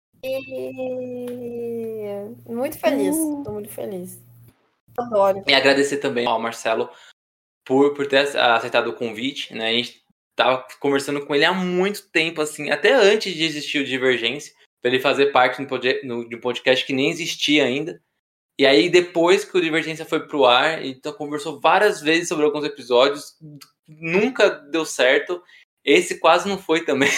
E... Muito feliz. Tô muito feliz. Adoro. E agradecer também ao Marcelo por, por ter aceitado o convite, né? A gente tava conversando com ele há muito tempo, assim, até antes de existir o Divergência, para ele fazer parte de um podcast que nem existia ainda. E aí, depois que o Divergência foi pro ar, então conversou várias vezes sobre alguns episódios, nunca deu certo. Esse quase não foi também.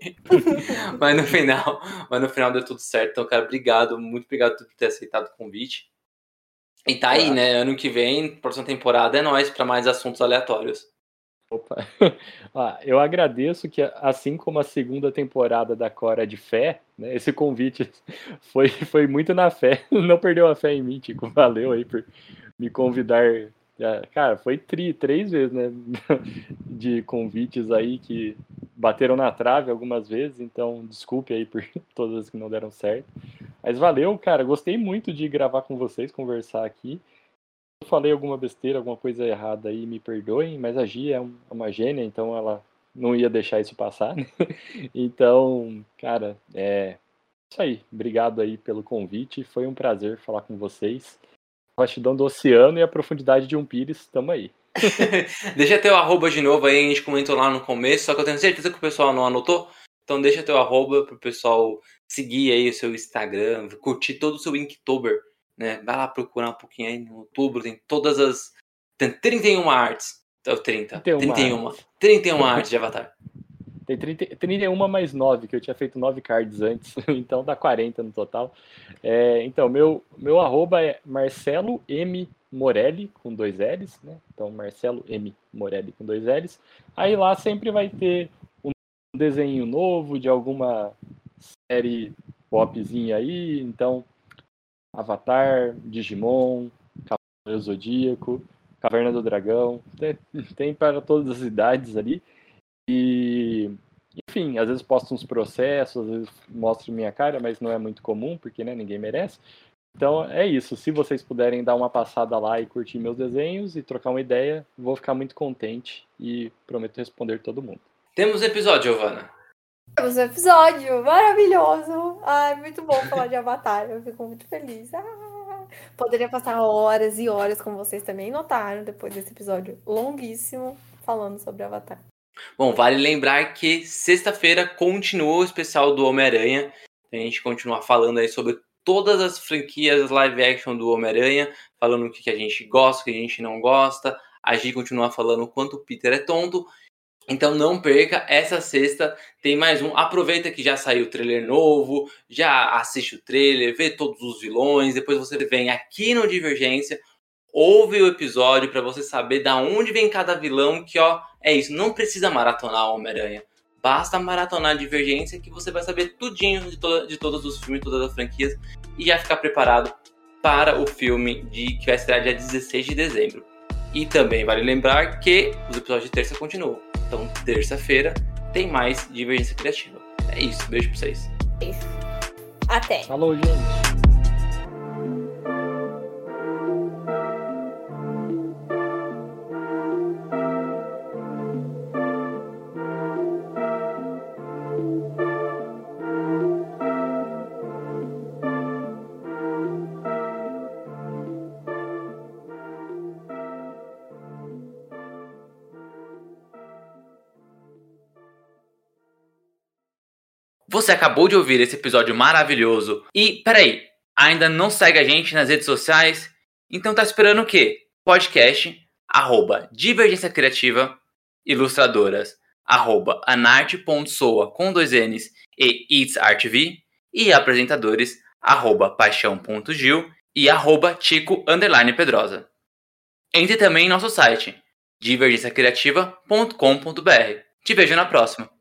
mas no final, mas no final deu tudo certo. Então, cara, obrigado, muito obrigado por ter aceitado o convite. E tá aí, né? Ano que vem, próxima temporada é nóis pra mais assuntos aleatórios. Opa, ah, eu agradeço que, assim como a segunda temporada da Cora de Fé, né, esse convite foi, foi muito na fé, não perdeu a fé em mim, Tico, valeu aí por me convidar, cara, foi tri, três vezes, né, de convites aí que bateram na trave algumas vezes, então desculpe aí por todas as que não deram certo, mas valeu, cara, gostei muito de gravar com vocês, conversar aqui. Eu falei alguma besteira, alguma coisa errada aí, me perdoem, mas a Gia é uma gênia, então ela não ia deixar isso passar, né? Então, cara, é isso aí. Obrigado aí pelo convite, foi um prazer falar com vocês. A vastidão do oceano e a profundidade de um pires, tamo aí. Deixa teu arroba de novo aí, a gente comentou lá no começo, só que eu tenho certeza que o pessoal não anotou, então deixa teu arroba pro pessoal seguir aí o seu Instagram, curtir todo o seu Inktober. Né? Vai lá procurar um pouquinho aí no outubro, tem todas as... Tem trinta e uma artes. Então, trinta. trinta e uma. trinta e uma artes de Avatar. Tem trinta, trinta e uma mais nove, que eu tinha feito nove cards antes, então dá quarenta no total. É, então, meu, meu arroba é Marcelo M. Morelli, com dois L's, né? Então, Marcelo M. Morelli, com dois L's. Aí lá sempre vai ter um desenho novo de alguma série popzinha aí, então... Avatar, Digimon, Cavaleiro Zodíaco, Caverna do Dragão, tem, tem para todas as idades ali. E, enfim, às vezes posto uns processos, às vezes mostro minha cara, mas não é muito comum, porque né, ninguém merece. Então é isso, se vocês puderem dar uma passada lá e curtir meus desenhos e trocar uma ideia, vou ficar muito contente e prometo responder todo mundo. Temos episódio, Giovana. Temos um episódio maravilhoso. Ai, muito bom falar de Avatar. Eu fico muito feliz. Ah, poderia passar horas e horas, como vocês também notaram, depois desse episódio longuíssimo, falando sobre Avatar. Bom, vale lembrar que sexta-feira continua o especial do Homem-Aranha. A gente continua falando aí sobre todas as franquias live action do Homem-Aranha, falando o que a gente gosta, o que a gente não gosta. A gente continua falando o quanto o Peter é tonto. Então não perca, essa sexta tem mais um. Aproveita que já saiu o trailer novo, já assiste o trailer, vê todos os vilões, depois você vem aqui no Divergência, ouve o episódio para você saber da onde vem cada vilão, que ó, é isso, não precisa maratonar o Homem-Aranha. Basta maratonar a Divergência que você vai saber tudinho de, toda, de todos os filmes, todas as franquias, e já ficar preparado para o filme de, que vai estrear dia dezesseis de dezembro. E também vale lembrar que os episódios de terça continuam. Então, terça-feira tem mais Divergência Criativa. É isso, beijo pra vocês. Isso. Até. Falou, gente. Você acabou de ouvir esse episódio maravilhoso e, peraí, ainda não segue a gente nas redes sociais? Então tá esperando o quê? Podcast, arroba Divergência Criativa, ilustradoras, arroba anarte.soa com dois N's e itsartv e apresentadores, arroba paixão.gil e arroba tico underline pedrosa. Entre também em nosso site, divergência criativa ponto com ponto br. Te vejo na próxima.